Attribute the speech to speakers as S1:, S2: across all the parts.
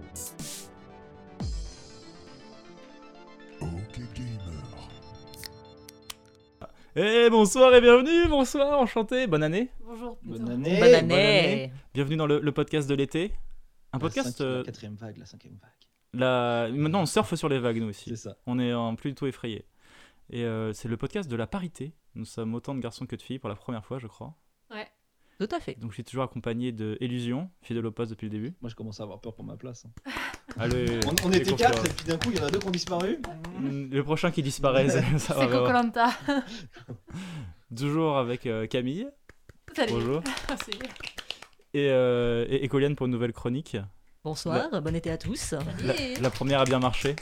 S1: Ok Gamer.
S2: Bonsoir et bienvenue, bonsoir, enchanté, bonne année.
S3: Bonjour. plutôt.
S4: Bonne année.
S2: Bonne année. Bienvenue dans le podcast de l'été. Un podcast.
S4: La quatrième vague, la cinquième vague.
S2: Maintenant on surfe sur les vagues nous aussi.
S4: C'est ça.
S2: On est plus du tout effrayés. Et c'est le podcast de la parité. Nous sommes autant de garçons que de filles pour la première fois je crois.
S3: Ouais.
S5: Tout à fait.
S2: Donc je suis toujours accompagné de Illusion, fidèle au poste depuis le début.
S4: Moi je commence à avoir peur pour ma place.
S2: Allez.
S4: On était 4 et puis d'un coup il y en a 2 qui ont disparu.
S2: Le prochain qui disparaît, ça va.
S3: C'est
S2: voir.
S3: Koh-Lanta.
S2: Toujours avec Camille.
S3: Salut.
S2: Bonjour.
S3: Merci.
S2: Et Coliane pour une nouvelle chronique.
S5: Bonsoir, bon été à tous.
S2: La première a bien marché.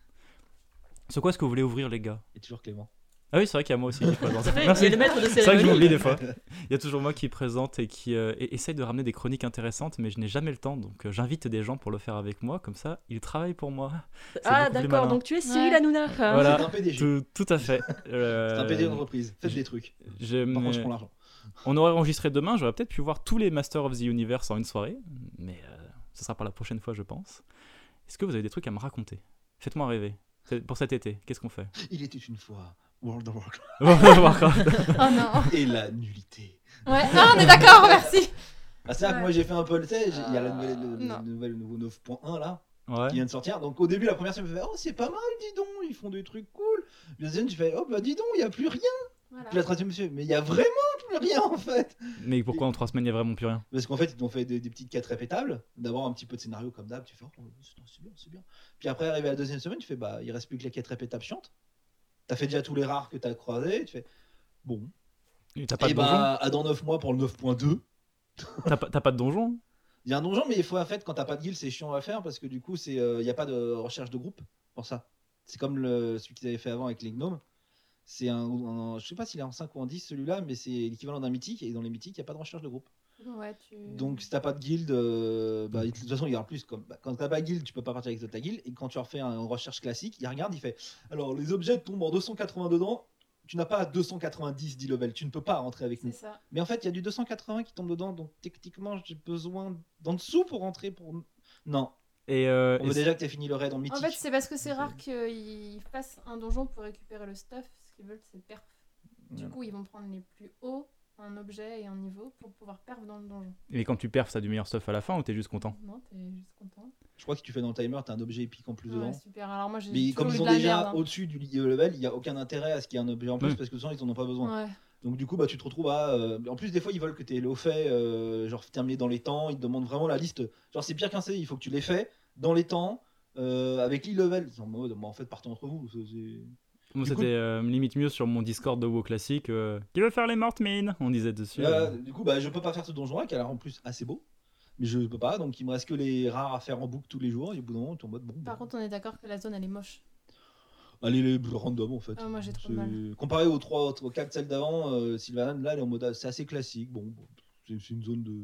S2: Sur quoi est-ce que vous voulez ouvrir les gars?
S4: Et toujours Clément.
S2: Ah oui, c'est vrai qu'il y a moi aussi qui présente.
S5: C'est
S2: Merci.
S5: le maître de
S2: C'est vrai que je
S5: cérémonie.
S2: m'oublie des fois. Il y a toujours moi qui présente et qui essaye de ramener des chroniques intéressantes, mais je n'ai jamais le temps. Donc j'invite des gens pour le faire avec moi, comme ça ils travaillent pour moi. C'est
S5: Ah
S2: beaucoup plus
S5: d'accord,
S2: malin.
S5: donc tu es Cyril
S3: Ouais.
S5: Hanouna.
S2: Voilà.
S4: C'est un PDG.
S2: Tout à fait.
S4: C'est un PDG d'entreprise. Faites des trucs. Par contre je prends l'argent.
S2: On aurait enregistré demain, j'aurais peut-être pu voir tous les Masters of the Universe en une soirée, mais ce sera pour la prochaine fois je pense. Est-ce que vous avez des trucs à me raconter? Faites-moi rêver. Pour cet été, qu'est-ce qu'on fait?
S4: Il était une fois World of Warcraft.
S2: Warcraft.
S3: Oh non.
S4: Et la nullité.
S3: Ouais. Ah, on est d'accord, merci.
S4: Ah c'est vrai que moi j'ai fait un peu le test. Il y a
S3: Non.
S4: le nouveau 9.1 là
S2: Ouais.
S4: qui vient de sortir. Donc au début la première semaine je me fais oh c'est pas mal dis donc ils font des trucs cool. La deuxième tu fais oh bah dis donc il y a plus rien.
S3: Voilà.
S4: Puis la troisième monsieur mais il y a vraiment plus rien en fait.
S2: Mais pourquoi en 3 semaines il n'y a vraiment plus rien?
S4: Parce qu'en fait, ils t'ont fait des petites quêtes répétables, d'abord un petit peu de scénario comme d'hab, tu fais oh, c'est bien, c'est bien. Puis après, arrivé à la deuxième semaine, tu fais bah, il reste plus que les quêtes répétables chiantes. T'as fait déjà tous les rares que t'as croisés, tu fais bon.
S2: Et t'as pas
S4: Et
S2: de donjon?
S4: bah, à dans 9 mois pour le 9.2.
S2: T'as pas de donjon?
S4: Il y a un donjon, mais il faut en fait, quand t'as pas de guild, c'est chiant à faire parce que du coup, il y a pas de recherche de groupe pour ça. C'est comme celui qu'ils avaient fait avant avec les gnomes. C'est je sais pas s'il est en 5 ou en 10 celui-là, mais c'est l'équivalent d'un mythique, et dans les mythiques, il n'y a pas de recherche de groupe.
S3: Ouais,
S4: Donc si t'as pas de guild, bah, de toute façon il y aura plus comme quand t'as pas de guild, tu peux pas partir avec ta guild. Et quand tu refais une recherche classique, il regarde, il fait alors les objets tombent en 280 dedans. Tu n'as pas 290 10 level, tu ne peux pas rentrer avec
S3: c'est
S4: nous.
S3: ça.
S4: Mais en fait il y a du 280 qui tombe dedans, donc techniquement j'ai besoin d'en dessous pour rentrer. Non,
S2: Et,
S4: on veut déjà que t'aies fini le raid en
S3: En
S4: mythique.
S3: fait, c'est parce que c'est rare qu'ils fassent un donjon pour récupérer le stuff. Ce qu'ils veulent, c'est perf. Du coup, ils vont prendre les plus hauts en objet et en niveau pour pouvoir perf dans le donjon.
S2: Et quand tu perfs, t'as du meilleur stuff à la fin ou t'es juste content?
S3: Non, t'es juste content.
S4: Je crois que si tu fais dans le timer, t'as un objet épique en plus
S3: Ouais,
S4: dedans.
S3: super. Alors moi, j'ai
S4: Mais
S3: toujours
S4: comme
S3: eu
S4: ils
S3: de
S4: ont
S3: la
S4: déjà
S3: merde, hein.
S4: au-dessus du level, il n'y a aucun intérêt à ce qu'il y ait un objet en plus
S2: Ouais.
S4: parce que sinon ils en ont pas besoin.
S3: Ouais.
S4: Donc du coup bah tu te retrouves à en plus des fois ils veulent que tu aies le fait genre terminé dans les temps, ils te demandent vraiment la liste. Genre c'est pire qu'un CI, il faut que tu les fais dans les temps avec l'e-level. En mode en fait partez entre vous.
S2: Moi,
S4: Du coup-
S2: c'était limite mieux sur mon Discord de WoW classique. Qui veut faire les mortes mines? On disait dessus.
S4: Du coup bah je peux pas faire ce donjon là qui a l'air en plus assez beau. Mais je peux pas, donc il me reste que les rares à faire en boucle tous les jours. Et au bout d'un moment, tu es en mode bon.
S3: Par contre, on est d'accord que la zone, elle est moche.
S4: Allez, les random en fait.
S3: Ah, moi, j'ai trop
S4: C'est-
S3: de mal.
S4: Comparé aux 4 celles d'avant, Sylvanan, là, elle est en mode c'est assez classique. Bon, c'est une zone de.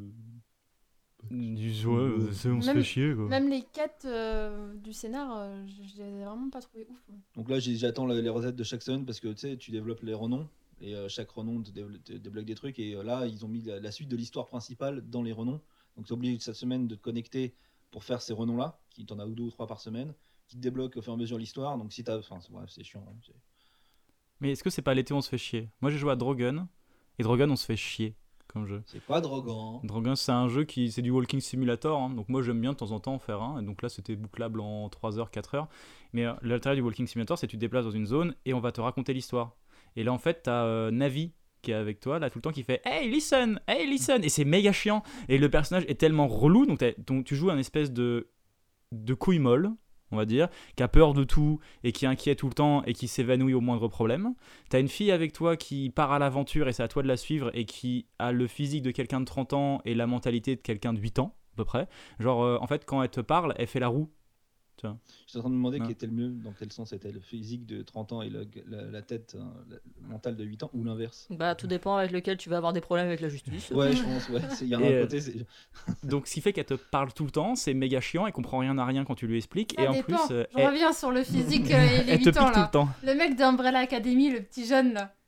S2: On se
S3: Même-
S2: fait chier quoi.
S3: Même les quêtes du scénar, je les ai vraiment pas trouvées ouf.
S4: Donc là, j'attends les recettes de chaque semaine parce que tu sais, tu développes les renoms et chaque renom te débloque des trucs. Et là, ils ont mis la suite de l'histoire principale dans les renoms. Donc tu es obligé cette semaine de te connecter pour faire ces renoms-là, qui t'en a 2 ou 3 par semaine, qui te débloquent au fur et à mesure l'histoire. Donc si t'as. Enfin, bref, c'est chiant. Hein,
S2: Mais est-ce que c'est pas l'été où on se fait chier? Moi j'ai joué à Drogon. Et Drogon on se fait chier comme jeu.
S4: c'est pas droguant.
S2: Drogon c'est un jeu qui c'est du walking simulator. Hein. Donc moi j'aime bien de temps en temps en faire un. Et donc là c'était bouclable en 3 heures, 4 heures. Mais l'intérêt du walking simulator c'est que tu te déplaces dans une zone et on va te raconter l'histoire. Et là en fait t'as Navi qui est avec toi là tout le temps qui fait hey listen et c'est méga chiant et le personnage est tellement relou donc tu joues un espèce de couille molle on va dire qui a peur de tout et qui est inquiet tout le temps et qui s'évanouit au moindre problème. T'as une fille avec toi qui part à l'aventure et c'est à toi de la suivre et qui a le physique de quelqu'un de 30 ans et la mentalité de quelqu'un de 8 ans à peu près, genre en fait quand elle te parle elle fait la roue.
S4: Je suis en train de me demander
S2: Ouais.
S4: qui était le mieux, dans quel sens était le physique de 30 ans et la tête mentale de 8 ans, ou l'inverse.
S5: Bah tout dépend avec lequel tu vas avoir des problèmes avec la justice.
S4: Ouais, je pense, ouais. Il y a
S2: Et,
S4: un côté, c'est.
S2: Donc ce qui fait qu'elle te parle tout le temps, c'est méga chiant, elle comprend rien à rien quand tu lui expliques
S3: Ça
S2: et en
S3: dépend.
S2: plus
S3: Je
S2: elle,
S3: reviens sur le physique et les
S2: elle te
S3: 8
S2: pique
S3: ans
S2: tout le
S3: là.
S2: temps.
S3: Le mec d'Umbrella Academy, le petit jeune là.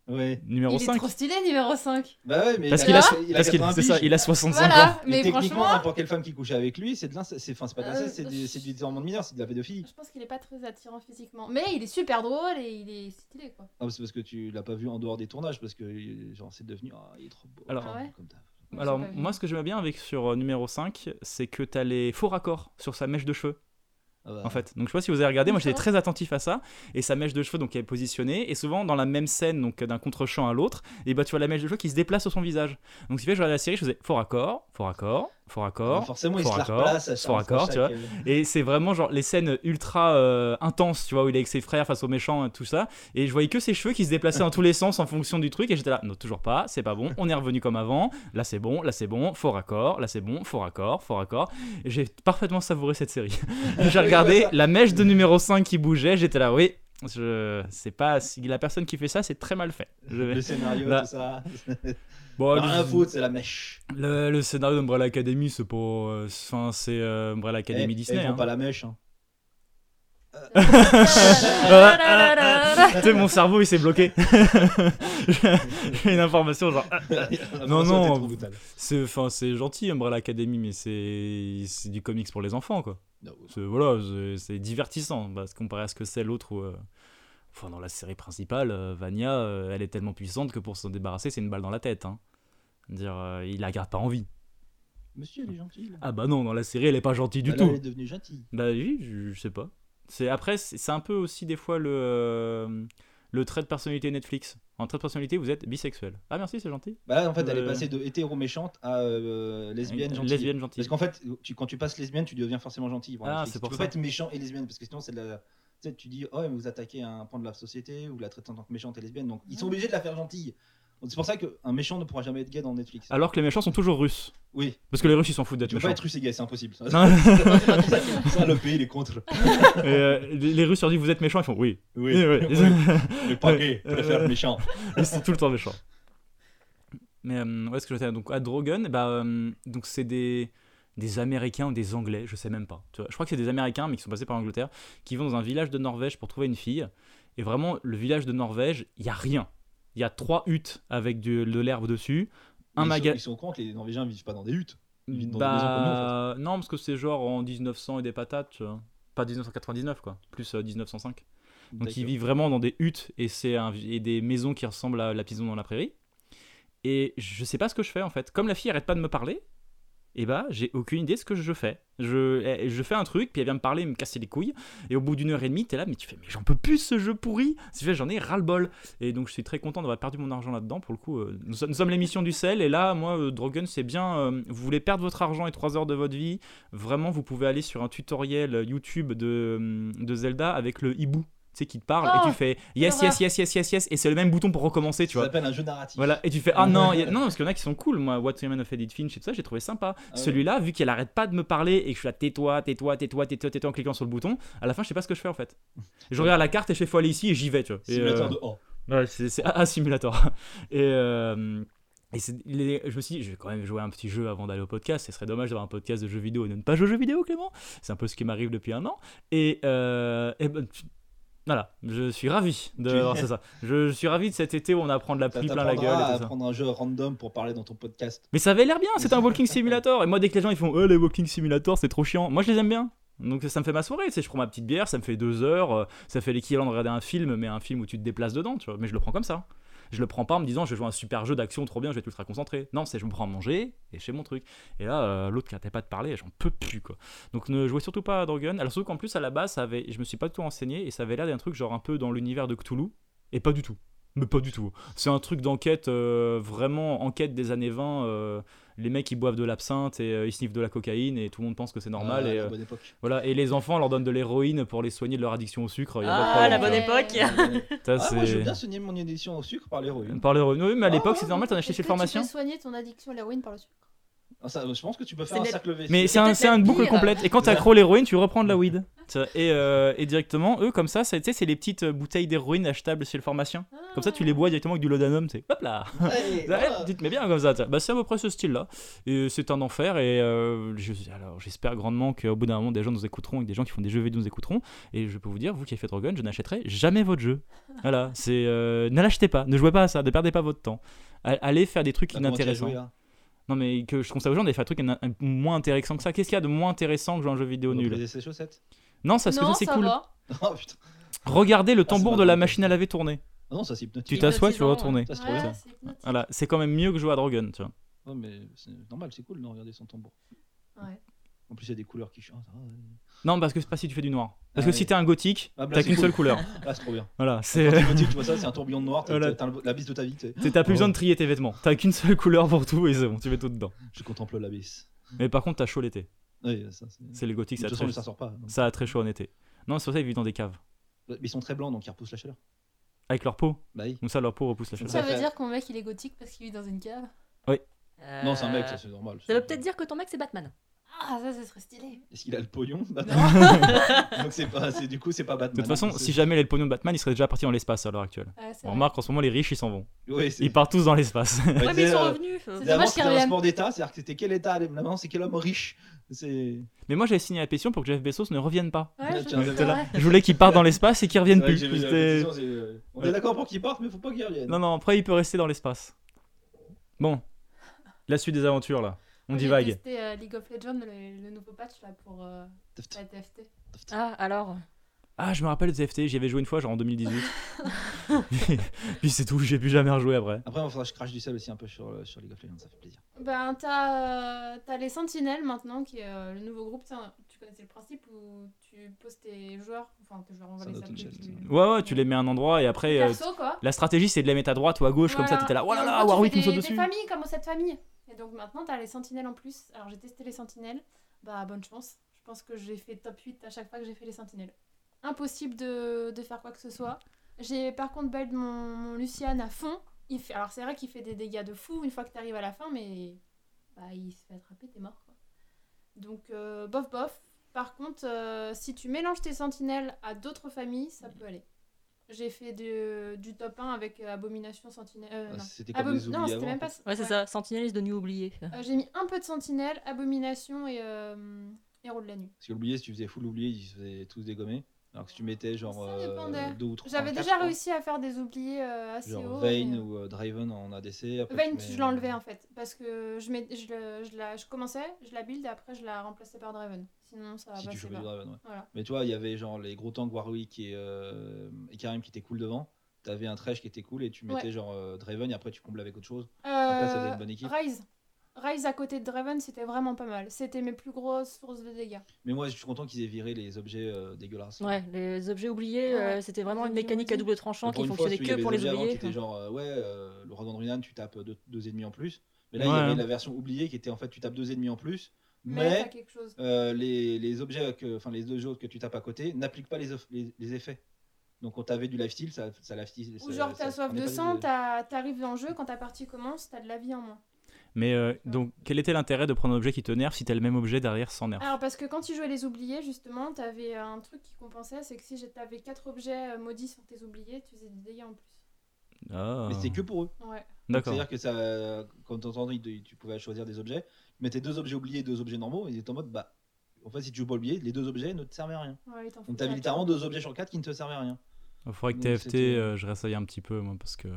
S4: Ouais.
S2: Numéro
S3: Il
S2: 5.
S3: est trop stylé, numéro 5.
S4: Bah ouais, mais
S2: Parce
S4: il
S2: qu'il
S4: a,
S2: a,
S4: il a
S2: parce qu'il
S4: 80
S2: c'est ça,
S4: piges.
S2: il a 65 ans.
S3: Voilà,
S4: Et
S3: mais
S4: techniquement,
S3: franchement,
S4: n'importe quelle femme qui couche avec lui, c'est c'est pas de l'inceste, c'est du détournement de mineur, c'est de la pédophilie.
S3: je pense qu'il est pas très attirant physiquement. Mais il est super drôle et il est stylé, quoi.
S4: Ah, c'est parce que tu l'as pas vu en dehors des tournages, parce que genre c'est devenu, il est trop beau.
S2: Alors-
S3: Ah ouais
S4: Comme d'hab.
S3: Moi,
S2: Alors,
S3: j'ai pas vu.
S2: moi, ce que j'aime bien avec sur numéro 5, c'est que t'as les faux raccords sur sa mèche de cheveux.
S4: Ah bah,
S2: En fait, donc je sais pas si vous avez regardé, moi j'étais
S3: D'accord.
S2: très attentif à ça, et sa mèche de cheveux donc elle est positionnée, et souvent dans la même scène, donc d'un contre-champ à l'autre, et bah tu vois la mèche de cheveux qui se déplace sur son visage. Donc ce qui fait que je regardais la série, je faisais faux raccord, faux raccord, faux raccord,
S4: forcément, il
S2: faux
S4: se la
S2: raccord,
S4: replace à
S2: faux raccord,
S4: chaque-
S2: tu vois. Et c'est vraiment genre les scènes ultra intenses, tu vois, où il est avec ses frères face aux méchants et tout ça, et je voyais que ses cheveux qui se déplaçaient dans tous les sens en fonction du truc, et j'étais là, non toujours pas, c'est pas bon, on est revenu comme avant, là c'est bon, faux raccord, là c'est bon, faux raccord, et j'ai parfaitement savouré cette série. J'ai regardé la mèche de numéro 5 qui bougeait, j'étais là, oui, c'est pas, si la personne qui fait ça, c'est très mal fait.
S4: Le scénario,
S2: Là.
S4: tout ça.
S2: Bon,
S4: Non, rien à foutre, c'est la mèche.
S2: le scénario d'Umbrella Academy, c'est pas, enfin c'est Umbrella Academy Disney.
S4: Ils font
S2: Hein.
S4: pas la mèche. Hein.
S2: Tu sais, mon cerveau il s'est bloqué. J'ai une information genre. Non, non.
S4: C'était trop brutal.
S2: C'est gentil Umbrella Academy, mais c'est du comics pour les enfants quoi.
S4: Non.
S2: Voilà, c'est divertissant parce comparé à ce que c'est l'autre où. Enfin, dans la série principale, Vanya, elle est tellement puissante que pour s'en débarrasser, c'est une balle dans la tête. Hein. Dire, il la garde pas en vie.
S4: Monsieur, il est gentil. Là.
S2: Ah bah non, dans la série, elle est pas gentille du
S4: Bah là,
S2: tout.
S4: elle est devenue gentille.
S2: Bah oui, je sais pas. Après, c'est un peu aussi des fois le trait de personnalité Netflix. En trait de personnalité, vous êtes bisexuel. Ah merci, c'est gentil.
S4: Bah là, en fait, elle est passée de hétéro méchante à lesbienne gentille.
S2: Lesbienne gentille.
S4: Parce qu'en fait, quand tu passes lesbienne, tu deviens forcément gentil. Voilà.
S2: Ah, c'est pour
S4: tu peux
S2: ça.
S4: pas être méchant et lesbienne, parce que sinon, c'est de la. Tu sais, tu dis, oh, mais vous attaquez un point de la société, ou la traitez en tant que méchante et lesbienne, donc ils sont obligés de la faire gentille. Donc, c'est pour ça qu'un méchant ne pourra jamais être gay dans Netflix.
S2: Alors que les méchants sont toujours russes.
S4: Oui.
S2: Parce que les Russes ils s'en foutent d'être
S4: Tu peux pas
S2: méchants.
S4: être russe et gay, c'est impossible. Ça,
S2: Non.
S4: ça, le pays, il est contre.
S2: Et, les Russes leur disent vous êtes méchants, ils font oui.
S4: Oui,
S2: Oui.
S4: mais pas gay, préfère méchant.
S2: Et c'est tout le temps méchant. Mais où est-ce que j'étais donc à Drogon, donc c'est des Américains ou des Anglais, je sais même pas. Tu vois, je crois que c'est des Américains mais qui sont passés par l'Angleterre, qui vont dans un village de Norvège pour trouver une fille. Et vraiment, le village de Norvège, il y a rien. Il y a 3 huttes avec de l'herbe dessus, un magasin.
S4: Ils sont con que les Norvégiens vivent pas dans des huttes. Ils vivent dans des maisons comme nous, en
S2: Non, parce que c'est genre en 1900 et des patates, tu vois. Pas 1999 quoi, plus 1905. Donc
S4: D'accord.
S2: ils vivent vraiment dans des huttes et et des maisons qui ressemblent à la maison dans la prairie. Et je sais pas ce que je fais en fait. Comme la fille arrête pas de me parler, et bah j'ai aucune idée de ce que je fais. Je fais un truc, puis elle vient me parler, me casser les couilles. Et au bout d'une heure et demie, t'es là, mais tu fais, mais j'en peux plus ce jeu pourri. J'en ai ras-le-bol. Et donc je suis très content d'avoir perdu mon argent là-dedans. Pour le coup, nous sommes l'émission du sel. Et là, moi, Drogon, c'est bien. Vous voulez perdre votre argent et 3 heures de votre vie. Vraiment, vous pouvez aller sur un tutoriel YouTube de Zelda avec le hibou. Tu sais, qui te parle et tu fais yes, yes, yes, yes, yes, yes, et c'est le même bouton pour recommencer, tu
S4: Ça
S2: vois.
S4: s'appelle un jeu narratif.
S2: Voilà, et tu fais ah non, non, parce qu'il y en a qui sont cool. Moi, What Women of Edith Finch et tout ça, j'ai trouvé sympa.
S4: Ah ouais.
S2: Celui-là, vu qu'elle arrête pas de me parler et que je suis là tais-toi en cliquant sur le bouton, à la fin, je sais pas ce que je fais en fait. Je regarde la carte et je fais faut aller ici et j'y vais, tu vois.
S4: Simulateur de O.
S2: Ouais, c'est un simulator. Et je me suis dit, je vais quand même jouer à un petit jeu avant d'aller au podcast. Ce serait dommage d'avoir un podcast de jeux vidéo et de ne pas jouer aux jeux vidéo, Clément. C'est un peu ce qui m'arrive depuis 1 an. Voilà, je suis ravi de voir ça. Je suis ravi de cet été où on apprend de la pluie plein la gueule et
S4: à
S2: tout ça.
S4: prendre un jeu random pour parler dans ton podcast.
S2: Mais ça avait l'air bien, c'était un walking simulator. Et moi, dès que les gens ils font les walking simulator, c'est trop chiant. Moi, je les aime bien. Donc ça me fait ma soirée, tu sais, je prends ma petite bière, ça me fait 2 heures, ça fait l'équivalent de regarder un film, mais un film où tu te déplaces dedans, tu vois. Mais je le prends comme ça. Je le prends pas en me disant je vais jouer un super jeu d'action trop bien, je vais être ultra concentré. Non, c'est je me prends à manger et je fais mon truc. Et là, l'autre qui arrêtait pas de parler, j'en peux plus quoi. Donc ne jouez surtout pas à Drogon. Alors surtout qu'en plus à la base, je me suis pas du tout renseigné et ça avait l'air d'un truc genre un peu dans l'univers de Cthulhu. Et pas du tout. Mais pas du tout. C'est un truc d'enquête, vraiment enquête des années 20. Les mecs ils boivent de l'absinthe et ils sniffent de la cocaïne et tout le monde pense que c'est normal. Et,
S4: la bonne époque.
S2: voilà, et les enfants leur donnent de l'héroïne pour les soigner de leur addiction au sucre. Y a pas de
S5: Ah,
S2: problème,
S5: la
S2: tu vois.
S5: bonne époque.
S2: Ça,
S4: Moi, je veux
S2: c'est...
S4: bien soigner mon addiction au sucre par l'héroïne.
S2: Par l'héroïne. Oui, mais à l'époque
S4: Ah,
S2: c'était normal, t'en achetais chez le pharmacien.
S3: Tu peux soigner ton addiction à l'héroïne par le sucre.
S4: Ah, ça, je pense que tu peux
S5: C'est
S4: faire un
S5: net.
S4: cercle V.
S2: Mais
S5: C'est
S2: c'est
S5: peut-être
S2: une
S5: la
S2: boucle
S5: pire.
S2: complète. Et quand t'es accro à l'héroïne, tu reprends de la weed. Et directement, eux, comme ça, tu sais, c'est les petites bouteilles d'héroïne achetables chez le pharmacien. Comme ça, tu les bois directement avec du laudanum, tu sais. Hop là.
S4: Allez, voilà.
S2: Tu te mets bien comme ça. Bah, c'est à peu près ce style-là. Et c'est un enfer. Et alors, j'espère grandement qu'au bout d'un moment, des gens nous écouteront et des gens qui font des jeux vidéo nous écouteront. Et je peux vous dire, vous qui avez fait Drogon, je n'achèterai jamais votre jeu. Voilà, c'est ne l'achetez pas, ne jouez pas à ça, ne perdez pas votre temps. Allez faire des trucs
S4: Comment tu as
S2: inintéressants.
S4: joué, là
S2: Non, mais que je conseille aux gens d'aller faire des trucs moins intéressants que ça. Qu'est-ce qu'il y a de moins intéressant que jouer à un jeu vidéo nul?
S4: Briser ses chaussettes.
S2: Non, ça,
S3: Non,
S2: c'est
S3: ça
S2: cool.
S3: va.
S4: Oh putain.
S2: Regardez le
S4: c'est
S2: tambour
S4: pas
S2: de la
S4: bon,
S2: machine
S4: ça.
S2: à laver tourner.
S4: Ah non, ça c'est
S2: Tu
S4: hypnotique.
S2: t'assois, tu vas
S5: Hypnotisant,
S2: retourner.
S4: Ça c'est trop bien.
S3: Ouais, c'est hypnotique.
S2: Voilà, c'est quand même mieux que jouer à Drogon, tu vois.
S4: Ouais, mais c'est normal, c'est cool de regarder son tambour.
S3: Ouais.
S4: En plus, il y a des couleurs qui chantent.
S2: Non, parce que c'est pas si tu fais du noir. Parce
S4: Ah
S2: que
S4: oui.
S2: si t'es un gothique,
S4: Ah, bah,
S2: t'as
S4: c'est
S2: qu'une
S4: cool.
S2: seule couleur.
S4: Ah, c'est trop bien.
S2: Voilà,
S4: C'est... Quand
S2: c'est.
S4: t'es gothique, tu vois ça, c'est un tourbillon de noir,
S2: Voilà.
S4: t'as la bise de ta vie. Tu sais.
S2: T'as plus besoin
S4: Oh.
S2: de trier tes vêtements. T'as qu'une seule couleur pour tout et c'est bon, tu mets tout dedans.
S4: Je contemple l'abysse.
S2: Mais par contre, t'as chaud l'été.
S4: Oui, ça c'est.
S2: C'est les gothiques,
S4: De
S2: ça
S4: toute
S2: a
S4: façon,
S2: très...
S4: ça sort pas. donc.
S2: ça a très chaud en été. Non, c'est pour ça qu'ils vivent dans des caves.
S4: Mais ils sont très blancs, donc ils repoussent la chaleur.
S2: Avec leur peau.
S4: Bah oui.
S2: Comme ça, leur peau repousse la
S4: Ça
S2: chaleur.
S3: Ça veut
S4: fait-
S3: dire que mon mec il est gothique parce qu'il vit dans une cave.
S4: Non, c'est un mec, ça c'est normal.
S5: Ça veut peut-être dire que ton mec c'est Batman.
S3: Ah, ça serait stylé.
S4: Est-ce qu'il a le pognon Donc c'est pas, du coup, c'est pas Batman.
S2: De toute façon, si jamais il avait le pognon de Batman, il serait déjà parti dans l'espace à l'heure actuelle.
S3: Ouais, c'est
S2: On
S3: vrai.
S2: remarque en ce moment, les riches, ils s'en vont.
S4: Oui, c'est.
S2: Ils partent tous dans l'espace.
S4: Ouais,
S5: Ouais, mais ils sont revenus.
S3: c'est
S4: Avant,
S3: dommage qu'ils
S4: c'était un
S3: reviennent.
S4: sport d'État, c'est-à-dire que c'était quel État maintenant, c'est quel homme riche. C'est.
S2: Mais moi, j'avais signé la pétition pour que Jeff Bezos ne revienne pas.
S3: Ouais,
S4: Tiens,
S3: je-
S4: j'étais
S2: là.
S3: ouais.
S2: Je voulais qu'il parte dans l'espace et qu'il revienne
S4: C'est vrai
S2: plus.
S4: que j'ai vu la
S2: C'était-
S4: pétition, on est d'accord pour qu'il parte, mais faut pas qu'il revienne.
S2: Non, non, après, il peut rester dans l'espace. Bon, la suite des aventures, là. On
S3: J'ai
S2: divague.
S3: testé League of Legends, le nouveau patch là pour
S4: Teft.
S3: la TFT.
S5: Ah, alors.
S2: Ah, je me rappelle de TFT, j'y avais joué une fois, genre en 2018. Puis c'est tout, j'ai plus jamais rejoué après.
S4: Après, il va falloir que je crache du sel aussi un peu sur League of Legends, ça fait plaisir.
S3: Ben, t'as les Sentinelles maintenant, qui est le nouveau groupe. Tu connaissais le principe où tu poses tes joueurs, enfin tes joueurs, on va
S4: Ça
S3: les
S4: doit
S3: appeler.
S4: toucher,
S3: plus-
S2: Ouais, tu les mets à un endroit et après,
S3: Perso, quoi.
S2: la stratégie c'est de les mettre à droite ou à gauche, comme ça
S3: Voilà.
S2: t'étais là, oh là
S3: Et en
S2: là,
S3: gros, tu
S2: Warwick
S3: fais
S2: me saute
S3: des
S2: dessus.
S3: familles comme cette famille. Et donc maintenant, t'as les Sentinelles en plus. Alors j'ai testé les Sentinelles. Bah, bonne chance. Je pense que j'ai fait top 8 à chaque fois que j'ai fait les Sentinelles. Impossible de faire quoi que ce soit. J'ai par contre build mon Lucian à fond. Alors c'est vrai qu'il fait des dégâts de fou une fois que t'arrives à la fin, mais bah, il se fait attraper, t'es mort, quoi. Donc bof bof. Par contre, si tu mélanges tes Sentinelles à d'autres familles, ça peut aller. J'ai fait du top 1 avec Abomination Sentinelle. Non.
S4: C'était comme les
S3: Non,
S4: oubliés
S3: c'était
S4: avant.
S3: même pas.
S5: Ouais, c'est ça. Sentinelle is de nu oublié.
S3: J'ai mis un peu de Sentinelle, Abomination et Héros de la Nuit.
S4: Parce que l'oublié, si tu faisais full oublié, ils se faisaient tous dégommer. Alors que si tu mettais genre
S3: Ça dépendait.
S4: 2 ou 3.
S3: J'avais déjà réussi à faire des oubliés assez
S4: Genre
S3: hauts.
S4: Vayne
S3: mais-
S4: ou Draven en ADC. Après,
S3: Vayne,
S4: tu mets-
S3: je l'enlevais en fait. Parce que je commençais, je la build et après je la remplaçais par Draven. Sinon ça va
S4: Si tu
S3: passer
S4: chopais
S3: pas.
S4: du Draven, ouais.
S3: Voilà.
S4: Mais tu vois, il y avait genre les gros tanks Warwick et Karim qui étaient cool devant. T'avais un Thresh qui était cool et tu mettais
S3: Ouais.
S4: genre Draven et après tu comblais avec autre chose. Après, ça faisait une bonne équipe.
S3: Ryze à côté de Draven, c'était vraiment pas mal. C'était mes plus grosses sources de dégâts.
S4: Mais moi, je suis content qu'ils aient viré les objets dégueulasses.
S5: Ouais, les objets oubliés,
S3: Ouais.
S5: c'était vraiment
S3: Les
S5: une
S3: objets
S5: mécanique à
S3: maudits.
S5: double tranchant
S4: Pour
S5: qui
S4: une fois,
S5: fonctionnait
S4: celui, il y
S5: que pour les
S4: avait
S5: oubliés.
S4: qui était genre, le Dragon Runan, tu tapes deux ennemis en plus. Mais là,
S2: Ouais.
S4: il y avait la version oubliée qui était en fait, tu tapes 2 ennemis en plus.
S3: Mais t'as
S4: Mais
S3: quelque chose.
S4: les objets, les deux autres que tu tapes à côté n'appliquent pas les effets. Donc quand t'avais du lifesteal, ça lifesteal.
S3: Ou genre t'as soif de sang, t'arrives dans le jeu, quand ta partie commence, t'as de la vie en moins.
S2: Mais donc, quel était l'intérêt de prendre un objet qui te nerf si t'as le même objet derrière sans nerf?
S3: Alors parce que quand tu jouais les oubliés, justement, t'avais un truc qui compensait, c'est que si t'avais 4 objets maudits sur tes oubliés, tu faisais des dégâts en plus.
S2: Ah,
S4: Mais c'était que pour eux.
S3: Ouais.
S2: d'accord.
S4: C'est-à-dire que ça, quand t'entendais, tu pouvais choisir des objets, tu mettais 2 objets oubliés et 2 objets normaux, et ils étaient en mode, bah, en fait, si tu joues pas oublié, les 2 objets ne te servaient à rien.
S3: Ouais, il t'en faut
S4: Donc t'avais
S3: quatre.
S4: littéralement 2 objets sur 4 qui ne te servaient à rien.
S2: Il faudrait que
S4: Donc,
S2: TFT,
S4: c'était-
S2: je réessaye un petit peu, moi, parce que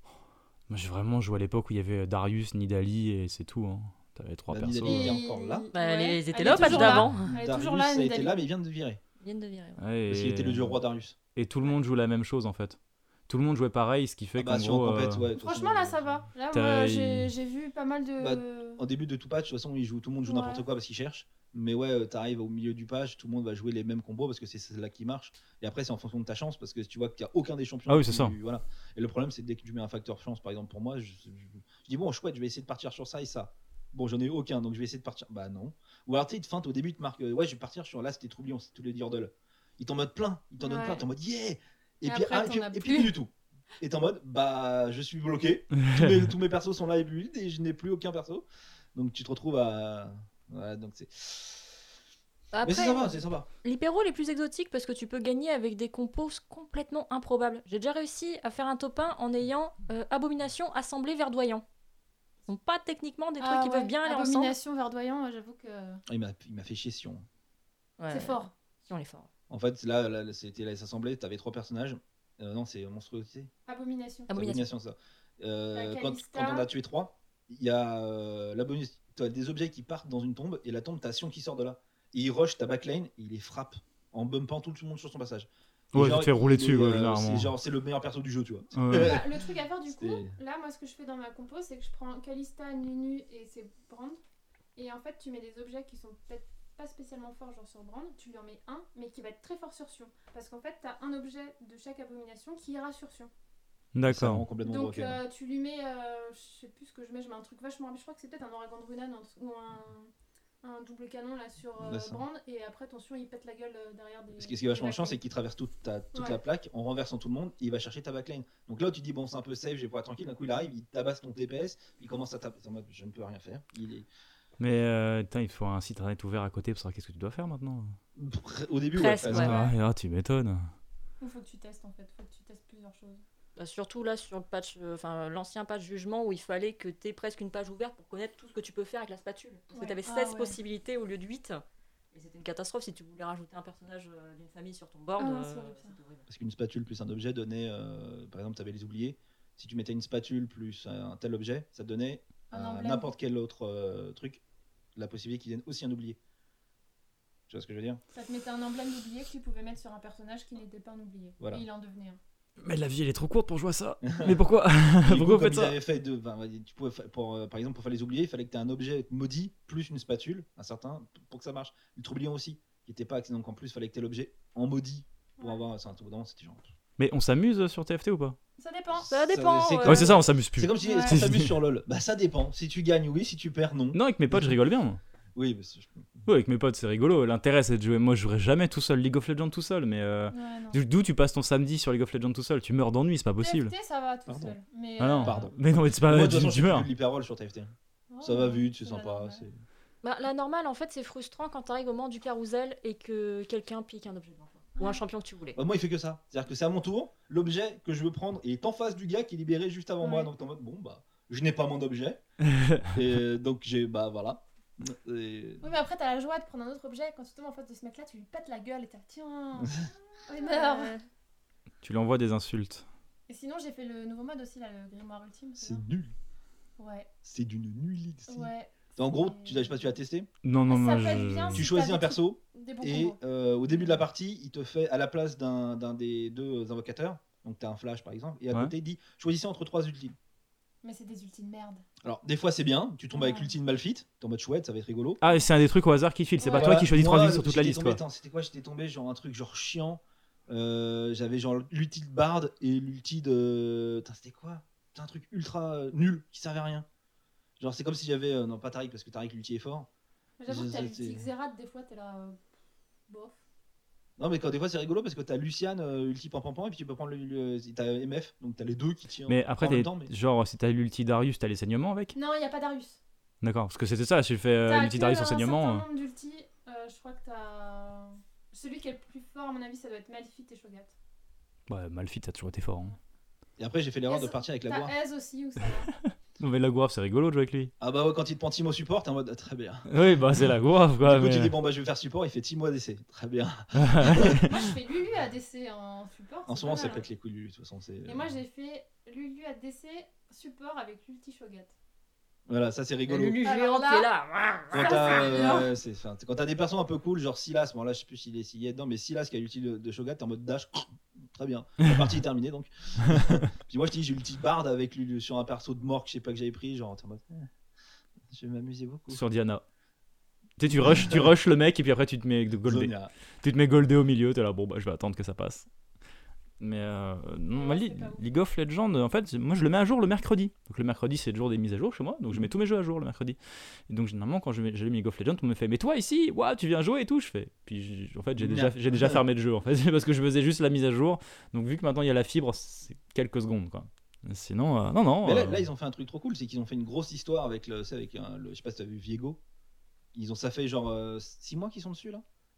S2: moi, j'ai vraiment joué à l'époque où il y avait Darius, Nidali, et c'est tout. Hein. T'avais 3
S4: Bah,
S2: persos.
S4: Nidali, il est encore là.
S5: Bah,
S3: Ouais.
S5: ils étaient
S3: Elle
S5: là
S3: est
S5: au patch
S3: toujours là.
S5: d'avant.
S3: Elle est
S4: Darius
S3: toujours là,
S4: a été
S3: Nidali.
S4: là, mais il vient de virer.
S5: Ils viennent de virer. ouais.
S2: Ouais,
S4: Parce qu'il était le dieu roi Darius.
S2: Et tout le monde joue la même chose, en fait. Tout le monde jouait pareil, ce qui fait
S4: Ah bah,
S2: qu'en
S4: sur
S2: gros...
S4: compète, ouais, de toute
S3: Franchement,
S4: façon,
S3: là, ça va. Là,
S2: T'as-
S3: moi, j'ai vu pas mal de...
S4: Bah, En début de tout patch, de toute façon, tout le monde joue
S3: Ouais.
S4: n'importe quoi parce qu'il cherche. Mais ouais, t'arrives au milieu du patch, tout le monde va jouer les mêmes combos parce que c'est celle-là qui marche. Et après, c'est en fonction de ta chance parce que si tu vois qu'il n'y a aucun des champions.
S2: Ah oui, c'est
S4: qui-
S2: ça.
S4: Voilà. Et le problème, c'est dès que tu mets un facteur chance, par exemple, pour moi, je dis bon, chouette, je vais essayer de partir sur ça et ça. Bon, j'en ai aucun, donc je vais essayer de partir. Bah non. Ou alors, tu sais, il te feinte au début, il te marque, ouais, je vais partir sur là, c'était Troublion, c'est tous les Yordle. Il t'en mode plein, il t'en donne
S3: Ouais.
S4: plein, t'es en mode yeah! Et
S3: Et
S4: puis,
S3: après, t'en as
S4: et puis
S3: plus.
S4: plus du tout. Et t'es en mode, bah, je suis bloqué. Tous mes persos sont là et build et je n'ai plus aucun perso. Donc tu te retrouves à. Voilà, donc c'est. Mais c'est
S5: Après,
S4: sympa, c'est sympa.
S5: l'hyper est plus exotique parce que tu peux gagner avec des compos complètement improbables. J'ai déjà réussi à faire un top 1 en ayant Abomination, Assemblée, Verdoyant. Ce sont pas techniquement des trucs qui peuvent bien aller ensemble.
S3: Abomination, verdoyant, j'avoue que
S4: Il m'a fait chier Sion.
S5: Ouais,
S3: c'est fort.
S5: Si on est fort.
S4: En fait, là c'était la assemblée, t'avais 3 personnages. Non, c'est monstruosité.
S3: Abomination.
S5: Abomination.
S4: Abomination, ça.
S3: La
S4: Quand
S3: Calista.
S4: on a tué 3, il y a l'abomination. Tu as des objets qui partent dans une tombe, et la tombe, t'as Sion qui sort de là. Et il rush ta backline, et il les frappe en bumpant tout le monde sur son passage. Et
S2: Ouais,
S4: genre,
S2: tu te fais rouler
S4: il
S2: dessus,
S4: est,
S2: quoi, généralement.
S4: c'est le meilleur perso du jeu, tu vois.
S2: Ouais.
S3: Bah, le truc à faire du coup,
S4: C'était-
S3: là moi ce que je fais dans ma compo c'est que je prends Calista, Nunu et ses Brand et en fait tu mets des objets qui sont peut-être pas spécialement forts genre sur Brand, tu lui en mets un mais qui va être très fort sur Sion parce qu'en fait t'as un objet de chaque abomination qui ira sur Sion.
S4: Ça rend
S2: D'accord.
S4: complètement
S3: Donc
S4: broken.
S3: tu lui mets, je sais plus ce que je mets un truc vachement rapide, je crois que c'est peut-être un Oragan de Runan ou un double canon là sur
S4: D'accord.
S3: Brand et après ton Sion il pète la gueule derrière des...
S4: Ce qui est vachement
S3: des
S4: chiant, c'est
S3: backlights.
S4: qu'il traverse toute
S3: Ouais.
S4: la plaque en renversant tout le monde et il va chercher ta backline. Donc là où tu dis, bon, c'est un peu safe, je vais pouvoir être tranquille. D'un coup, il arrive, il tabasse ton TPS, il commence à taper. En mode, je ne peux rien faire.
S2: Mais putain, il te faut un site internet ouvert à côté pour savoir qu'est-ce que tu dois faire maintenant.
S4: Au début,
S5: Presque,
S4: presque.
S5: ouais.
S2: Ah, tu m'étonnes.
S3: Il faut que tu testes en fait, faut que tu testes plusieurs choses.
S5: Bah, surtout là sur le patch, l'ancien patch jugement où il fallait que tu aies presque une page ouverte pour connaître tout ce que tu peux faire avec la spatule. Parce que
S3: Ouais.
S5: tu avais 16
S3: Ah ouais.
S5: possibilités au lieu de 8. Et c'était une catastrophe si tu voulais rajouter un personnage d'une famille sur ton board.
S3: Ah non, c'est horrible, ça.
S5: c'était horrible.
S4: Parce qu'une spatule plus un objet donnait, par exemple, tu avais les oubliés. Si tu mettais une spatule plus un tel objet, ça donnait
S3: Un
S4: à
S3: emblème.
S4: n'importe quel autre truc la possibilité qu'il donne aussi un oublié. Tu vois ce que je veux dire?
S3: Ça te mettait un emblème d'oublié que tu pouvais mettre sur un personnage qui n'était pas un oublié.
S4: Voilà.
S3: Et il en devenait un.
S2: Mais la vie, elle est trop courte pour jouer à ça. Mais pourquoi
S4: Du coup,
S2: Pourquoi vous
S4: comme
S2: faites
S4: ils
S2: ça
S4: avaient fait tu pouvais par exemple, pour faire les oubliés, il fallait que tu aies un objet maudit plus une spatule, un certain, pour que ça marche. Le troublion aussi, qui n'était pas accès, donc en plus, il fallait que tu aies l'objet en maudit pour
S3: Ouais.
S4: avoir. C'est un tout dedans, c'était genre.
S2: Mais on s'amuse sur TFT ou pas
S3: Ça dépend.
S5: Ça dépend.
S4: c'est
S5: ouais.
S4: comme-
S2: Ouais, c'est ça, on s'amuse plus.
S4: C'est comme si
S3: Ouais.
S4: on s'amuse sur LoL. Bah, ça dépend. Si tu gagnes, oui. Si tu perds, non.
S2: Non, avec mes potes, je rigole bien. Moi.
S4: Oui, mais
S2: Ouais, avec mes potes, c'est rigolo. L'intérêt, c'est de jouer. Moi, je jouerais jamais tout seul League of Legends tout seul. Mais
S3: Ouais, non.
S2: d'où tu passes ton samedi sur League of Legends tout seul? Tu meurs d'ennui, c'est pas possible.
S3: TFT, ça va tout
S4: Pardon.
S3: seul. Mais,
S2: Ah non.
S4: Pardon.
S2: Mais non, mais c'est
S4: moi,
S2: pas.
S4: de toute façon, je
S2: Tu
S4: fais
S2: meurs.
S4: plus de l'hyperroll sur TFT.
S3: Oh,
S4: Ça va vite, c'est
S3: la
S4: sympa.
S3: normale.
S4: c'est-
S5: Bah, la normale, en fait, c'est frustrant quand tu arrives au moment du carrousel et que quelqu'un pique un objet devant toi. Ou un
S3: Ouais.
S5: champion que tu voulais.
S4: Bah, moi, il fait que ça. C'est-à-dire que c'est à mon tour. L'objet que je veux prendre est en face du gars qui est libéré juste avant moi.
S3: Ouais.
S4: Donc, t'es en mode, bon, bah, je n'ai pas mon objet. Et donc, bah, voilà. Et-
S3: Oui, mais après, t'as la joie de prendre un autre objet. Quand tu tombes en face de ce mec-là, tu lui pètes la gueule et t'as tiens. Oh, il meurt.
S2: Tu lui envoies des insultes.
S3: Et sinon, j'ai fait le nouveau mode aussi, là, le Grimoire Ultime.
S4: C'est
S3: bien.
S4: nul.
S3: Ouais.
S4: C'est d'une nullité.
S3: Ouais.
S4: En gros,
S3: C'est-
S4: je sais pas si tu l'as testé.
S2: Non, non,
S3: Ça
S2: moi,
S3: peut être
S2: je.
S3: bien
S4: Tu
S3: si
S4: choisis
S3: t'as
S4: un
S3: des
S4: perso.
S3: Des bons
S4: Et
S3: combos.
S4: au début de la partie, il te fait à la place d'un des deux invocateurs, donc tu as un flash par exemple, et à
S2: Ouais.
S4: côté il dit choisissez entre 3 ultimes.
S3: Mais c'est des ultimes merde.
S4: Alors des fois c'est bien, tu tombes avec
S3: Ouais.
S4: l'ultime Malfit, t'es en mode chouette, ça va être rigolo.
S2: Ah, et c'est un des trucs au hasard qui file. C'est pas
S3: Ouais.
S2: toi qui choisis 3
S4: Moi,
S2: villes sur toute la
S4: j'étais
S2: liste,
S4: tombé,
S2: quoi.
S4: attends, c'était quoi? J'étais tombé genre un truc genre chiant. J'avais genre l'ulti de Bard et l'ulti de. Putain, c'était quoi? C'était un truc ultra nul qui servait à rien. Genre c'est comme si j'avais. Non, pas Tariq parce que Tariq l'ulti est fort.
S3: Mais j'avoue que t'as
S4: C'est-
S3: l'ulti Xerath, des fois, t'es là. Bof.
S4: Non, mais quand des fois c'est rigolo parce que t'as Lucian ulti pam et puis tu peux prendre t'as MF, donc t'as les deux qui tirent.
S2: Mais après,
S4: en même temps, mais-
S2: genre, si t'as l'ulti Darius, t'as les saignements avec?
S3: Non, y a pas Darius.
S2: D'accord, parce que c'était ça, si je fais
S3: T'as
S2: l'ulti
S3: que
S2: Darius en
S3: un
S2: saignement.
S3: certain nombre d'ultis. Je crois que t'as. Celui qui est le plus fort, à mon avis, ça doit être Malphite et Shogat.
S2: Ouais, Malphite, t'as toujours été fort. Hein.
S4: Et après j'ai fait l'erreur
S3: Yes.
S4: de partir avec la goire.
S3: T'as Ez aussi, où ça va.
S2: Non, mais la Gourave, c'est rigolo de jouer avec lui.
S4: Ah bah ouais, quand il te prend Timo support, t'es en mode ah, très bien.
S2: Oui, bah c'est la Gourave, quoi.
S4: Du coup
S2: mais-
S4: tu dis bon bah je vais faire support, il fait 6 mois d'essai. Très bien.
S3: Moi, je fais Lulu ADC en support.
S4: En
S3: c'est
S4: ce moment
S3: pas
S4: ça
S3: mal,
S4: pète les couilles de toute façon. C'est...
S3: Et moi, j'ai fait Lulu ADC support avec l'ulti Shogat.
S4: Voilà, ça c'est rigolo.
S5: Lulu
S3: Alors
S5: géant
S3: là-
S5: qui est là.
S4: Quand
S3: Ça,
S4: t'as,
S3: c'est bien.
S4: quand t'as des persos un peu cool, genre Silas, bon là je sais plus s'il est dedans, mais Silas qui a l'ulti de Shogat, t'es en mode dash, très bien. La partie est terminée donc. Puis moi je dis j'ai l'ulti Bard avec lui sur un perso de mort que je sais pas que j'avais pris, genre t'es en mode je vais m'amuser beaucoup.
S2: Sur Diana. Tu sais, tu rushes le mec et puis après tu te mets goldé.
S4: Zonia.
S2: Tu te mets goldé au milieu, t'es là, bon bah je vais attendre que ça passe. Mais non, moi,
S3: c'est pas ouf.
S2: League of Legends, en fait, moi je le mets à jour le mercredi. Donc le mercredi c'est le jour des mises à jour chez moi, donc je mets tous mes jeux à jour le mercredi. Et donc généralement quand j'allume League of Legends, on me fait mais toi ici, ouah, tu viens jouer et tout, je fais. Puis en fait j'ai déjà fermé le jeu en fait parce que je faisais juste la mise à jour. Donc vu que maintenant il y a la fibre, c'est quelques secondes quoi. Sinon non.
S4: Mais là, ils ont fait un truc trop cool, c'est qu'ils ont fait une grosse histoire avec je sais pas si t'as vu Viego. Ça fait genre 6 mois qu'ils sont dessus là.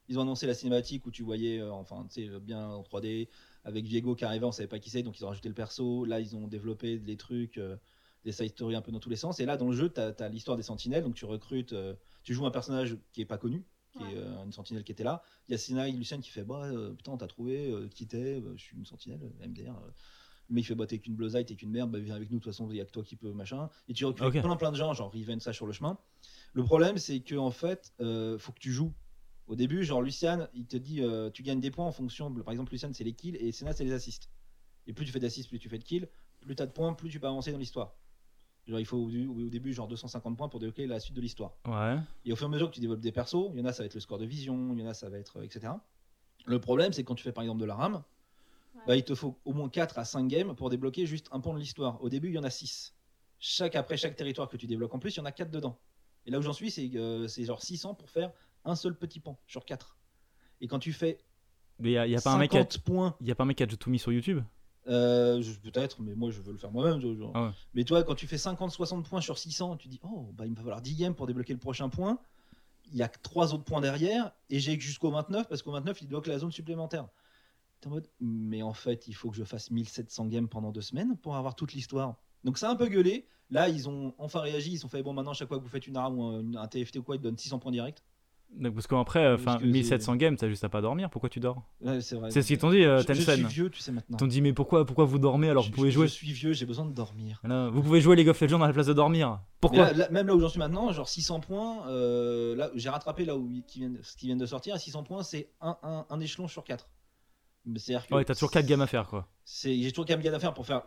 S4: Ils ont annoncé la cinématique où tu voyais, bien en 3D, avec Viego qui arrivait, on savait pas qui c'est, donc ils ont rajouté le perso. Là, ils ont développé des trucs, des side stories un peu dans tous les sens. Et là, dans le jeu, t'as l'histoire des sentinelles, donc tu recrutes, tu joues un personnage qui est pas connu, qui est une sentinelle qui était là. Il y a Sina et Lucien qui fait putain, t'as trouvé, qui t'es, je suis une sentinelle, MDR. Mais il fait t'es qu'une Bluesite, t'es qu'une merde, viens avec nous, de toute façon, il y a que toi qui peux, machin. Et tu recrutes plein de gens, genre Riven, ça sur le chemin. Le problème, c'est que en fait, faut que tu joues. Au début, genre Lucian, il te dit tu gagnes des points en fonction. Par exemple, Lucian, c'est les kills et Senna, c'est les assists. Et plus tu fais d'assists, plus tu fais de kills, plus t'as de points, plus tu peux avancer dans l'histoire. Genre, il faut au début genre 250 points pour débloquer la suite de l'histoire.
S2: Ouais.
S4: Et au fur et à mesure que tu développes des persos, il y en a, ça va être le score de vision, il y en a, ça va être etc. Le problème, c'est que quand tu fais par exemple de la rame, il te faut au moins 4 à 5 games pour débloquer juste un pan de l'histoire. Au début, il y en a 6. Après chaque territoire que tu débloques en plus, il y en a 4 dedans. Et là où j'en suis, c'est genre 600 pour faire un seul petit pan sur 4. Et quand tu fais
S2: mais y a pas
S4: 50
S2: un mec
S4: points...
S2: Il y a pas un mec qui a tout mis sur YouTube
S4: peut-être, mais moi je veux le faire moi-même.
S2: Ah ouais.
S4: Mais toi, quand tu fais 50-60 points sur 600, tu dis il me va falloir 10 games pour débloquer le prochain point. Il y a 3 autres points derrière et j'ai jusqu'au 29 parce qu'au 29 il débloque la zone supplémentaire. T'es en mode, mais en fait il faut que je fasse 1700 games pendant 2 semaines pour avoir toute l'histoire. Donc ça a un peu gueulé. Là ils ont enfin réagi, ils ont fait maintenant chaque fois que vous faites une arme ou un TFT ou quoi, ils te donnent 600 points direct.
S2: Donc, parce qu'après, 1700 games, t'as juste à pas dormir. Pourquoi tu dors?
S4: Ouais, c'est vrai.
S2: C'est ce qu'ils t'ont dit, Tencent.
S4: Je suis vieux, tu sais maintenant.
S2: Ils t'ont dit, mais pourquoi vous dormez alors vous pouvez jouer?
S4: Je suis vieux, j'ai besoin de dormir.
S2: Là, vous pouvez jouer League of Legends à la place de dormir. Pourquoi?
S4: Même là où j'en suis maintenant, genre 600 points, là, j'ai rattrapé là où qui viennent de sortir. À 600 points, c'est un échelon sur 4. C'est-à-dire que
S2: t'as toujours 4 games à faire, quoi.
S4: J'ai toujours 4 games à faire pour faire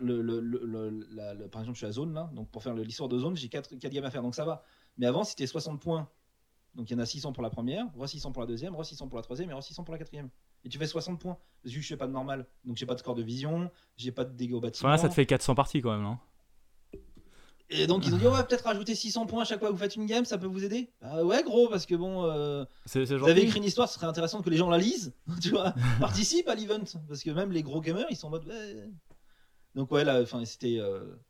S4: par exemple, je suis à zone là, donc pour faire l'histoire de zone, j'ai 4 games à faire, donc ça va. Mais avant, c'était 60 points. Donc il y en a 600 pour la première, 600 pour la deuxième, 600 pour la troisième et 600 pour la quatrième. Et tu fais 60 points. Parce que je fais pas de normal. Donc j'ai pas de score de vision, j'ai pas de dégâts au bâtiment.
S2: Là, ça te fait 400 parties quand même, non?
S4: Et donc ils ont dit, on va peut-être rajouter 600 points à chaque fois que vous faites une game, ça peut vous aider? Ouais, gros, parce que bon, vous avez écrit une histoire, ce serait intéressant que les gens la lisent. Tu vois, participe à l'event. Parce que même les gros gamers, ils sont en mode, ouais. Donc ouais, là, c'était.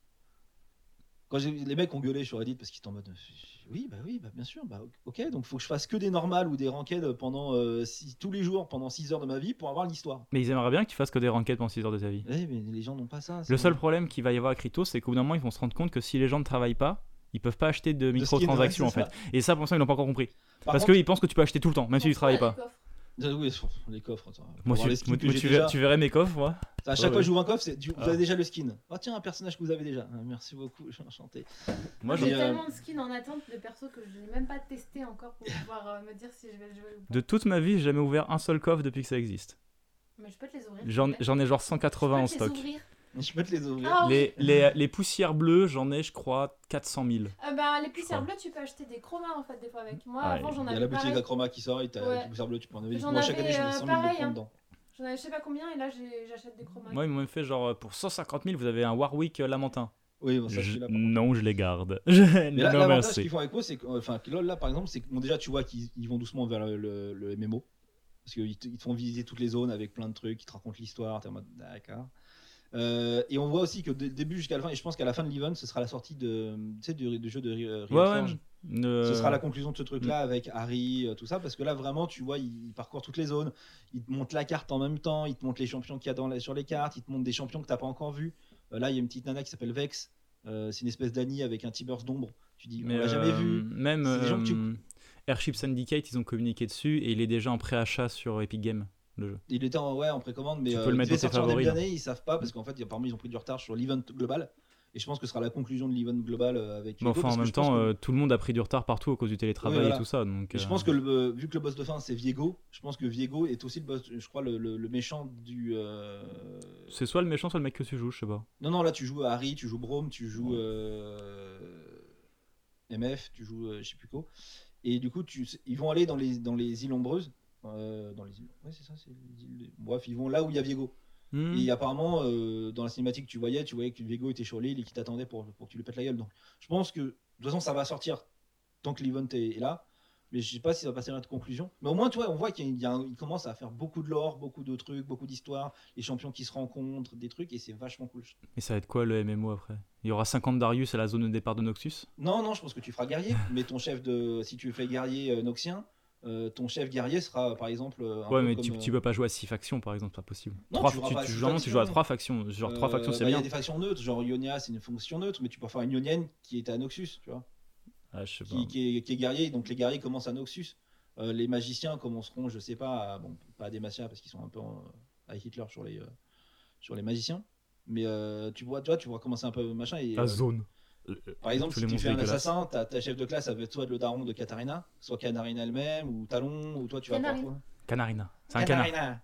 S4: Quand les mecs ont gueulé sur Reddit parce qu'ils étaient en mode oui, bien sûr, ok, donc faut que je fasse que des normales ou des ranked pendant tous les jours pendant 6 heures de ma vie pour avoir l'histoire.
S2: Mais ils aimeraient bien que tu fasses que des ranked pendant 6 heures de ta vie.
S4: Oui, mais les gens n'ont pas ça.
S2: Le seul problème qu'il va y avoir à Crypto, c'est qu'au bout d'un moment, ils vont se rendre compte que si les gens ne travaillent pas, ils peuvent pas acheter de microtransactions en fait. Et ça, pour l'instant, ils n'ont pas encore compris. Parce qu'ils pensent que tu peux acheter tout le temps, même si tu travailles pas.
S4: Oui, les coffres.
S2: Moi, tu verrais mes coffres, moi.
S4: À chaque fois que je joue un coffre, vous avez déjà le skin. Oh tiens, un personnage que vous avez déjà. Merci beaucoup, je suis enchanté.
S3: Moi, j'ai tellement de skins en attente de persos que je n'ai même pas testé encore pour pouvoir me dire si je vais le jouer ou pas.
S2: De toute ma vie, j'ai jamais ouvert un seul coffre depuis que ça existe.
S3: Mais je peux te les ouvrir.
S2: J'en ai genre 180 en stock.
S4: Je peux te les ouvrir.
S3: Ah, oui.
S2: Les poussières bleues, j'en ai, je crois, 400 000.
S3: Les poussières bleues, tu peux acheter des chromas en fait, des fois avec. Moi, avant, j'en avais.
S4: Il y a la boutique à chroma qui sort et t'as les poussières bleues, tu peux en avoir. Moi, chaque année, je mets 100 000 de points dedans.
S3: J'en avais je sais pas combien et là, j'achète des chromas.
S2: Moi, ils m'ont fait genre pour 150 000, vous avez un Warwick Lamentin.
S4: Oui, bon, ça, je suis là.
S2: Non, je les garde.
S4: Mais là, l'avantage qu'ils font avec eux, c'est que LoL, là, par exemple, c'est que déjà, tu vois qu'ils vont doucement vers le MMO. Parce qu'ils te font visiter toutes les zones avec plein de trucs, ils te racontent l'histoire, t'es en mode d'accord. Et on voit aussi que dès le début jusqu'à la fin, et je pense qu'à la fin de l'event, ce sera la sortie du jeu de Reforge. Ce sera la conclusion de ce truc-là avec Harry, tout ça, parce que là vraiment, tu vois, il parcourt toutes les zones, il te montre la carte en même temps, il te montre les champions qu'il y a sur les cartes, il te montre des champions que t'as pas encore vus. Là, il y a une petite nana qui s'appelle Vex, c'est une espèce d'Annie avec un petit burst d'ombre. Tu dis, on l'a jamais vu.
S2: Même Airship Syndicate, ils ont communiqué dessus et il est déjà en pré-achat sur Epic Games. Le jeu.
S4: Il était en précommande, mais
S2: tu peux le mettre dans tes favoris.
S4: L'année, ils savent pas parce qu'en fait, apparemment, ils ont pris du retard sur l'event global. Et je pense que ce sera la conclusion de l'event global avec.
S2: Mais enfin, en même temps, tout le monde a pris du retard partout à cause du télétravail et tout ça. Donc,
S4: je pense que vu que le boss de fin c'est Viego, je pense que Viego est aussi le boss, je crois, le méchant du.
S2: C'est soit le méchant, soit le mec que tu joues, je sais pas.
S4: Non, là tu joues Harry, tu joues Braum, tu joues MF, tu joues je sais plus quoi. Et du coup, ils vont aller dans les îles ombreuses. Dans les îles. Ouais, c'est ça, c'est les îles. Bref, ils vont là où il y a Viego. Et apparemment, dans la cinématique, tu voyais que Viego était sur l'île et qu'il t'attendait pour que tu lui pètes la gueule. Donc, je pense que de toute façon, ça va sortir tant que l'event est là. Mais je sais pas si ça va passer à notre conclusion. Mais au moins, tu vois, on voit qu'il commence à faire beaucoup de lore, beaucoup de trucs, beaucoup d'histoires, les champions qui se rencontrent, des trucs, et c'est vachement cool.
S2: Et ça va être quoi le MMO après? Il y aura 50 Darius à la zone de départ de Noxus?
S4: Non, je pense que tu feras guerrier. Mais ton chef si tu fais guerrier noxien, ton chef guerrier sera par exemple un
S2: Ouais,
S4: peu
S2: mais
S4: comme,
S2: tu peux pas jouer à 6 factions par exemple, c'est pas possible.
S4: Non,
S2: Trois,
S4: tu joueras pas à six
S2: généralement, tu joues à
S4: factions.
S2: 3 factions. Genre 3 factions, c'est
S4: il y
S2: bien.
S4: a des factions neutres, genre Ionia c'est une fonction neutre, mais tu peux faire une Ionienne qui est à Noxus, tu vois,
S2: Ah, je sais pas.
S4: qui est guerrier, donc les guerriers commencent à Noxus. Les magiciens commenceront, je sais pas, bon, pas à Demacia parce qu'ils sont un peu avec Hitler sur les magiciens, mais tu vois commencer un peu machin. Et,
S2: La zone.
S4: par exemple,
S2: Tous
S4: si
S2: les
S4: tu
S2: monstres
S4: fais un
S2: dégueulasses.
S4: assassin, ta chef de classe, ça va être soit le daron de Katarina, soit Katarina elle-même, ou Talon, ou toi tu vas
S3: Canarine.
S4: voir quoi.
S2: Canarina. C'est un canard.
S4: Katarina.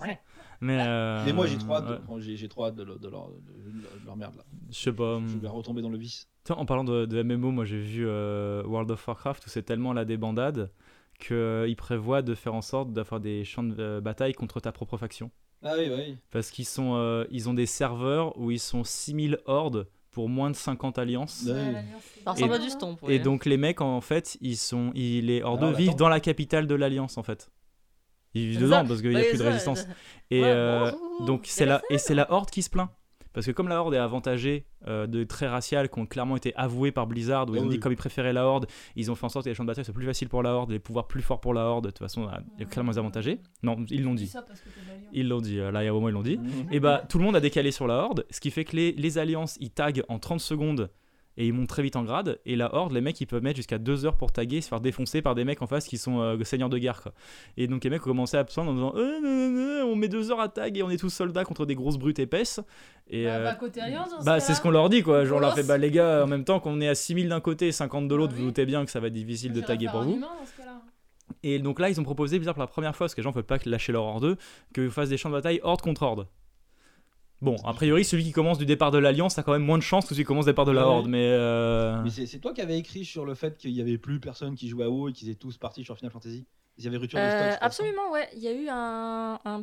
S2: Mais
S4: Mais moi j'ai trop hâte,
S2: ouais,
S4: j'ai trop hâte de leur merde là.
S2: je sais pas.
S4: Je vais retomber dans le vice.
S2: Tiens, en parlant de MMO, moi j'ai vu World of Warcraft où c'est tellement la débandade qu'ils prévoient de faire en sorte d'avoir des champs de bataille contre ta propre faction.
S4: Ah oui, bah oui.
S2: Parce ils ont des serveurs où ils sont 6000 hordes pour moins de 50 alliances.
S4: Ouais.
S3: Ouais, l'Alliance, c'est
S5: Ça ressemble à
S3: bien,
S5: du
S3: hein.
S5: stomp.
S2: Et donc les mecs en fait, les hordeux
S4: Alors,
S2: vivent
S4: attends.
S2: dans la capitale de l'Alliance en fait. Ils vivent
S5: C'est
S2: dedans
S5: ça.
S2: parce qu'il n'y a
S5: Ouais,
S2: plus de
S5: ça,
S2: résistance. Et
S5: bonjour,
S2: donc c'est la horde qui se plaint. Parce que comme la horde est avantagée de traits raciaux qui ont clairement été avoués par Blizzard, où ils ont dit que comme ils préféraient la horde, ils ont fait en sorte que les champs de bataille soient plus faciles pour la horde, les pouvoirs plus forts pour la horde, de toute façon, il y a clairement des avantagés. Non, ils l'ont
S3: Tu dis
S2: dit.
S3: ça parce que t'es de l'Alliance.
S2: Ils l'ont dit, là il y a un moment ils l'ont dit.
S4: Mhm.
S2: Et bah tout le monde a décalé sur la horde, ce qui fait que les alliances ils taguent en 30 secondes et ils montent très vite en grade. Et la horde, les mecs ils peuvent mettre jusqu'à 2 heures pour taguer, se faire défoncer par des mecs en face qui sont seigneurs de guerre quoi. Et donc les mecs ont commencé à se plaindre en disant on met 2 heures à tag et on est tous soldats contre des grosses brutes épaisses. Et
S3: Bah, côté Alliance, dans ce
S2: bah c'est
S3: cas-là.
S2: ce qu'on leur dit quoi, genre on leur fait
S3: Boss.
S2: bah les gars en même temps qu'on est à 6000 d'un côté et 50 de l'autre,
S3: Ah
S2: vous
S3: oui.
S2: doutez bien que ça va être difficile de
S3: J'irais
S2: taguer
S3: faire
S2: pour
S3: un
S2: vous.
S3: humain dans ce cas-là.
S2: Et donc là ils ont proposé bizarre pour la première fois, parce que les gens ne veulent pas lâcher leur horde, que vous fassent des champs de bataille horde contre horde. Bon, a priori celui qui commence du départ de l'Alliance a quand même moins de chance que celui qui commence du départ de la
S4: Ouais.
S2: horde, mais
S4: Mais c'est toi qui avais écrit sur le fait qu'il y avait plus personne qui jouait à WoW et qu'ils étaient tous partis sur Final Fantasy. Il y avait rupture de stock. je crois,
S5: Absolument, ouais. Il y a eu un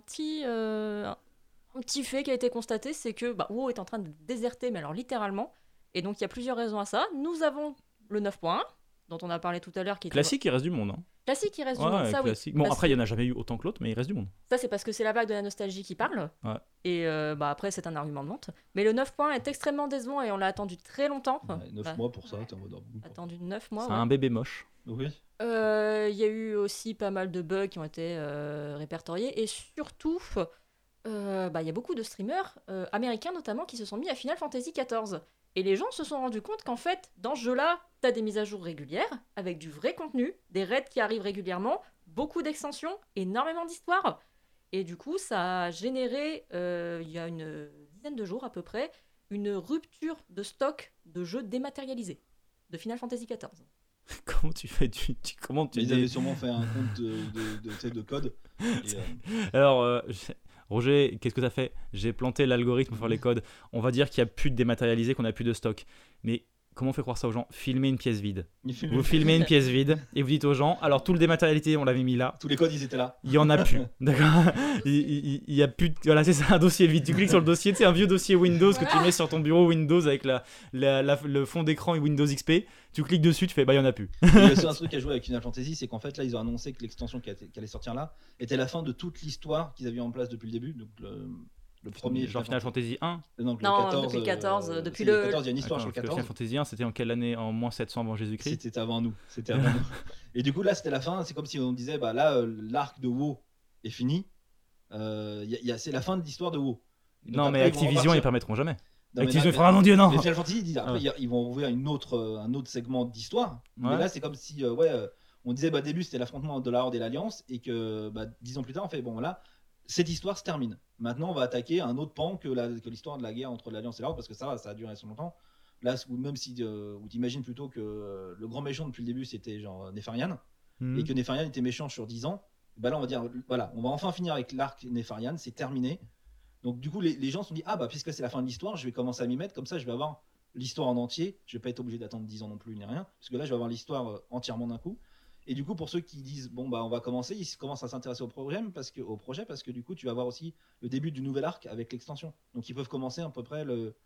S5: petit fait qui a été constaté, c'est que WoW est en train de déserter, mais alors littéralement. Et donc il y a plusieurs raisons à ça. Nous avons le 9.1, dont on a parlé tout à l'heure, qui est
S2: classique il reste du monde. Hein.
S5: classique, il reste du
S2: Ouais,
S5: monde, ça oui.
S2: classique. Bon
S5: Parce
S2: après il
S5: que-
S2: y en a jamais eu autant que l'autre, mais il reste du monde.
S5: Ça, c'est parce que c'est la vague de la nostalgie qui parle.
S2: Ouais.
S5: Et après, c'est un argument de vente. Mais le 9.1 est extrêmement décevant et on l'a attendu très longtemps.
S4: ça. Ouais, 9
S5: bah,
S4: mois pour ça, t'es en mode.
S5: Attendu 9 mois.
S2: C'est
S5: ouais.
S2: un bébé moche.
S4: Oui.
S5: Il y a eu aussi pas mal de bugs qui ont été répertoriés. Et surtout, il y a beaucoup de streamers, américains notamment, qui se sont mis à Final Fantasy XIV. Et les gens se sont rendus compte qu'en fait, dans ce jeu-là, t'as des mises à jour régulières, avec du vrai contenu, des raids qui arrivent régulièrement, beaucoup d'extensions, énormément d'histoires. Et du coup, ça a généré, il y a une dizaine de jours à peu près, une rupture de stock de jeux dématérialisés de Final Fantasy XIV.
S2: Comment tu fais comment tu
S4: Ils avaient sûrement fait un compte tu sais, de code. Et,
S2: Alors, Roger, qu'est-ce que t'as fait? J'ai planté l'algorithme pour faire les codes. On va dire qu'il n'y a plus de dématérialisé, qu'on n'a plus de stock. Mais comment on fait croire ça aux gens? Filmez une pièce vide. Vous filmez une pièce vide et vous dites aux gens, alors tout le dématérialisé, on l'avait mis là.
S4: Tous les codes, ils étaient là.
S2: Il y en a plus, d'accord. Il y a plus de... Voilà, c'est ça, un dossier vide. Tu cliques sur le dossier, c'est un vieux dossier Windows que tu mets sur ton bureau Windows avec le fond d'écran Windows XP. Tu cliques dessus, tu fais bah il y en a plus.
S4: Il y a aussi un truc à jouer avec Final Fantasy, c'est qu'en fait là ils ont annoncé que l'extension qui allait sortir là était la fin de toute l'histoire qu'ils avaient en place depuis le début. Donc le premier
S2: Genre Final Fantasy 1.
S4: Non,
S5: Non,
S4: 14,
S5: depuis le 14, depuis
S4: c'est
S5: le-
S4: 14, il y a une histoire
S2: D'accord,
S4: sur
S2: parce
S4: le
S2: que
S4: 14.
S2: Final Fantasy 1, c'était en quelle année? En moins 700 avant Jésus-Christ.
S4: C'était avant nous. C'était avant nous. Et du coup là c'était la fin. C'est comme si on disait bah là l'arc de WoW est fini. C'est la fin de l'histoire de WoW. Donc
S2: Non, mais
S4: après, ils vont
S2: Activision,
S4: repartir.
S2: ils permettront jamais.
S4: Non, mais
S2: Activision
S4: là,
S2: fera, ah mon dieu, non.
S4: Mais Final Fantasy, ils disent, après,
S2: Ah.
S4: ils vont ouvrir un autre segment d'histoire.
S2: Ouais.
S4: Mais là, c'est comme si, on disait, au début, c'était l'affrontement de la Horde et l'Alliance, et que 10 ans plus tard, on fait, bon, là, cette histoire se termine. Maintenant, on va attaquer un autre pan que l'histoire de la guerre entre l'Alliance et la Horde, parce que ça a duré assez longtemps. Là, même si, où t'imagines plutôt que le grand méchant depuis le début, c'était genre Nefarian,
S2: Mhm.
S4: et que Nefarian était méchant sur 10 ans, bah là, on va dire, voilà, on va enfin finir avec l'arc Nefarian, c'est terminé. Donc du coup les gens se sont dit puisque c'est la fin de l'histoire, je vais commencer à m'y mettre, comme ça je vais avoir l'histoire en entier, je vais pas être obligé d'attendre 10 ans non plus ni rien, parce que là je vais avoir l'histoire entièrement d'un coup. Et du coup pour ceux qui disent bon bah on va commencer, ils commencent à s'intéresser au projet parce que du coup tu vas avoir aussi le début du nouvel arc avec l'extension. Donc ils peuvent commencer à peu près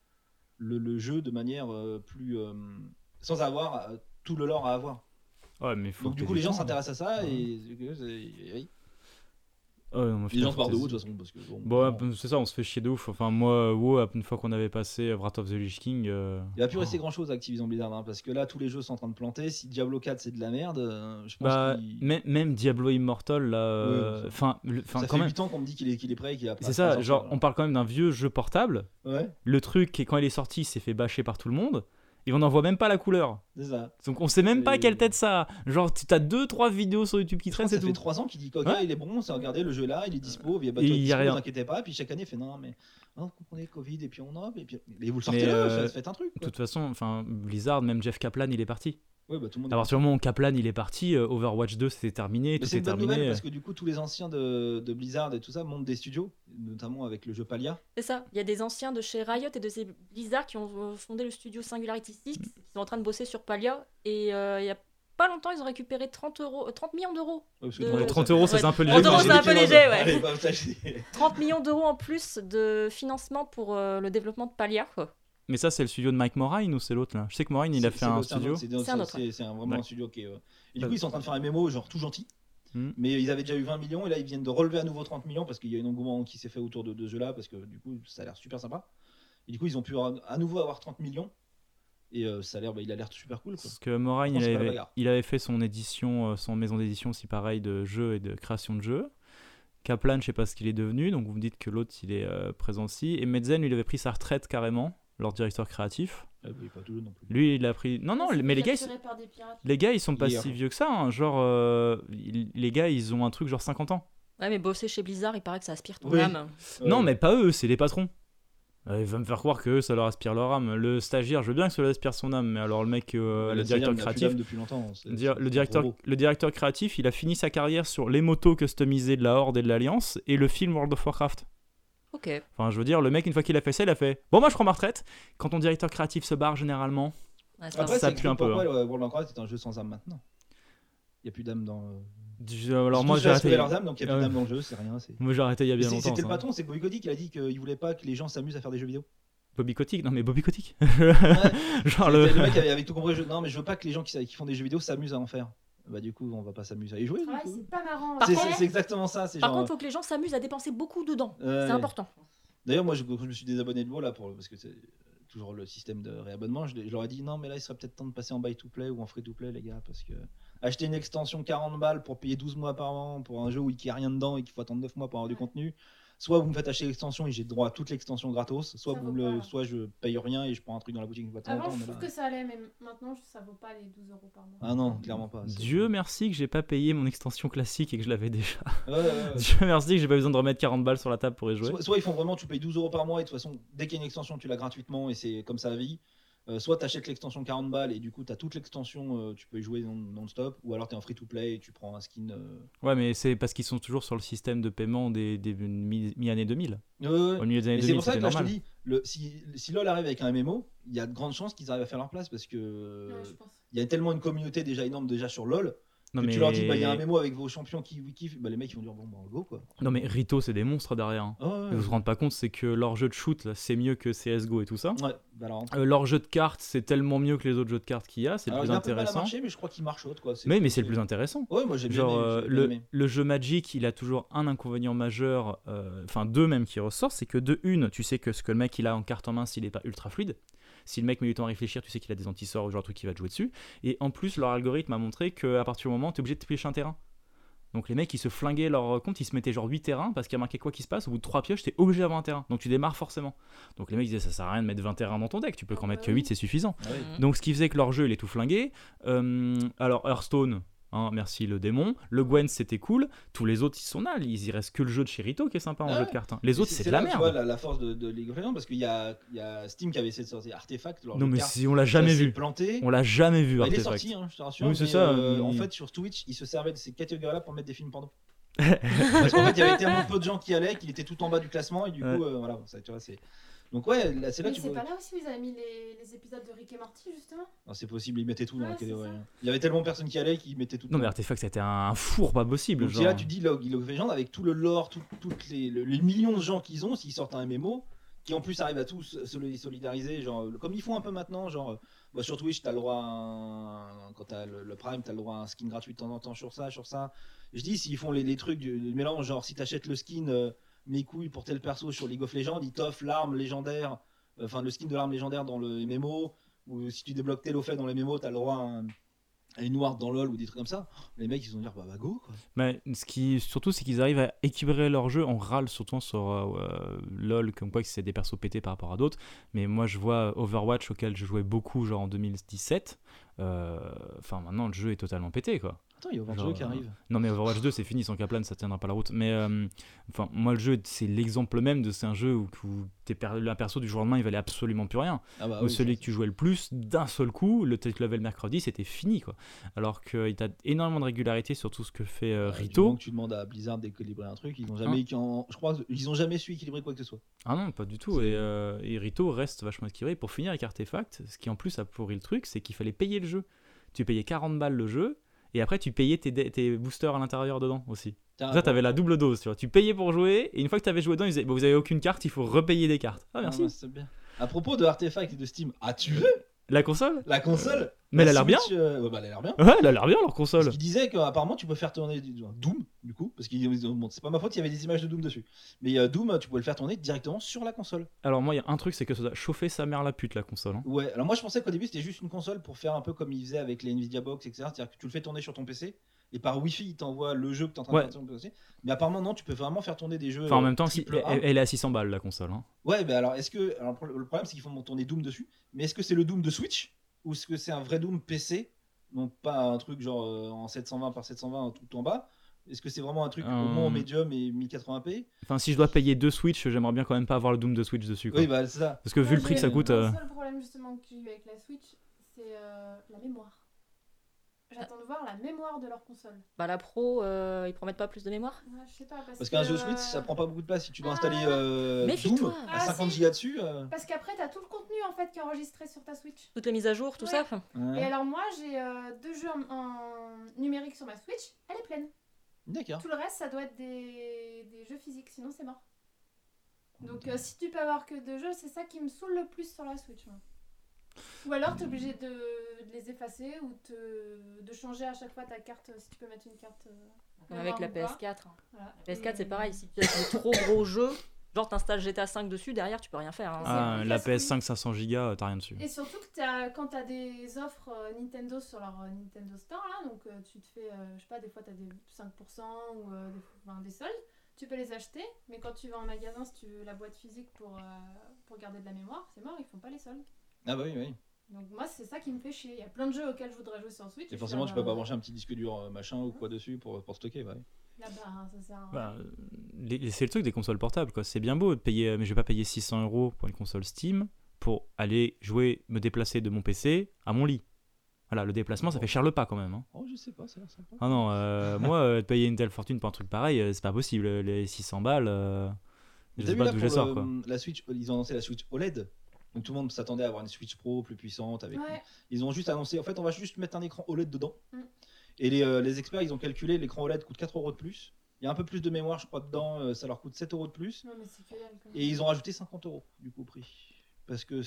S4: le jeu de manière plus sans avoir tout le lore à avoir.
S2: Ouais, mais faut
S4: Donc
S2: que
S4: du
S2: t'aies
S4: coup les gens
S2: temps, hein.
S4: s'intéressent à ça
S2: Ouais.
S4: et oui.
S2: Non, moi,
S4: Les gens
S2: Final
S4: se barrent de
S2: Fantasy.
S4: WoW de toute façon. Parce que,
S2: Bon,
S4: bon,
S2: c'est ça, on se fait chier de ouf. Enfin, moi, WoW, une fois qu'on avait passé Wrath of the Lich King.
S4: il va plus rester grand chose à Activision Blizzard, hein, parce que là, tous les jeux sont en train de planter. Si Diablo 4 c'est de la merde, je pense
S2: Bah,
S4: qu'il.
S2: même Diablo Immortal, là.
S4: Ouais, ça-
S2: Enfin,
S4: Ça
S2: quand
S4: fait
S2: même.
S4: 8 ans qu'on me dit qu'il est prêt et qu'il a pas.
S2: C'est ça, genre, on parle quand même d'un vieux jeu portable.
S4: Ouais,
S2: Le truc, quand il est sorti, il s'est fait bâcher par tout le monde. Et on n'en voit même pas la couleur.
S4: c'est ça.
S2: Donc on sait même pas
S4: Et-
S2: quelle tête ça a. Genre, t'as 2-3 vidéos sur YouTube qui
S4: Je crois
S2: traînent,
S4: que ça
S2: c'est
S4: fait
S2: tout.
S4: 3 ans qu'il dit OK,
S2: Ouais.
S4: il est bon, c'est regardez, le jeu est là, il est dispo, il y a
S2: Et il y a rien.
S4: vous inquiétez pas. Puis chaque année, il fait non, mais vous comprenez, Covid, et puis on offre, et puis. Mais vous le sortez
S2: Mais,
S4: là, faites un truc.
S2: De
S4: Quoi.
S2: toute façon, enfin, Blizzard, même Jeff Kaplan, il est parti.
S4: Ouais, bah tout le monde.
S2: À partir du moment où Kaplan il est parti, Overwatch 2 c'était terminé,
S4: Mais
S2: tout
S4: c'est
S2: est
S4: une bonne
S2: terminé.
S4: nouvelle parce que du coup, tous les anciens de Blizzard et tout ça montent des studios, notamment avec le jeu Palia.
S5: C'est ça. Il y a des anciens de chez Riot et de chez Blizzard qui ont fondé le studio Singularity 6, qui sont en train de bosser sur Palia. Et il y a pas longtemps, ils ont récupéré 30 millions d'euros.
S4: Ouais, parce que
S5: De-
S2: Ouais,
S4: 30
S2: 30 euros, c'est
S5: Ouais.
S2: un peu
S5: 30
S2: léger.
S5: euros, c'est un peu léger, ouais.
S4: Allez, bah, ça, j'ai-
S5: 30 millions d'euros en plus de financement pour le développement de Palia. Quoi.
S2: Mais ça, c'est le studio de Mike Morhaime ou c'est l'autre là? Je sais que Morhaime il a
S4: C'est-
S2: fait
S4: c'est
S2: un
S4: autre,
S2: studio.
S5: C'est un autre.
S4: C'est vraiment
S2: Ouais.
S4: un studio qui est. Et du coup, ils sont en train de faire un MMO, genre tout gentil.
S2: Hmm.
S4: Mais ils avaient déjà eu 20 millions et là, ils viennent de relever à nouveau 30 millions parce qu'il y a un engouement qui s'est fait autour de ce jeu-là parce que du coup, ça a l'air super sympa. Et du coup, ils ont pu à nouveau avoir 30 millions. Et ça a l'air, il a l'air super cool. Quoi.
S2: Parce que Morhaime
S4: Franchement, c'est pas la bagarre.
S2: il avait fait son édition, son maison d'édition aussi pareil de jeux et de création de jeux. Kaplan, je sais pas ce qu'il est devenu, donc vous me dites que l'autre il est présent aussi. Et Metzen, lui, il avait pris sa retraite carrément, leur directeur créatif.
S4: Ah, bah, pas tout le non plus.
S2: Lui, il a pris. Non, non,
S3: C'est
S2: mais les gars,
S3: capturé par des pirates.
S2: ils sont pas
S4: Hier.
S2: si vieux que ça. Hein. Genre, les gars, ils ont un truc genre 50 ans.
S5: Ouais, mais bosser chez Blizzard, il paraît que ça aspire ton
S4: Oui.
S5: âme.
S2: Non, mais pas eux, c'est les patrons. Il va me faire croire que eux, ça leur aspire leur âme. Le stagiaire, je veux bien que ça lui aspire son âme, mais alors le mec, le directeur créatif.
S4: Depuis longtemps.
S2: Le directeur créatif, il a fini sa carrière sur les motos customisées de la Horde et de l'Alliance et le film World of Warcraft.
S5: Ok.
S2: Enfin, je veux dire, le mec, une fois qu'il a fait ça, il a fait bon, moi je prends ma retraite. Quand ton directeur créatif se barre, généralement.
S5: Ouais, c'est
S4: Après,
S2: ça
S4: ça
S2: pue un peu,
S4: pourquoi World of Warcraft est un jeu sans âme maintenant. Il n'y a plus d'âme dans.
S2: Alors, moi, j'ai arrêté.
S4: leurs âmes, donc il n'y a plus d'âme dans le jeu, c'est rien.
S2: Moi, j'ai arrêté il y a bien longtemps.
S4: C'était le
S2: ça.
S4: patron, c'est Bobby Kotick qui a dit qu'il voulait pas que les gens s'amusent à faire des jeux vidéo.
S2: Bobby Kotick, non mais Bobby Kotick.
S4: Ouais.
S2: Genre
S4: Le
S2: le.
S4: mec avait tout compris. Non, mais je veux pas que les gens qui font des jeux vidéo s'amusent à en faire. Bah, du coup, on va pas s'amuser à y jouer. du
S3: Ouais,
S4: coup.
S3: c'est pas marrant.
S5: Par
S3: Ouais.
S5: contre-
S4: C'est exactement ça. C'est
S5: Par
S4: genre.
S5: contre, il faut que les gens s'amusent à dépenser beaucoup dedans.
S4: Ouais.
S5: C'est important.
S4: D'ailleurs, moi, je me suis désabonné de WoW là parce que c'est toujours le système de réabonnement. Je leur ai dit non, mais là, il serait peut-être temps de passer en buy to play ou en free to play, les gars, parce que acheter une extension 40 balles pour payer 12 mois par an pour un jeu où il n'y a rien dedans et qu'il faut attendre 9 mois pour avoir du contenu. Soit vous me faites acheter l'extension et j'ai droit à toute l'extension gratos, soit
S3: Ça
S4: vous
S3: vaut
S4: me
S3: pas.
S4: soit je paye rien et je prends un truc dans la boutique une fois de temps en
S3: Avant,
S4: temps.
S3: je
S4: mais
S3: trouve
S4: là-
S3: que ça allait, mais maintenant, ça vaut pas les 12 euros par mois.
S4: Ah non, clairement pas. c'est-
S2: Dieu merci que j'ai pas payé mon extension classique et que je l'avais déjà.
S4: Ouais, ouais, ouais.
S2: Dieu merci que j'ai pas besoin de remettre 40 balles sur la table pour y jouer.
S4: Soit ils font vraiment, tu payes 12 euros par mois et de toute façon, dès qu'il y a une extension, tu l'as gratuitement et c'est comme ça la vie. Soit tu achètes l'extension 40 balles et du coup, tu as toute l'extension, tu peux y jouer non-stop. Ou alors tu es en free-to-play et tu prends un skin.
S2: Ouais, mais c'est parce qu'ils sont toujours sur le système de paiement des mi-année 2000.
S4: Ouais, ouais.
S2: Au milieu des années
S4: Et c'est
S2: 2000,
S4: pour ça
S2: c'était
S4: que là, je te
S2: normal.
S4: dis, si LoL arrive avec un MMO, il y a de grandes chances qu'ils arrivent à faire leur place parce que
S3: Ouais, je pense.
S4: il y a tellement une communauté déjà énorme déjà sur LoL
S2: Non
S4: que
S2: mais...
S4: tu leur dis bah il y a un MMO avec vos champions qui kiffent, bah les mecs ils vont dire bon bah go quoi.
S2: Non mais Rito, c'est des monstres derrière. Hein.
S4: Ah ouais,
S2: Ils se rendent pas compte, c'est que leur jeu de shoot, là, c'est mieux que CSGO et tout ça.
S4: ouais, bah alors.
S2: Leur jeu de cartes, c'est tellement mieux que les autres jeux de cartes qu'il y a, c'est le
S4: Alors,
S2: plus
S4: il a un peu de mal à
S2: intéressant.
S4: marcher, mais je crois qu'il marche haute quoi.
S2: Mais c'est le plus intéressant.
S4: Ouais, moi j'ai bien
S2: Genre,
S4: aimé, j'ai bien aimé.
S2: le jeu Magic, il a toujours un inconvénient majeur, enfin deux même qui ressortent, c'est que de une, tu sais que ce que le mec il a en carte en main s'il est pas ultra fluide. Si le mec met du temps à réfléchir, tu sais qu'il a des anti-sorts ou genre un truc qui va te jouer dessus. Et en plus, leur algorithme a montré qu'à partir du moment où tu es obligé de piocher un terrain. Donc les mecs ils se flinguaient leur compte, ils se mettaient genre 8 terrains parce qu'il y a marqué quoi qui se passe, au bout de 3 pioches, t'es obligé d'avoir un terrain. Donc tu démarres forcément. Donc les mecs disaient ça sert à rien de mettre 20 terrains dans ton deck, tu peux qu'en mettre que 8, c'est suffisant.
S4: Ah ouais.
S2: Donc ce qui faisait que leur jeu il est tout flingué. Alors Hearthstone, hein, merci le démon. Le Gwen c'était cool. Tous les autres ils sont là. Il reste que le jeu de Shirito qui est sympa en
S4: Ah
S2: jeu
S4: ouais.
S2: de cartes. Hein. Les
S4: Mais
S2: autres c'est de la
S4: là,
S2: merde.
S4: Tu vois la force de League of Legends parce qu'il y a Steam qui avait essayé de sortir Artefact. leur
S2: Non
S4: jeu de
S2: mais
S4: cartes.
S2: si on l'a
S4: Ça
S2: jamais
S4: s'est
S2: vu.
S4: planté.
S2: On l'a jamais vu
S4: Bah, il est
S2: Artefact.
S4: sorti, hein, je te rassure.
S2: Oui, c'est
S4: mais,
S2: ça,
S4: En
S2: mais-
S4: fait, sur Twitch, ils se servaient de ces catégories-là pour mettre des films porno. Parce qu'en fait, il y avait tellement peu de gens qui allaient qu'il était tout en bas du classement et du coup,
S2: Ouais.
S4: voilà, ça, tu vois, c'est. Donc ouais, là, c'est là
S3: Mais
S4: tu
S3: c'est
S4: vois.
S3: pas là aussi où ils avaient mis les épisodes de Rick et Morty, justement.
S4: Non, c'est possible, ils mettaient tout dans
S3: Ouais,
S4: la
S3: c'est
S4: catégorie.
S3: ça.
S4: Il y avait tellement de personnes qui allaient qu'ils mettaient tout.
S2: Non mais
S4: dedans.
S2: Artefact c'était un four pas possible.
S4: Donc
S2: Genre.
S4: là, tu dis League of Legends avec tout le lore, toutes les millions de gens qu'ils ont, s'ils sortent un MMO, qui en plus arrivent à tous se solidariser, genre comme ils font un peu maintenant, genre sur Twitch t'as le droit quand t'as le Prime t'as le droit à un skin gratuit de temps en temps sur ça. Je dis s'ils font les trucs du mélange, genre si t'achètes le skin mes couilles pour tel perso sur League of Legends, ils t'offrent l'arme légendaire, enfin le skin de l'arme légendaire dans le MMO, ou si tu débloques tel au fait dans les MMO t'as le droit à une ward dans LoL ou des trucs comme ça. Les mecs ils vont dire bah go quoi.
S2: Mais surtout c'est qu'ils arrivent à équilibrer leur jeu. On râle surtout sur LoL comme quoi que c'est des persos pétés par rapport à d'autres, mais moi je vois Overwatch auquel je jouais beaucoup genre en 2017, enfin maintenant le jeu est totalement pété quoi.
S4: Attends, il y a Overwatch 2 qui arrive.
S2: Non mais Overwatch 2 c'est fini, sans Kaplan ça tiendra pas la route, mais enfin moi le jeu c'est l'exemple même de c'est un jeu où un perso du jour au lendemain il valait absolument plus rien,
S4: Ah bah
S2: où
S4: oui,
S2: celui
S4: ça,
S2: que tu jouais le plus d'un seul coup le tech level mercredi c'était fini quoi, alors qu'il t'a énormément de régularité sur tout ce que fait
S4: Du moment
S2: Rito.
S4: que tu demandes à Blizzard d'équilibrer un truc, ils ont jamais je crois ils ont jamais su équilibrer quoi que ce soit.
S2: Ah non, pas du tout. Et Rito reste vachement équilibré. Pour finir avec Artefact, ce qui en plus a pourri le truc, c'est qu'il fallait payer le jeu. Tu payais 40 balles le jeu, et après tu payais tes boosters à l'intérieur dedans aussi. Ça, t'avais la double dose, tu vois. Tu payais pour jouer, et une fois que t'avais joué dedans, ils disaient, vous avez aucune carte, il faut repayer des cartes. Ah merci.
S4: bah, c'est bien. À propos de Artefact et de Steam, as-tu vu
S2: La console
S4: la console?
S2: Mais elle a
S4: La
S2: l'air bien.
S4: Switch, bah, elle a l'air bien.
S2: Ouais, elle a l'air bien leur console.
S4: Parce qu'il disait qu'apparemment tu peux faire tourner Doom, du coup, parce que bon, c'est pas ma faute, il y avait des images de Doom dessus. Mais Doom, tu pouvais le faire tourner directement sur la console.
S2: Alors moi, il y a un truc, c'est que ça doit chauffer sa mère la pute, la console. Hein.
S4: Ouais, alors moi je pensais qu'au début c'était juste une console pour faire un peu comme ils faisaient avec les Nvidia Box, etc. C'est-à-dire que tu le fais tourner sur ton PC et par Wi-Fi il t'envoie le jeu que tu es en train de faire sur ton PC. Mais apparemment non, tu peux vraiment faire tourner des jeux.
S2: Enfin, en même temps,
S4: triple A.
S2: elle est à 600 balles la console. Hein.
S4: Ouais, mais alors le problème c'est qu'ils font tourner Doom dessus, mais est-ce que c'est le Doom de Switch ou est-ce que c'est un vrai Doom PC, donc pas un truc genre en 720 par 720 tout en bas? Est-ce que c'est vraiment un truc au moins en médium et 1080p?
S2: Enfin, si je dois payer 2 Switch, j'aimerais bien quand même pas avoir le Doom de Switch dessus. Quoi.
S4: Oui, bah c'est ça.
S2: Parce que vu le prix que ça coûte.
S3: Le seul problème justement que j'ai eu avec la Switch, c'est la mémoire. J'attends de voir la mémoire de leur console.
S5: Bah la Pro, ils promettent pas plus de mémoire.
S3: Ouais, je sais pas.
S4: Parce qu'un jeu Switch, ça prend pas beaucoup de place. Si tu dois installer
S5: Méfie-toi.
S4: Doom à
S3: Ah,
S4: 50
S3: si.
S4: Go dessus.
S3: Parce qu'après, t'as tout le contenu en fait qui est enregistré sur ta Switch.
S5: Toutes les mises à jour, tout
S3: Ouais.
S5: ça.
S4: Ouais.
S3: Et alors moi, j'ai 2 jeux en numérique sur ma Switch. Elle est pleine.
S4: D'accord.
S3: Tout le reste, ça doit être des jeux physiques, sinon c'est mort. Donc si tu peux avoir que 2 jeux, c'est ça qui me saoule le plus sur la Switch. Moi. Ou alors t'es obligé de les effacer ou de changer à chaque fois ta carte, si tu peux mettre une carte.
S5: Comme avec la
S3: mémoire ou pas.
S5: PS4.
S3: Voilà.
S5: La PS4
S3: Et-
S5: c'est pareil, si tu as des trop gros jeux, genre t'installes GTA 5 dessus, derrière tu peux rien faire. Hein.
S2: Ah,
S3: c'est
S2: la
S3: plus
S2: PS5 500 Go, t'as rien dessus.
S3: Et surtout que quand t'as des offres Nintendo sur leur Nintendo Store, là, donc tu te fais, je sais pas, des fois t'as des 5% ou des soldes, tu peux les acheter, mais quand tu vas en magasin, si tu veux la boîte physique pour garder de la mémoire, c'est mort, ils font pas les soldes.
S4: Ah bah oui, oui.
S3: Donc moi, c'est ça qui me fait chier. Il y a plein de jeux auxquels je voudrais jouer sur Switch.
S4: Et forcément, tu peux pas brancher un petit disque dur machin ou quoi dessus pour stocker. Bah, oui.
S3: Là, ça sert à rien.
S2: Bah, c'est le truc des consoles portables, quoi. C'est bien beau de payer, mais je vais pas payer 600 € pour une console Steam pour aller jouer, me déplacer de mon PC à mon lit. Voilà, le déplacement, ça fait cher le pas quand même. Hein.
S4: Oh, je sais pas, ça a l'air sympa.
S2: Ah non, moi, de payer une telle fortune pour un truc pareil, c'est pas possible. Les 600 balles, je
S4: T'as
S2: sais
S4: vu
S2: pas
S4: là
S2: d'où
S4: pour
S2: je sors, quoi.
S4: la Switch, ils ont annoncé la Switch OLED. Donc tout le monde s'attendait à avoir une Switch Pro plus puissante avec.
S3: Ouais.
S4: Ils ont juste annoncé, en fait, on va juste mettre un écran OLED dedans.
S3: Mm.
S4: Et les experts, ils ont calculé, l'écran OLED coûte 4 € de plus. Il y a un peu plus de mémoire, je crois, dedans, ça leur coûte 7 € de plus.
S3: Non, mais c'est que dalle, quand même.
S4: Et ils ont rajouté 50 € du coup au prix. Parce que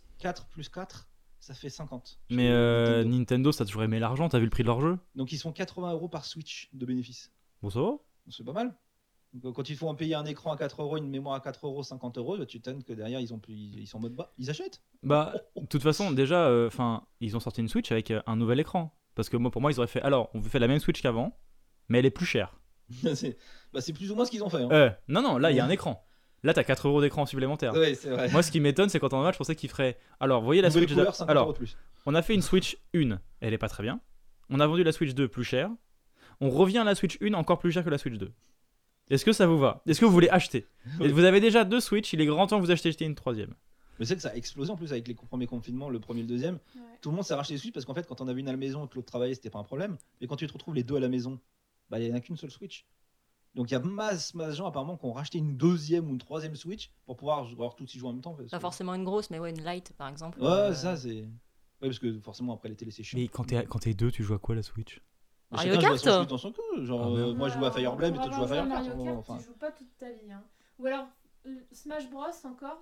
S4: 4 plus 4, ça fait 50.
S2: Mais
S4: Chez Nintendo.
S2: Nintendo, ça a toujours aimé l'argent, t'as vu le prix de leur jeu?
S4: Donc ils sont 80 € par Switch de bénéfices.
S2: Bon, ça va?
S4: C'est pas mal. Donc, quand ils font payer un écran à 4 €, une mémoire à 4 €, 50 €, bah, tu t'étonnes que derrière ils sont en mode bas. Ils achètent.
S2: Bah, de toute façon, déjà, ils ont sorti une Switch avec un nouvel écran. Parce que pour moi, ils auraient fait. Alors, on fait la même Switch qu'avant, mais elle est plus chère.
S4: c'est plus ou moins ce qu'ils ont fait. Hein.
S2: Non, là, il y a un écran. Là, t'as 4 € d'écran supplémentaire.
S4: Ouais, c'est vrai.
S2: Moi, ce qui m'étonne, c'est quand on en a, je pensais qu'ils feraient. Alors, vous voyez la
S4: Nouvelle
S2: Switch.
S4: couleur, 50 € de plus.
S2: On a fait une Switch 1, elle est pas très bien. On a vendu la Switch 2 plus chère. On revient à la Switch 1 encore plus chère que la Switch 2. Est-ce que ça vous va? Est-ce que vous voulez acheter? Et vous avez déjà 2 Switch, il est grand temps que vous achetiez une troisième.
S4: Mais c'est que ça a explosé en plus avec les premiers confinements, le premier et le deuxième.
S3: Ouais.
S4: Tout le monde s'est racheté des Switch parce qu'en fait, quand on avait une à la maison et que l'autre travaillait, c'était pas un problème. Mais quand tu te retrouves les deux à la maison, bah il y en a qu'une seule Switch. Donc il y a masse de gens apparemment qui ont racheté une deuxième ou une troisième Switch pour pouvoir tous y jouer en même temps. Parce
S5: Pas
S4: que-
S5: forcément une grosse, mais ouais, une light par exemple.
S4: Ouais, ça c'est. Ouais, parce que forcément après les télés c'est chiant.
S2: Mais quand t'es 2, tu joues à quoi la Switch?
S4: Mais
S5: Mario
S4: chacun joue à
S5: Kart
S4: son Switch dans son coup. Genre,
S2: Ah, merde.
S4: moi je joue à Fire Emblem et
S3: Pour
S4: toi tu joues à
S3: avoir
S4: Fire
S3: joué
S4: Kart.
S3: Mario Kart,
S4: Enfin,
S3: tu joues pas toute ta vie. Hein. Ou alors Smash Bros encore.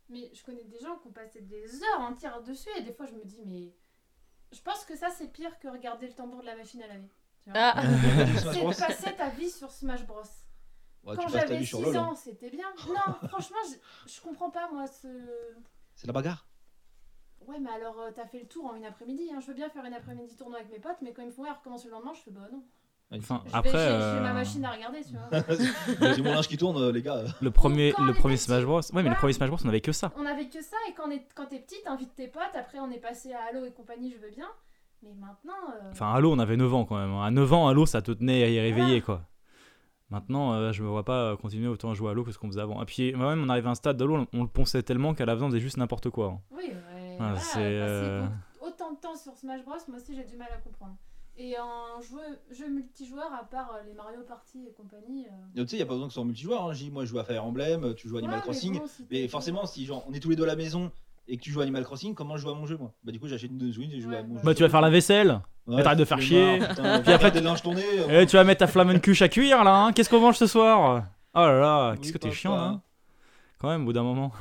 S3: Mais je connais des gens qui ont passé des heures entières dessus et des fois je me dis mais je pense que ça c'est pire que regarder le tambour de la machine à laver. Tu vois.
S5: Ah,
S3: C'est de passer ta vie sur Smash Bros.
S4: Ouais,
S3: Quand
S4: tu passes ta
S3: j'avais
S4: vie
S3: 6
S4: sur LoL.
S3: ans, c'était bien. Non, franchement, je comprends pas moi ce...
S4: C'est la bagarre.
S3: Ouais, mais alors t'as fait le tour en une après-midi. Hein. Je veux bien faire une après-midi tournoi avec mes potes, mais quand ils me font recommence le lendemain, je fais bah non.
S2: Enfin,
S3: J'ai
S2: après,
S3: ma machine à regarder, tu vois.
S4: J'ai mon linge qui tourne, les gars.
S2: le premier
S3: Quand on était
S2: Smash Bros. Ouais, mais
S3: voilà.
S2: le premier Smash Bros, on avait que ça.
S3: On avait que ça, et quand t'es petite, t'invites tes potes. Après, on est passé à Halo et compagnie, je veux bien. Mais maintenant.
S2: Enfin, Halo, on avait 9 ans quand même. À 9 ans, Halo, ça te tenait à y réveiller, quoi. Maintenant, je me vois pas continuer autant à jouer à Halo que ce qu'on faisait avant. Et puis, même, on arrivait à un stade d'Halo, on le ponçait tellement qu'à la fin, on faisait juste n'importe quoi. Hein.
S3: Oui, ouais.
S2: Ah,
S3: Voilà,
S2: c'est,
S3: passer autant de temps sur Smash Bros, moi aussi j'ai du mal à comprendre. Et en jeu multijoueur, à part les Mario Party et compagnie.
S4: Tu sais, il n'y a pas besoin que ce soit en multijoueur. Hein. Moi, je joue à Fire Emblem, tu joues à Animal Crossing. Mais forcément, si genre, on est tous les deux à la maison et que tu joues à Animal Crossing, comment je joue à mon jeu, moi? Bah, du coup, j'achète une Switch et je joue à mon jeu.
S2: Bah, tu vas faire la vaisselle.
S4: Ouais,
S2: t'arrêtes de faire chier.
S4: Puis après, des linges tournés.
S2: Et tu vas mettre ta flamme cuche à cuire, là. Hein. Qu'est-ce qu'on mange ce soir? Oh là là,
S4: Oui,
S2: qu'est-ce que t'es
S4: papa.
S2: chiant, là. Quand même, au bout d'un moment.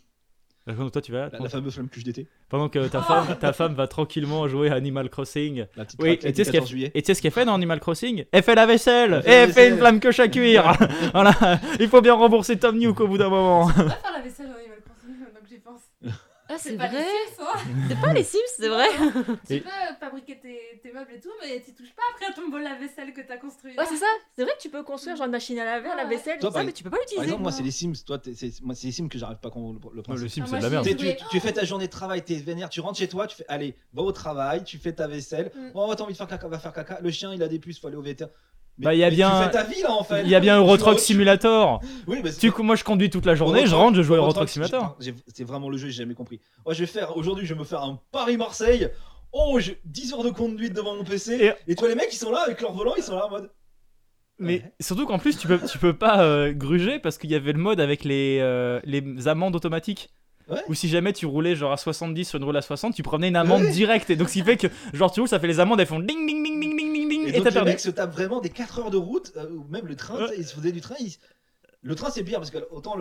S2: Donc, toi, tu vas.
S4: La fameuse flamme cuche d'été.
S2: Pendant que ta femme va tranquillement jouer à Animal Crossing.
S4: La petite
S2: Oui,
S4: raclette
S2: et tu sais
S4: du
S2: ce qu'elle
S4: 14 juillet.
S2: Et tu sais ce qu'elle fait dans Animal Crossing? Elle fait la vaisselle.
S4: Elle fait
S2: Et
S4: la
S2: elle fait une
S4: vaisselle.
S2: flamme queue à cuire. Voilà, il faut bien rembourser Tom Nook au bout d'un moment.
S3: On va faire la vaisselle dans Animal Crossing, donc j'y pense.
S5: ah c'est
S3: pas
S5: vrai.
S3: les Sims, hein.
S5: C'est pas les Sims, c'est vrai.
S3: Tu
S2: Et-
S3: peux fabriquer tes meubles et tout, mais tu touches pas après à ton bol lave-vaisselle que t'as construit.
S5: Ouais, c'est ça. C'est vrai que tu peux construire genre une machine à laver, à la
S3: Ouais.
S5: vaisselle,
S4: Toi,
S5: tout
S4: par
S5: ça, mais tu peux pas
S4: Par
S5: l'utiliser.
S4: exemple, moi, c'est les Sims. Toi, moi, c'est les Sims que j'arrive pas à comprendre le principe.
S2: Le Sim,
S3: Ah,
S2: c'est
S3: moi,
S2: de la
S3: je
S2: merde.
S3: dis-
S4: Tu sais, tu fais ta journée de travail, t'es vénère, tu rentres chez toi, tu fais allez, va au travail, tu fais ta vaisselle.
S3: Mm.
S4: Oh, t'as envie de faire caca, va faire caca. Le chien, il a des puces, faut aller au vétérinaire. Mais,
S2: Bah, il y a
S4: mais
S2: bien-
S4: Tu fais ta vie là en fait.
S2: Il y a bien
S4: Tu
S2: Euro
S4: vas
S2: Truck
S4: au-
S2: Simulator.
S4: Oui, mais
S2: Moi, je conduis toute la journée, je rentre, je joue à Euro Truck Simulator.
S4: C'est vraiment le jeu, j'ai jamais compris. Moi, aujourd'hui, je vais me faire un Paris-Marseille. Oh, 10 heures de conduite devant mon PC. Et toi, les mecs, ils sont là avec leur volant, ils sont là en mode.
S2: Mais
S4: Ouais.
S2: surtout qu'en plus, tu peux pas gruger parce qu'il y avait le mode avec les amendes automatiques.
S4: Ouais.
S2: Ou si jamais tu roulais genre à 70 sur une roue à 60, tu prenais une amende
S4: Ouais.
S2: directe. Et donc, ce qui fait que genre tu roules, ça fait les amendes, elles font ding ding ding ding ding ding ding
S4: Et
S2: et
S4: donc,
S2: t'as
S4: les
S2: perdu.
S4: mecs se tapent vraiment des 4 heures de route, ou même le train,
S2: Ouais.
S4: tu sais, ils se faisaient du train. Le train, c'est pire parce que autant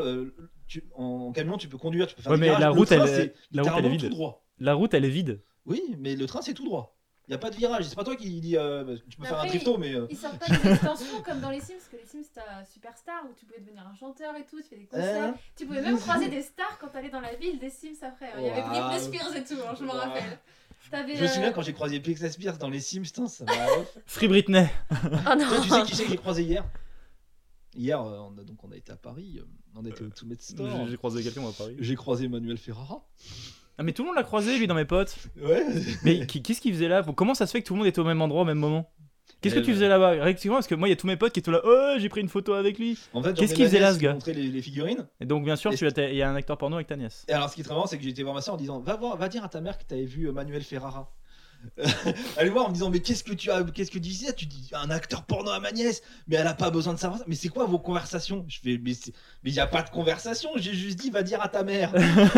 S4: en camion, tu peux conduire, tu peux faire
S2: Ouais,
S4: des
S2: mais
S4: virages.
S2: la
S4: Le
S2: route,
S4: train,
S2: elle est-
S4: c'est
S2: la route, elle est
S4: littéralement
S2: vide.
S4: tout droit.
S2: La route, elle est vide.
S4: Oui, mais le train, c'est tout droit. Il n'y a pas de virage. C'est pas toi qui dis. Tu peux
S3: Mais
S4: faire un
S3: après,
S4: drifto, mais.
S3: Ils sortent pas des extensions comme dans les Sims, parce que les Sims t'as Superstar où tu pouvais devenir un chanteur et tout, tu fais des concerts. Tu pouvais même croiser des stars quand t'allais dans la ville des Sims après. Il y avait
S4: Waouh.
S3: Britney Spears et tout, hein, je m'en
S4: Waouh.
S3: rappelle. T'avais,
S4: Je me souviens quand j'ai croisé Britney Spears dans les Sims, putain, ça m'a.
S2: Free Britney.
S5: Ah non.
S4: Toi, tu sais qui c'est que j'ai croisé hier? Hier, on a été à Paris, on a été au Ultimate Store.
S2: J'ai croisé quelqu'un à Paris.
S4: J'ai croisé Manuel Ferrara.
S2: Ah, mais tout le monde l'a croisé, lui, dans mes potes.
S4: Ouais.
S2: Mais qu'est-ce qu'il faisait là? Comment ça se fait que tout le monde était au même endroit au même moment? Qu'est-ce que
S4: Eh
S2: tu
S4: ben.
S2: faisais là-bas? Effectivement, parce que moi, il y a tous mes potes qui étaient là. Oh, j'ai pris une photo avec lui.
S4: En fait,
S2: Qu'est-ce qu'il faisait là, ce gars?
S4: montrer les figurines.
S2: Et donc, bien sûr,
S4: Et
S2: il y a un acteur porno avec ta nièce.
S4: Et alors, ce qui est très marrant, c'est que j'ai été voir ma soeur en disant va dire à ta mère que t'avais vu Manuel Ferrara. Allez voir en me disant mais qu'est-ce que tu disais? Tu dis un acteur porno à ma nièce, mais elle a pas besoin de savoir ça. Mais c'est quoi vos conversations? Je fais mais il y a pas de conversation. J'ai juste dit va dire à ta mère.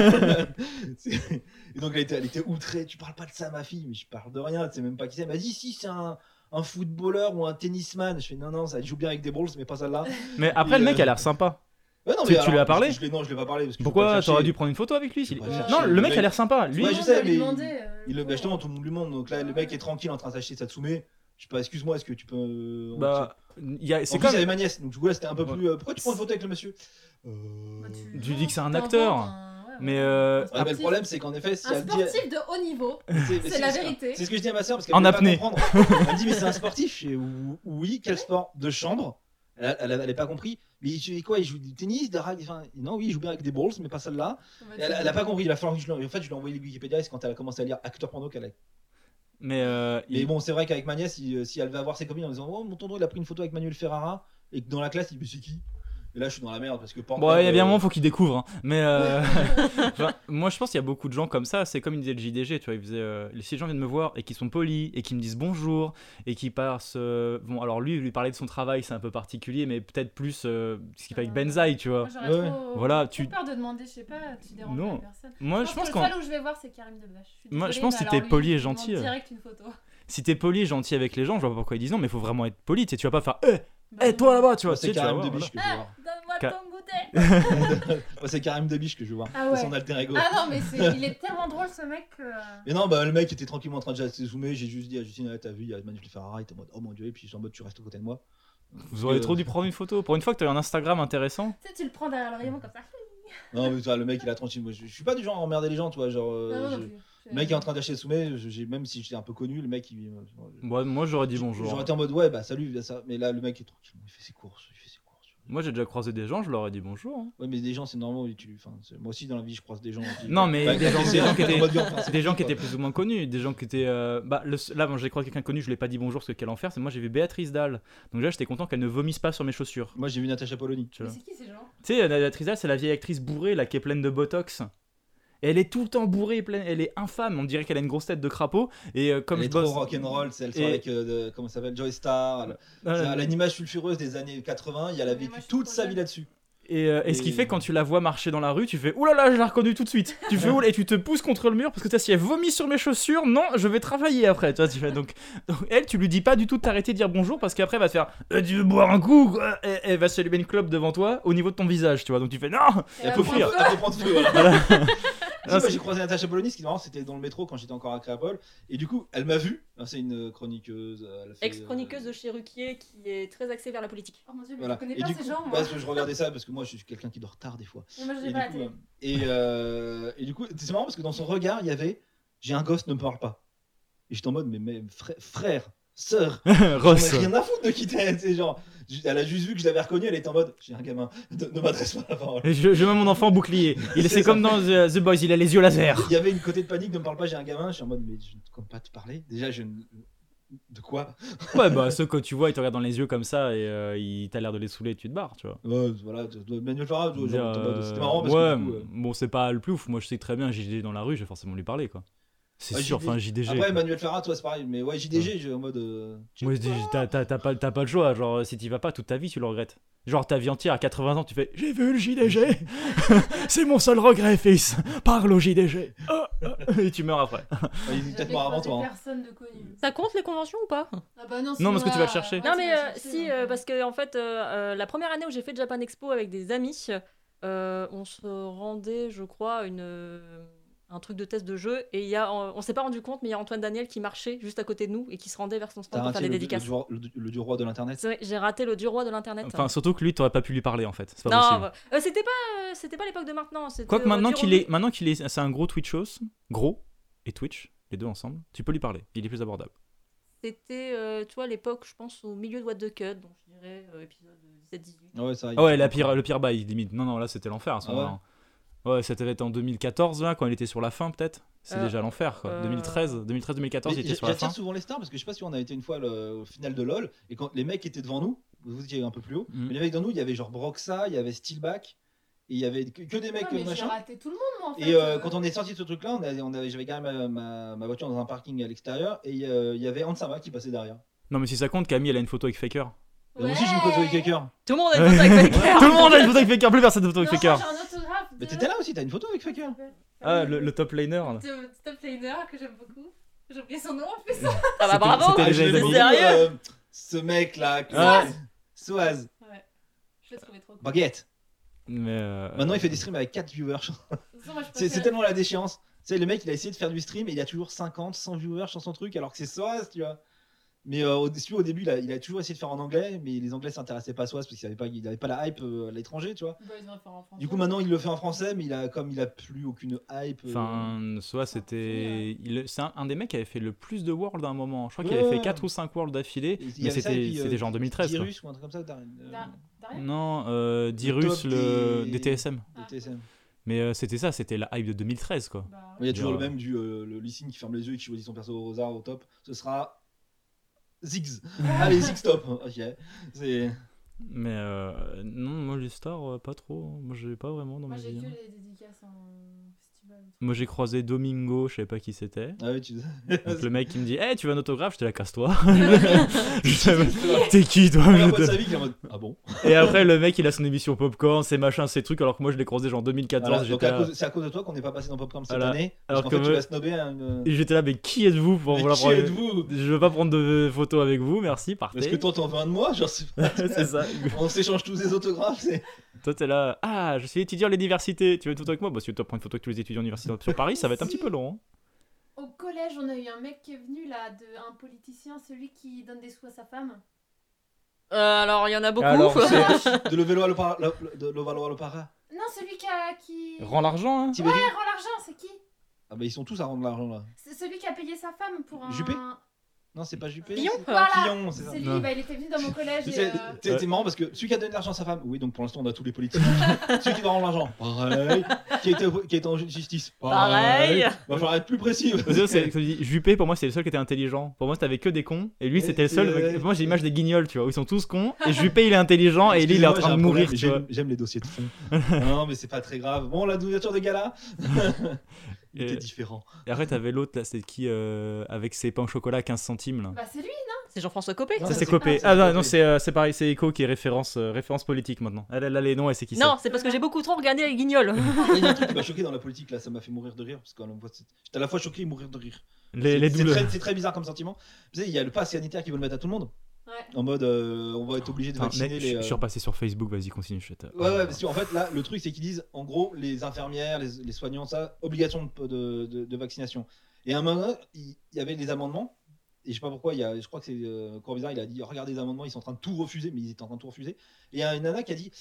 S4: Et donc elle était outrée. Tu parles pas de ça à ma fille? Mais je parle de rien. Tu sais même pas qui c'est. Elle m'a dit si c'est un footballeur ou un tennisman. Je fais non ça joue bien avec des balls mais pas celle-là.
S2: Mais après,
S4: Et,
S2: le mec a l'air sympa.
S4: Ouais, non,
S2: Tu
S4: mais
S2: lui as parlé?
S4: Non, je l'ai pas parlé. Parce que je peux pas
S2: Pourquoi
S4: le
S2: t'aurais
S4: chercher.
S2: dû prendre une photo avec lui?
S4: Je peux pas
S3: le
S2: Non,
S3: chercher.
S2: le mec a l'air sympa. Lui,
S4: Ouais,
S3: Tout
S4: je
S3: le
S4: sais,
S3: monde va lui
S4: mais
S3: demander,
S4: justement, tout le monde lui demande. Donc là, le mec est tranquille en train de s'acheter Satsume. Je sais pas, excuse-moi, est-ce que tu peux.
S2: bah, c'est
S4: en plus,
S2: comme.
S4: il y avait ma nièce. Donc, du coup, là, c'était un peu
S2: Ouais.
S4: plus. Pourquoi tu prends une photo avec le monsieur
S3: Bah,
S2: Tu dis que c'est un
S3: t'inventes
S2: acteur.
S3: ouais,
S2: Mais,
S3: un
S4: Ouais, mais le
S3: sportif.
S4: problème, c'est qu'en effet, si
S3: Un
S4: elle dit.
S3: sportif de haut niveau, c'est la vérité.
S4: C'est ce que je dis à ma soeur parce qu'elle
S2: En
S4: voulait pas
S2: apnée.
S4: comprendre. Elle me dit, mais c'est un sportif. Je fais, oui, quel sport? De chambre. Elle avait pas compris. Mais il joue du tennis, de rugby. Enfin, non, oui, il joue bien avec des balls, mais pas celle-là. Et elle a pas compris. Il a fallu que en fait, je lui ai envoyé le Wikipédia. Et c'est quand elle a commencé à lire acteur porno qu'elle a.
S2: Mais,
S4: Mais bon, c'est vrai qu'avec ma nièce, si elle va voir ses copines en disant oh mon tonton il a pris une photo avec Manuel Ferrara et que dans la classe il dit mais c'est qui? Et là je suis dans la merde parce que
S2: bon, il y a bien un moment, faut qu'il découvre. Hein. Mais enfin, moi, je pense qu'il y a beaucoup de gens comme ça. C'est comme il disait le JDG, tu vois. Il faisait, si les gens viennent me voir et qui sont polis et qui me disent bonjour et qui passent. Bon, alors lui parler de son travail, c'est un peu particulier, mais peut-être plus ce qu'il fait avec Benzaï, tu vois.
S3: Moi, j'aurais
S4: Ouais.
S3: trop,
S2: Voilà,
S3: trop
S2: tu-
S3: peur de demander, je sais pas, tu déranges
S2: Non.
S3: la personne.
S2: Moi, je pense
S3: que
S2: qu'en.
S3: le seul où je vais voir, c'est Karim Debache. Je suis
S2: Moi, je
S3: désolée,
S2: pense
S3: mais
S2: que
S3: alors
S2: t'es
S3: lui,
S2: poli et
S3: je demande
S2: gentil.
S3: direct une photo.
S2: Si t'es poli et gentil avec les gens, je vois pas pourquoi ils disent non, mais faut vraiment être poli. Tu sais, tu vas pas faire Eh, toi là-bas, tu vois.
S4: Moi, c'est
S2: tu sais, tu vas
S4: Karim
S2: voir,
S4: Debiche que je veux voir.
S5: Donne-moi
S2: Ca-
S5: ton goûter.
S4: Moi, c'est Karim Debiche que je veux voir.
S3: Ah ouais.
S4: C'est son alter ego.
S3: Ah non, mais il est tellement drôle ce mec que.
S4: Mais non, bah le mec était tranquillement en train de se zoomer. J'ai juste dit à Justine, ah, t'as vu, il y a Manuel Ferrara. Il était en mode, oh mon dieu. Et puis je suis en mode, tu restes à côté de moi.
S2: Vous auriez trop dû prendre une photo. Pour une fois que tu as un Instagram intéressant.
S3: Tu sais, tu le prends derrière l'oreillement comme ça.
S4: Non, mais toi, le mec, il a tranquille. Moi, je suis pas du genre à emmerder les gens, tu vois. Genre,
S3: Non, non
S4: je-
S3: plus.
S4: le mec est en train d'acheter Soumé. Même si j'étais un peu connu, le mec,
S2: Moi, j'aurais dit bonjour.
S4: J'aurais été en mode, ouais, bah salut, ça. Mais là, le mec est tranquille. Il fait ses courses.
S2: Moi, j'ai déjà croisé des gens, je leur ai dit bonjour. hein.
S4: Ouais, mais des gens, c'est normal. Moi aussi, dans la vie, je croise des gens.
S2: Non, mais
S4: Bah,
S2: des gens qui étaient-
S4: en mode, enfin, c'est
S2: Des gens qui
S4: quoi.
S2: étaient plus ou moins connus, des gens qui étaient. Là, moi, j'ai croisé quelqu'un de connu, je lui ai pas dit bonjour parce que quel enfer. C'est moi, j'ai vu Béatrice Dalle. Donc là, j'étais content qu'elle ne vomisse pas sur mes chaussures.
S4: Moi, j'ai vu Natacha Polony.
S2: Tu
S3: Mais
S2: vois.
S3: c'est qui ces gens?
S2: Tu sais, Béatrice Dalle, c'est la vieille actrice bourrée là qui est pleine de botox. Et elle est tout le temps bourrée, elle est infâme. On dirait qu'elle a une grosse tête de crapaud. Et comme
S4: Elle
S2: je
S4: est trop
S2: bosse.
S4: rock'n'roll, c'est elle sort
S2: Et-
S4: avec comment ça s'appelle, Joy Star. Elle a l'image sulfureuse des années 80. Elle a
S3: Mais
S4: vécu
S3: moi, je suis
S4: toute
S3: trop
S4: sa
S3: jeune.
S4: vie là-dessus.
S2: Et ce qui fait quand tu la vois marcher dans la rue, tu fais ouh là là, je l'ai reconnue tout de suite. Tu fais oula et tu te pousses contre le mur parce que tu sais, si elle vomit sur mes chaussures, non, je vais travailler après. Tu vois, tu fais donc elle, tu lui dis pas du tout de t'arrêter de dire bonjour parce qu'après elle va te faire tu veux boire un coup quoi et elle va s'allumer une clope devant toi au niveau de ton visage, tu vois. Donc tu fais non.
S3: Et
S4: Elle peut
S3: après,
S4: prendre elle peut prendre feu. Voilà. Si,
S2: Ah,
S4: moi,
S2: c'est-
S4: j'ai croisé Natacha Polony, ce qui est marrant, c'était dans le métro quand j'étais encore à Créapol. Et du coup, elle m'a vu. C'est une chroniqueuse. Elle fait,
S5: Ex-chroniqueuse de chez Ruquier qui est très axée vers la politique.
S3: Oh mon dieu, mais
S4: Voilà.
S3: je connais
S4: Et
S3: pas
S4: du
S3: ces
S4: coup,
S3: gens, moi.
S4: parce que je regardais ça parce que moi, je suis quelqu'un qui dort tard des fois.
S3: Mais moi, je
S4: Et
S3: l'ai
S4: du,
S3: pas la
S4: coup,
S3: télé.
S4: et du coup, c'est marrant parce que dans son regard, il y avait j'ai un gosse, ne me parle pas. Et j'étais en mode, mais frère, sœur, j'en ai
S2: Ross.
S4: rien à foutre de qui t'es. Tu sais, genre, elle a juste vu que je l'avais reconnu, elle était en mode, j'ai un gamin, ne m'adresse pas la parole.
S2: Je mets mon enfant au bouclier.
S4: C'est
S2: C'est comme dans The Boys, il a les yeux laser.
S4: Il y avait une côté de panique, ne me parle pas, j'ai un gamin. Je suis en mode, mais je ne compte pas te parler. Déjà, de quoi?
S2: Ouais, bah ceux que tu vois, ils te regardent dans les yeux comme ça et il t'a l'air de les saouler et tu te barres, tu vois.
S4: Ouais, voilà, Manuel Farah, genre,
S2: Dire,
S4: t'es en mode, c'était marrant parce
S2: ouais,
S4: que du coup,
S2: bon, c'est pas le plus ouf. Moi, je sais très bien, JDG dans la rue, je vais forcément lui parler, quoi. C'est
S4: Ouais,
S2: sûr,
S4: JDG.
S2: enfin, JDG.
S4: Après,
S2: quoi.
S4: Manuel Farah, toi, c'est pareil. Mais ouais, JDG, j'ai en mode.
S2: Moi, je dis, t'as pas le choix. Genre, si t'y vas pas toute ta vie, tu le regrettes. Genre, ta vie entière, à 80 ans, tu fais j'ai vu le JDG. C'est mon seul regret, fils. Parle au JDG. Et tu meurs après.
S4: il est peut-être mort avant toi. Hein.
S3: Personne de connu.
S5: Ça compte les conventions ou pas?
S3: Ah bah non,
S2: Non, parce que tu vas le
S3: sinon,
S2: chercher.
S3: ouais,
S5: Non
S3: tu
S5: mais
S3: vas le chercher,
S5: si,
S3: donc,
S5: parce que en fait, la première année où j'ai fait Japan Expo avec des amis, on se rendait, je crois, à un truc de test de jeu et on s'est pas rendu compte, mais il y a Antoine Daniel qui marchait juste à côté de nous et qui se rendait vers son stand
S4: T'as
S5: pour faire
S4: raté
S5: des
S4: le
S5: dédicaces.
S4: dieu roi de l'internet.
S5: C'est vrai, j'ai raté le dieu roi de l'internet.
S2: Enfin, surtout que lui, t'aurais pas pu lui parler, en fait. C'est pas
S5: non,
S2: possible.
S5: bah, c'était pas l'époque de maintenant. c'était,
S2: Quoique maintenant
S5: Dieu
S2: qu'il est, c'est un gros Twitchos, gros et Twitch, les deux ensemble. Tu peux lui parler. Il est plus abordable.
S5: C'était, tu vois, l'époque, je pense, au milieu de What the Cut, donc je dirais épisode 17-18.
S4: Ouais, ça.
S2: Ah ouais, le pire bail, limite. Non, là, c'était l'enfer à ce
S4: Ah
S2: moment-là. Ouais, ça devait être en 2014, là, quand il était sur la fin, peut-être. C'est déjà l'enfer, quoi. 2013, 2013-2014, il était sur la fin.
S4: J'attire souvent les stars parce que je sais pas si on a été une fois au final de LoL et quand les mecs étaient devant nous, vous étiez un peu plus haut, mais les mecs devant nous, il y avait genre Broxa, il y avait Steelback et il y avait que des mecs
S3: Ouais, mais j'ai
S4: machin.
S3: raté tout le monde, moi, en fait.
S4: Et quand on est sorti de ce truc-là, j'avais garé ma voiture dans un parking à l'extérieur et il y avait Ansama qui passait derrière.
S2: Non, mais si ça compte, Camille, elle a une photo avec Faker.
S4: Et moi aussi, j'ai une photo avec Faker.
S5: Tout le monde a une photo avec Faker.
S2: Tout le monde a une photo avec Faker, plus personne n'a une photo
S3: Non,
S2: avec
S3: moi,
S2: Faker.
S3: j'ai un autographe.
S4: Mais t'étais là aussi, t'as une photo avec Faker.
S2: Ah, le top laner, là.
S3: De Top Laner que j'aime beaucoup. J'ai oublié son nom en plus.
S5: Ah bah bravo.
S2: c'était les
S4: je l'ai
S2: années
S4: vu,
S5: sérieux.
S4: ce mec-là.
S2: Ah.
S4: Soaz.
S3: Ouais. Je l'ai trouvé trop cool.
S4: Baguette.
S2: Mais
S4: Maintenant, il fait des streams avec 4 viewers.
S3: De toute façon, moi, je
S4: C'est
S3: préfère-
S4: tellement la déchéance. Tu sais, le mec, il a essayé de faire du stream et il a toujours 50, 100 viewers sur son truc alors que c'est Soaz, tu vois. Mais au début, il a toujours essayé de faire en anglais, mais les anglais s'intéressaient pas à Soaz parce qu'il avait pas la hype à l'étranger, tu vois.
S3: Bah, ils devraient faire en français.
S4: Du coup, maintenant, il le fait en français, mais comme il a plus aucune hype.
S2: Enfin, soit c'était. C'est un des mecs qui avait fait le plus de Worlds à un moment. Je crois qu'il
S4: Ouais,
S2: avait fait
S4: ouais.
S2: 4 ou 5 Worlds d'affilée.
S4: il y
S2: Mais
S4: avait ça, et puis,
S2: c'était genre en 2013. Quoi.
S4: Dirus ou un truc comme ça.
S3: Daria
S2: Non, Dirus,
S4: top
S2: des TSM.
S4: de TSM.
S2: Mais c'était ça, c'était la hype de 2013, quoi.
S3: Bah,
S4: Il y a toujours
S2: Genre,
S4: le même le Lee Sin qui ferme les yeux et qui choisit son perso au hasard au top. Ce sera Ziggs. Allez, Ziggs top. Ok. C'est.
S2: Mais non, moi les stars, pas trop. Moi j'ai pas vraiment dans
S3: Moi,
S2: ma
S3: j'ai
S2: vie.
S3: que
S2: hein.
S3: les dédicaces en festival.
S2: Moi j'ai croisé Domingo, je savais pas qui c'était.
S4: Ah oui, tu
S2: Donc le mec qui me dit tu veux un autographe, j'étais là, casse-toi. Je savais- T'es qui toi?
S4: première fois de sa vie qu'il est en mode ah bon.
S2: Et après le mec il a son émission Popcorn, ses machins, ses trucs, alors que moi je l'ai croisé genre 2014.
S4: Voilà, donc
S2: J'étais là...
S4: c'est à cause de toi qu'on n'est pas passé dans Popcorn cette
S2: Voilà.
S4: année.
S2: Alors
S4: Parce qu'en
S2: que
S4: fait, tu
S2: moi-
S4: vas snobber une...
S2: Et j'étais là, mais qui êtes-vous pour
S4: Mais
S2: vouloir
S4: qui
S2: prendre-
S4: êtes-vous?
S2: Je veux pas prendre de photos avec vous, merci, partez.
S4: Est-ce que toi t'en veux un de moi? Genre,
S2: C'est ça.
S4: on s'échange tous les autographes.
S2: Toi t'es là, je suis étudiant à l'université, tu veux une photo avec moi? Bah si tu dois prendre une photo avec tous les étudiants universitaires sur Paris, ça va être un petit peu long.
S3: Au collège, on a eu un mec qui est venu là, un politicien, celui qui donne des sous à sa femme.
S5: Alors, il y en a beaucoup.
S2: Alors,
S4: De Levallois-le-Para. De Levallois-le-Para.
S3: Non, celui qui...
S2: Rends l'argent, hein.
S4: Tibéri.
S3: rend l'argent, c'est qui?
S4: Ah bah ils sont tous à rendre l'argent là.
S3: C'est celui qui a payé sa femme pour un...
S4: Juppé Non, c'est pas Juppé.
S5: Fillon.
S4: c'est-
S3: Voilà.
S4: Fillon, c'est ça.
S3: C'est lui,
S2: Non.
S3: il était venu dans mon collège et...
S4: C'est marrant parce que celui qui a donné l'argent à sa femme, oui, donc pour l'instant on a tous les politiques. Celui qui doit rendre l'argent, pareil. Qui a été en justice,
S5: Pareil.
S4: Va falloir être plus précis.
S2: Juppé, pour moi, c'est le seul qui était intelligent. Pour moi, t'avais que des cons. Et lui,
S4: Ouais,
S2: c'était le seul.
S4: ouais.
S2: Moi, j'ai l'image des guignols, tu vois, où ils sont tous cons. Et Juppé, il est intelligent. Et lui, il est en train de mourir, tu vois.
S4: J'aime les dossiers de fond. Non, mais c'est pas très grave. Bon, la nourriture de gala. Il était
S2: Et-
S4: différent.
S2: Et après, t'avais l'autre, là, c'est qui avec ses pains au chocolat à 15 centimes, là.
S3: Bah c'est lui.
S5: C'est Jean-François Copé.
S4: Non,
S2: Ça,
S4: ça,
S2: c'est
S4: c'est-
S2: Copé.
S4: ah,
S2: Ah,
S4: c'est
S2: non,
S4: Copé.
S2: c'est pareil, c'est Echo qui est référence politique maintenant. Elle a les noms, elle sait qui c'est.
S5: Non, c'est parce que j'ai beaucoup trop regardé les guignols.
S4: Il y a un truc qui m'a choqué dans la politique là, ça m'a fait mourir de rire. Parce que j'étais à la fois choqué et mourir de rire.
S2: Les doubles.
S4: C'est très bizarre comme sentiment. Vous savez, il y a le pass sanitaire qui veut le mettre à tout le monde.
S3: Ouais.
S4: En mode, on va être obligé de
S2: Enfin,
S4: vacciner
S2: mec,
S4: les.
S2: je suis repassé sur Facebook, vas-y, continue.
S4: Ouais, parce qu'en fait, là, le truc, c'est qu'ils disent, en gros, les infirmières, les soignants, ça, obligation de vaccination. Et à un moment, il y avait des amendements, et je sais pas pourquoi, je crois que c'est Corbière, il a dit, regardez les amendements, ils sont en train de tout refuser, mais ils étaient en train de tout refuser. Et il y a une nana qui a dit,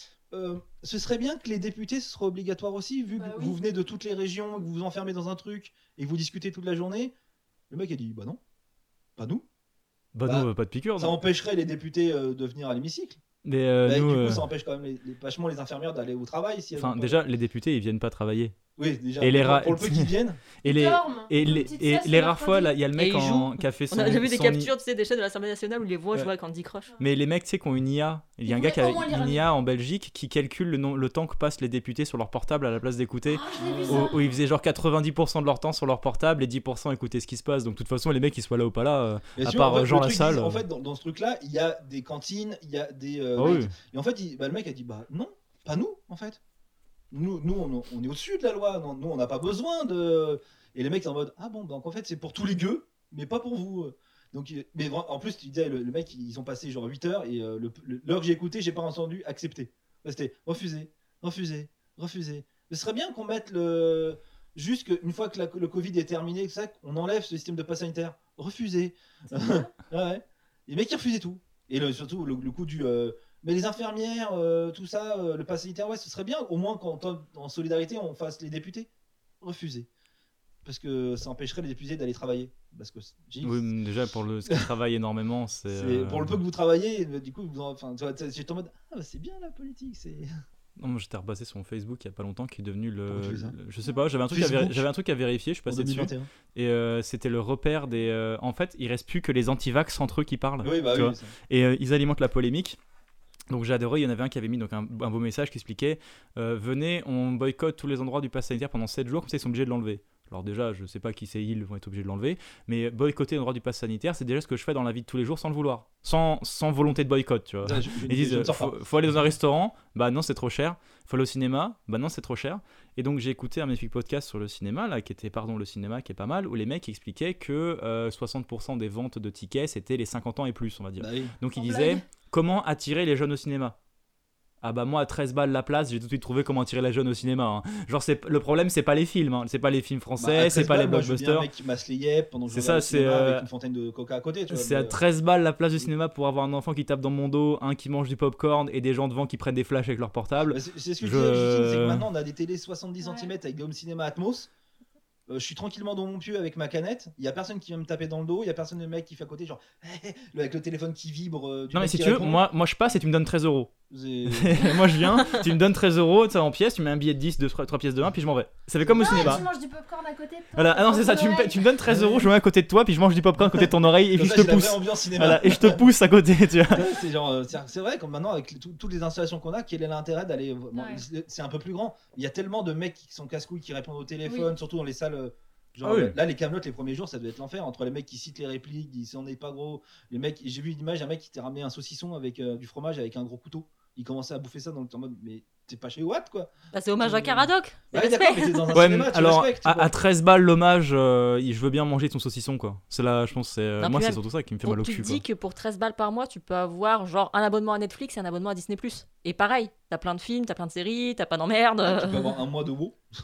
S4: ce serait bien que les députés, ce soit obligatoire aussi, vu que
S3: Bah oui.
S4: vous venez de toutes les régions, que vous vous enfermez dans un truc, et que vous discutez toute la journée. Le mec a dit, bah non, pas nous.
S2: Bah,
S4: Bah,
S2: nous, pas de piqûre.
S4: Ça
S2: non.
S4: empêcherait les députés de venir à l'hémicycle.
S2: Mais
S4: Bah,
S2: nous.
S4: du coup, ça empêche quand même vachement les infirmières d'aller au travail. Si elles
S2: Enfin,
S4: ont pas-
S2: déjà, les députés, ils viennent pas travailler.
S4: Oui, déjà.
S2: Et les
S4: pour le peu qu'ils viennent.
S2: Et les,
S3: Dorment.
S2: et
S3: Une
S2: les,
S3: petite
S2: et
S3: sieste
S2: les
S3: le
S2: rares fois, là, il y a le mec
S5: Et ils jouent.
S2: qui a fait son.
S5: On a déjà vu des
S2: son-
S5: captures, tu sais, des chaînes de l'Assemblée nationale où les voix
S2: Ouais.
S5: jouent à Candy Crush.
S2: Mais les mecs, tu sais, qui ont une IA. Il y a un
S3: Ils
S2: gars qui a
S3: voulaient au moins lire un
S2: une IA en Belgique qui calcule le temps que passent les députés sur leur portable à la place d'écouter.
S3: Ah, je l'ai vu ça.
S2: Où ils faisaient genre 90% de leur temps sur leur portable et 10% écouter ce qui se passe. Donc, de toute façon, les mecs, ils soient là ou pas là,
S4: Et
S2: à
S4: sinon,
S2: part
S4: en fait,
S2: Jean
S4: le truc,
S2: Lassalle.
S4: En fait, dans ce truc-là, il y a des cantines, il y a des.
S2: Ah oui.
S4: Et en fait, le mec a dit, bah non, pas nous, en fait. Nous on est au-dessus de la loi. Non, nous, on n'a pas besoin de. Et les mecs sont en mode, ah bon, donc en fait, c'est pour tous les gueux, mais pas pour vous. Donc, mais en plus, tu disais, le mec, ils ont passé genre 8 heures, et l'heure que j'ai écouté, j'ai pas entendu accepter. C'était refusé, refusé, refusé. Ce serait bien qu'on mette le. Juste qu'une fois que le Covid est terminé, que ça, on enlève ce système de pass sanitaire. Refusé. Ouais. Les mecs, ils refusaient tout. Et surtout, le coup du. Mais les infirmières, tout ça, le pass sanitaire, ouais, ce serait bien. Au moins, quand en solidarité, on fasse les députés. Refusé. Parce que ça empêcherait les députés d'aller travailler. Parce que
S2: Oui, mais déjà, pour ce qui travaille énormément, c'est.
S4: pour le peu que vous travaillez, du coup, enfin, j'étais en mode, ah, bah, c'est bien la politique, c'est.
S2: Non, moi j'étais repassé sur mon Facebook il y a pas longtemps qui est devenu
S4: Comment tu fais ça
S2: je sais pas, j'avais un truc à vérifier, je suis
S4: En
S2: passé dessus
S4: 2021.
S2: et c'était le repère des en fait, il reste plus que les anti-vax entre eux qui parlent.
S4: Oui, bah
S2: tu
S4: oui.
S2: vois. Et ils alimentent la polémique. Donc j'ai adoré, il y en avait un qui avait mis donc un beau message qui expliquait venez, on boycotte tous les endroits du pass sanitaire pendant 7 jours, comme ça ils sont obligés de l'enlever. Alors déjà, je sais pas qui c'est, ils vont être obligés de l'enlever, mais boycotter l'endroit du pass sanitaire, c'est déjà ce que je fais dans la vie de tous les jours sans le vouloir, sans volonté de boycott, tu vois. Ils disent faut aller dans un restaurant, bah non c'est trop cher. Faut aller au cinéma, bah non c'est trop cher. Et donc j'ai écouté un magnifique podcast sur le cinéma là, qui était le cinéma qui est pas mal, où les mecs expliquaient que 60% des ventes de tickets c'était les 50 ans et plus, on va dire.
S4: Bah oui.
S2: Donc ils
S3: Sans
S2: disaient
S3: blague.
S2: comment attirer les jeunes au cinéma. Ah bah moi à 13 balles la place, j'ai tout de suite trouvé comment attirer les jeunes au cinéma. Hein. Genre le problème c'est pas les films, hein. C'est pas les films français, c'est pas les blockbusters.
S4: Un mec qui masse les yep pendant que
S2: C'est
S4: je
S2: ça,
S4: regarde le cinéma
S2: c'est,
S4: avec une fontaine de coca à côté. Tu vois,
S2: C'est à 13 balles la place du cinéma pour avoir un enfant qui tape dans mon dos, un qui mange du popcorn et des gens devant qui prennent des flashs avec leur portable.
S4: Bah, c'est ce que je
S2: Je-
S4: disais, Justine, c'est que maintenant on a des télés 70
S3: Ouais.
S4: cm avec des home cinéma Atmos. Je suis tranquillement dans mon pieu avec ma canette. Il y a personne qui vient me taper dans le dos. Il y a personne de mec qui fait à côté, genre avec le téléphone qui vibre. Du
S2: Non mais
S4: mec
S2: si
S4: qui
S2: tu veux,
S4: répond.
S2: moi je passe et tu me donnes 13 €. Moi je viens, tu me donnes 13 euros en pièces, tu mets un billet de 10, 3 pièces de 1, puis je m'en vais. Ça fait comme au cinéma.
S3: Tu manges du popcorn à côté de toi.
S2: Voilà, ah non, c'est ça, tu me donnes 13 euros, je me mets à côté de toi, puis je mange du popcorn à côté de ton oreille, et puis je te pousse. Voilà, et je te pousse à côté, tu vois.
S4: C'est genre, c'est vrai, comme maintenant, avec toutes les installations qu'on a, quel est l'intérêt d'aller. Bon, c'est un peu plus grand. Il y a tellement de mecs qui sont casse-couilles, qui répondent au téléphone, surtout dans les salles. Genre, là, les Camelot, les premiers jours, ça devait être l'enfer. Entre les mecs qui citent les répliques, ils s'en est pas gros. Les mecs, j'ai vu une image, un mec qui t'a ramené un saucisson avec du fromage avec un gros couteau. Il commençait à bouffer ça dans le temps mode, mais t'es pas chez Watt quoi.
S5: Bah, c'est hommage à Caradoc.
S4: Ouais, d'accord, mais t'es dans un
S2: Ouais,
S4: cinéma, tu
S2: alors
S4: respectes,
S2: à 13 balles l'hommage, je veux bien manger ton saucisson quoi. C'est là, je pense, c'est moi c'est surtout ça qui me fait mal au cul.
S5: Tu
S2: quoi.
S5: dis que pour 13 balles par mois, tu peux avoir genre un abonnement à Netflix et un abonnement à Disney+. Et pareil, t'as plein de films, t'as plein de séries, t'as pas d'emmerde.
S4: Tu peux avoir un mois de WoW.
S5: Aussi.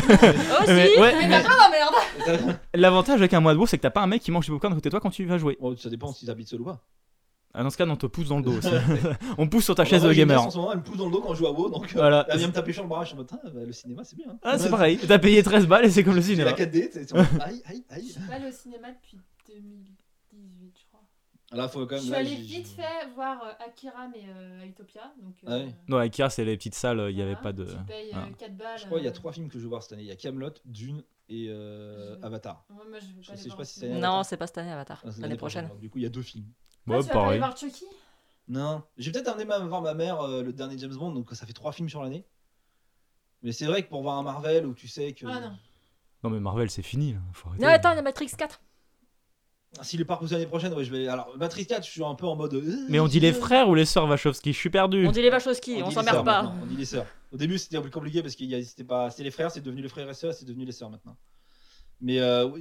S3: Mais t'as pas d'emmerde.
S2: L'avantage avec un mois de WoW, c'est que t'as pas un mec qui mange du popcorn à côté de toi quand tu vas jouer.
S4: Bon, ça dépend si t'habites seul ou pas.
S2: Ah, dans ce cas, on te pousse dans le dos aussi. On pousse sur ta
S4: Bon,
S2: chaise
S4: moi,
S2: de
S4: j'ai une
S2: gamer.
S4: nièce en ce moment, elle me pousse dans le dos quand je joue à WoW, donc
S2: Voilà.
S4: elle vient me taper sur le bras. Je suis en mode, le cinéma c'est bien. Hein.
S2: Ah, c'est pareil. T'as payé 13 balles et c'est comme le
S4: J'ai
S2: cinéma.
S4: la 4D, c'est en mode, aïe.
S3: Je suis pas allée au cinéma depuis 2018, je crois.
S4: Là, faut quand
S3: Je
S4: même.
S3: suis allée vite fait voir Akira, mais à Utopia. Donc,
S4: Ah ouais.
S2: Non, Akira, c'est les petites salles, il y avait
S3: voilà,
S2: pas de.
S3: Tu payes
S2: Voilà.
S3: 4 balles.
S4: Je crois qu'il y a 3 films que je veux voir cette année. Il y a Camelot, Dune et Avatar.
S3: Ouais, moi, je veux
S4: Je
S3: pas
S4: sais
S3: les
S4: pas
S3: voir.
S4: si c'est-
S5: Non, c'est pas cette année Avatar,
S4: Ah, c'est
S5: l'année prochaine.
S4: Du coup, il y a 2 films.
S2: Ouais,
S3: Tu vas pas aller
S2: pareil.
S3: voir Chucky?
S4: Non, j'ai peut-être amené voir ma mère le dernier James Bond, donc ça fait 3 films sur l'année. Mais c'est vrai que pour voir un Marvel où tu sais que.
S3: Ah non.
S2: Non, mais Marvel, c'est fini. Là. Faut arrêter.
S5: Non, attends, il y a Matrix 4.
S4: Si le parc pousse l'année prochaine, ouais, je vais. Alors, Matrix 4, je suis un peu en mode.
S2: Mais on dit les frères ou les sœurs Wachowski? Je suis perdu.
S5: On dit les Wachowski, on
S4: dit les
S5: s'emmerde
S4: sœurs
S5: pas.
S4: maintenant, on dit les sœurs. Au début, c'était un peu compliqué parce que c'était les frères, c'est devenu les frères et sœurs, c'est devenu les sœurs maintenant. Mais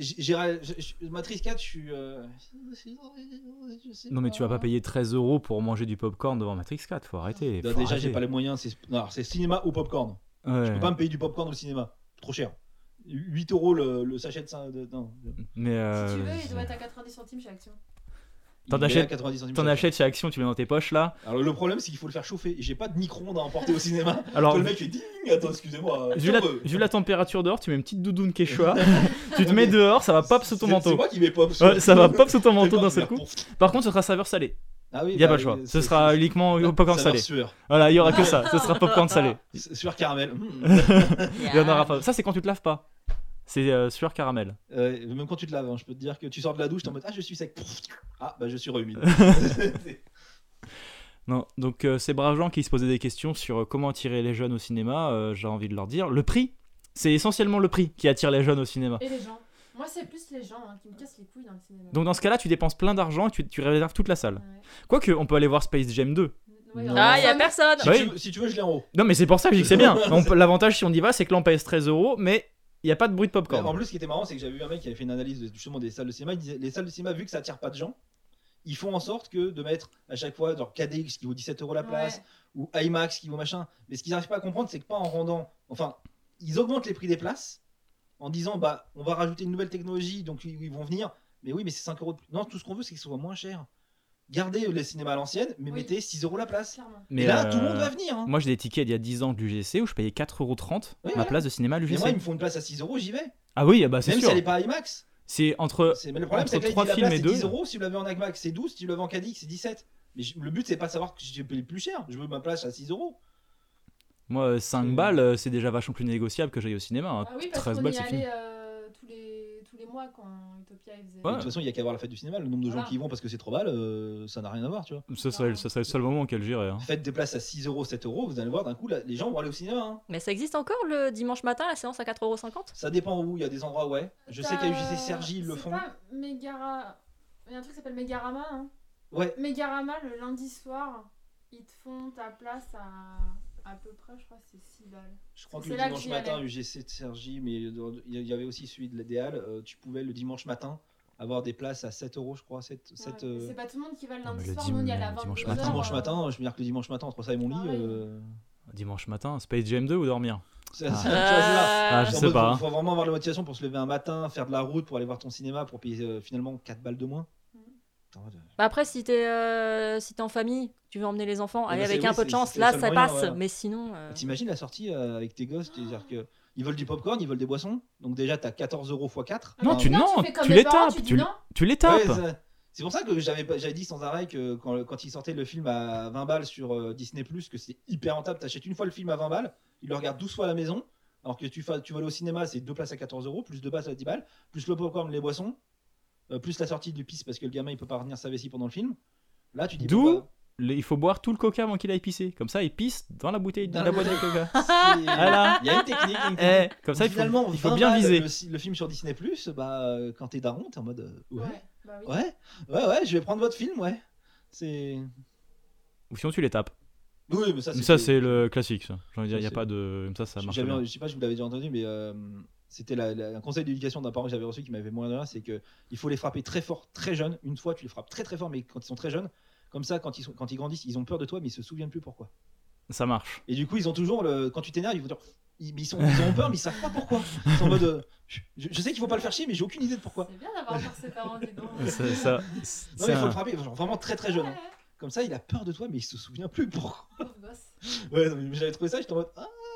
S4: Matrix 4, je suis. Je sais
S2: Non, mais tu vas pas payer 13 euros pour manger du popcorn devant Matrix 4. Faut arrêter.
S4: Bah,
S2: faut
S4: déjà,
S2: arrêter.
S4: j'ai pas les moyens. Alors, c'est cinéma ou popcorn.
S2: Ouais.
S4: Je peux pas me payer du popcorn au cinéma. Trop cher. 8 euros le sachet de. Non.
S2: Mais
S3: Si tu veux, il doit être à 90 centimes chez Action.
S2: T'en
S4: Il est à
S2: achètes-
S4: 90 centimes
S2: T'en
S4: chaque.
S2: achètes chez Action, tu mets dans tes poches là.
S4: Alors le problème c'est qu'il faut le faire chauffer. Et j'ai pas de micro-ondes à emporter au cinéma.
S2: Alors,
S4: Le mec fait ding. Attends, excusez-moi.
S2: vu la température dehors, tu mets une petite doudoune Quechua. Tu te mets dehors, ça va pop sous ton
S4: C'est
S2: manteau.
S4: moi qui mets pop.
S2: Ouais, ça va pop sous ton manteau
S4: C'est
S2: d'un
S4: moi
S2: seul
S4: qui
S2: coup.
S4: mets pop.
S2: Par contre, ce sera saveur salée.
S4: Ah oui,
S2: Il y a pas le choix. Ce sera uniquement au popcorn salé.
S4: Sueur.
S2: Voilà, il y aura que ça. Ce sera popcorn salé.
S4: Sueur caramel.
S2: Il y en aura pas. Ça, c'est quand tu te laves pas. C'est sueur caramel.
S4: Même quand tu te laves, hein, je peux te dire que tu sors de la douche, t'es en mode je suis sec. Ah bah je suis humide.
S2: Non, donc ces braves gens qui se posaient des questions sur comment attirer les jeunes au cinéma, j'ai envie de leur dire, le prix, c'est essentiellement le prix qui attire les jeunes au cinéma.
S3: Et les gens. Moi, c'est plus les gens qui me cassent les couilles dans le cinéma.
S2: Donc dans ce cas-là, tu dépenses plein d'argent et tu réserves toute la salle.
S3: Ouais.
S2: Quoique, on peut aller voir Space Jam 2.
S3: Ouais,
S2: Non.
S5: Ah, il y a personne.
S4: Si,
S2: Bah
S4: tu
S2: oui.
S4: veux, si tu veux, je l'ai en haut.
S2: Non, mais c'est pour ça que je dis que c'est bien. L'avantage, si on y va, c'est que là, on pèse 13 euros, mais il n'y a pas de bruit de popcorn.
S4: En plus, ce qui était marrant, c'est que j'avais vu un mec qui avait fait une analyse justement des salles de cinéma. Il disait les salles de cinéma, vu que ça attire pas de gens, ils font en sorte que de mettre à chaque fois genre KDX qui vaut 17 euros la place ou IMAX qui vaut machin. Mais ce qu'ils n'arrivent pas à comprendre, c'est que pas en rendant. Enfin, ils augmentent les prix des places en disant bah on va rajouter une nouvelle technologie donc ils vont venir. Mais oui, mais c'est 5 euros de plus. Non, tout ce qu'on veut, c'est que ce soit moins cher. Gardez les cinémas à l'ancienne, mais
S3: Oui.
S4: mettez 6 euros la place.
S3: Clairement.
S2: Mais
S4: Et là, tout le monde va venir. Hein.
S2: Moi, j'ai des tickets il y a 10 ans de l'UGC où je payais 4,30€
S4: Oui,
S2: ma
S4: voilà.
S2: place de cinéma à
S4: Mais moi,
S2: l'UGC.
S4: ils me font une place à 6 euros, j'y vais.
S2: Ah oui, bah c'est
S4: Même
S2: sûr.
S4: si elle est pas IMAX.
S2: C'est entre.
S4: Mais le problème,
S2: entre
S4: c'est que là, il
S2: trois
S4: dit la
S2: films
S4: place,
S2: et
S4: c'est 10
S2: deux.
S4: euros. Si vous l'avez en IMAX, c'est 12. Si vous l'avez en KDX, c'est 17. Mais le but, c'est pas de savoir que j'ai payé plus cher. Je veux ma place à 6 euros.
S2: Moi, 5 balles, c'est déjà vachement plus négociable que j'aille au cinéma. hein.
S3: Ah oui, parce
S2: 13
S3: qu'on
S2: balles,
S3: y
S2: c'est fini.
S3: allait tous les mois quand Utopia il faisait.
S2: Ouais.
S4: De toute façon, il y a qu'à voir la fête du cinéma. Le nombre de gens
S3: Voilà.
S4: qui y vont parce que c'est trop mal, ça n'a rien à voir, tu vois.
S2: Ça serait le seul moment auquel j'irais. hein.
S4: Faites des places à 6 euros, 7 euros. Vous allez voir, d'un coup, là, les gens vont aller au cinéma. Hein.
S5: Mais ça existe encore le dimanche matin, la séance à 4,50€?
S4: Ça dépend où. Il y a des endroits, ouais. Je sais qu'à UGC Sergi, ils le
S3: C'est
S4: font.
S3: pas Megara. Il y a un truc qui s'appelle Megarama. Hein.
S4: Ouais.
S3: Megarama, le lundi soir, ils te font ta place à peu près, je crois que c'est 6 balles.
S4: Je crois que
S3: C'est
S4: le
S3: là que
S4: dimanche
S3: j'y
S4: matin,
S3: allais.
S4: UGC de Sergi, mais il y avait aussi celui de la Halles. Tu pouvais le dimanche matin avoir des places à 7 euros, je crois. 7,
S3: Ouais,
S4: 7,
S3: mais C'est pas tout le monde qui va le
S2: Non, mais
S3: lundi
S2: le
S3: soir. Nous, il y a la
S2: dimanche
S3: 22
S2: matin.
S3: heures,
S4: dimanche matin, je veux dire que le dimanche matin, entre ça et mon lit.
S3: Pareil.
S2: Dimanche matin, Space Jam 2 ou dormir?
S4: C'est
S2: Ah.
S4: tu vois, c'est là.
S2: Ah, je
S4: En
S2: sais
S4: mode,
S2: pas.
S4: faut vraiment avoir la motivation pour se lever un matin, faire de la route pour aller voir ton cinéma pour payer finalement 4 balles de moins.
S3: Mhm.
S4: Attends,
S5: Bah après, si t'es en famille, tu veux emmener les enfants,
S4: Ouais,
S5: allez
S4: bah,
S5: avec
S4: c'est-
S5: un
S4: oui,
S5: peu de
S4: c'est-
S5: chance,
S4: c'est
S5: là
S4: le
S5: ça
S4: seul moyen,
S5: passe.
S4: ouais.
S5: Mais sinon.
S4: T'imagines la sortie avec tes gosses, c'est-à-dire que ils veulent du popcorn, ils veulent des boissons, donc déjà t'as 14 euros x 4.
S2: Non,
S3: Ah,
S2: tu
S3: non,
S2: non,
S3: fais comme
S2: tu
S3: mes
S2: les
S3: parents,
S2: tapes,
S3: tu dis
S2: tu
S3: non.
S2: les tapes.
S4: C'est pour ça que j'avais dit sans arrêt que quand il sortait le film à 20 balles sur Disney+, que c'est hyper rentable. T'achètes une fois le film à 20 balles, il le regarde 12 fois à la maison, alors que tu vas aller au cinéma, c'est 2 places à 14 €, plus 2 places à 10 balles, plus le popcorn, les boissons, plus la sortie du pisse parce que le gamin il peut pas retenir sa vessie pendant le film. Là, tu dis
S2: D'où
S4: pourquoi
S2: il faut boire tout le coca avant qu'il aille pisser. Comme ça, il pisse dans la bouteille,
S4: Dans
S2: la
S4: la
S2: boîte de coca.
S4: Il y a une technique.
S2: Comme ça,
S4: Finalement,
S2: il faut
S4: 20
S2: bien
S4: balles,
S2: viser.
S4: le film sur Disney+, bah, quand t'es daron, t'es en mode ouais,
S3: Bah oui.
S4: ouais, je vais prendre votre film, ouais. C'est...
S2: Ou sinon, tu les tapes.
S4: Oui, mais
S2: Ça, c'est le classique. Ça. J'ai envie de dire, il n'y a
S4: c'est-
S2: pas de. Comme ça marche
S4: J'avais-
S2: bien.
S4: je sais pas si vous l'avez déjà entendu, mais c'était un conseil d'éducation d'un parent que j'avais reçu qui m'avait moins donné, c'est que il faut les frapper très fort, très jeunes. Une fois, tu les frappes très très fort, mais quand ils sont très jeunes, comme ça, quand ils grandissent, ils ont peur de toi, mais ils se souviennent plus pourquoi.
S2: Ça marche.
S4: Et du coup, ils ont toujours quand tu t'énerves, ils vont dire, ils ont peur, mais ils savent pas pourquoi. Ils sont en mode, je sais qu'il faut pas le faire chier, mais j'ai aucune idée de pourquoi.
S3: C'est bien d'avoir peur ses parents, dis donc.
S2: Ça,
S4: Non,
S2: c'est
S4: mais il faut
S2: un-
S4: le frapper, genre, vraiment très très jeune.
S3: Ouais,
S4: hein. Comme ça, il a peur de toi, mais il se souvient plus pourquoi.
S3: pauvre gosse.
S4: Ouais, non, mais j'avais trouvé ça, j'étais en mode,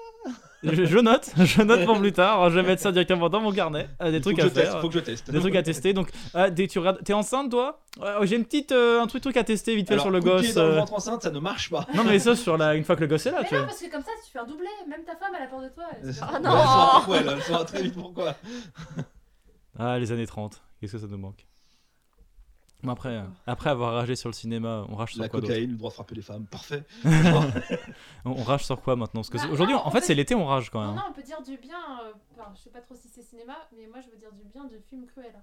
S2: je note pour plus tard. Je vais mettre ça directement dans mon carnet. Des trucs à faire.
S4: Faut que je teste.
S2: Des trucs à tester. Donc, t'es enceinte, toi? J'ai une petite, un truc à tester vite fait
S4: Alors,
S2: sur le
S4: coup de pied
S2: gosse.
S4: dans le ventre enceinte, ça ne marche pas.
S2: Non, mais ça, une fois que le gosse est là,
S3: Mais
S2: tu
S3: non,
S2: vois.
S3: parce que comme ça, tu fais un doublé. Même ta femme, elle a peur de toi. elle se fait-
S5: Ah
S4: Elle
S5: non.
S4: saura pourquoi, elle saura très vite pourquoi.
S2: Ah, les années 30. Qu'est-ce que ça nous manque? Bon, après avoir ragé sur le cinéma, on rage sur
S4: La
S2: quoi d'autre?
S4: cocaïne, le droit de frapper les femmes, parfait.
S2: On rage sur quoi maintenant? Parce que
S3: Bah,
S2: aujourd'hui,
S3: non,
S2: en fait, c'est l'été, on rage quand
S3: Non,
S2: même.
S3: non, on peut dire du bien. Enfin, je sais pas trop si c'est cinéma, mais moi, je veux dire du bien du film Cruella.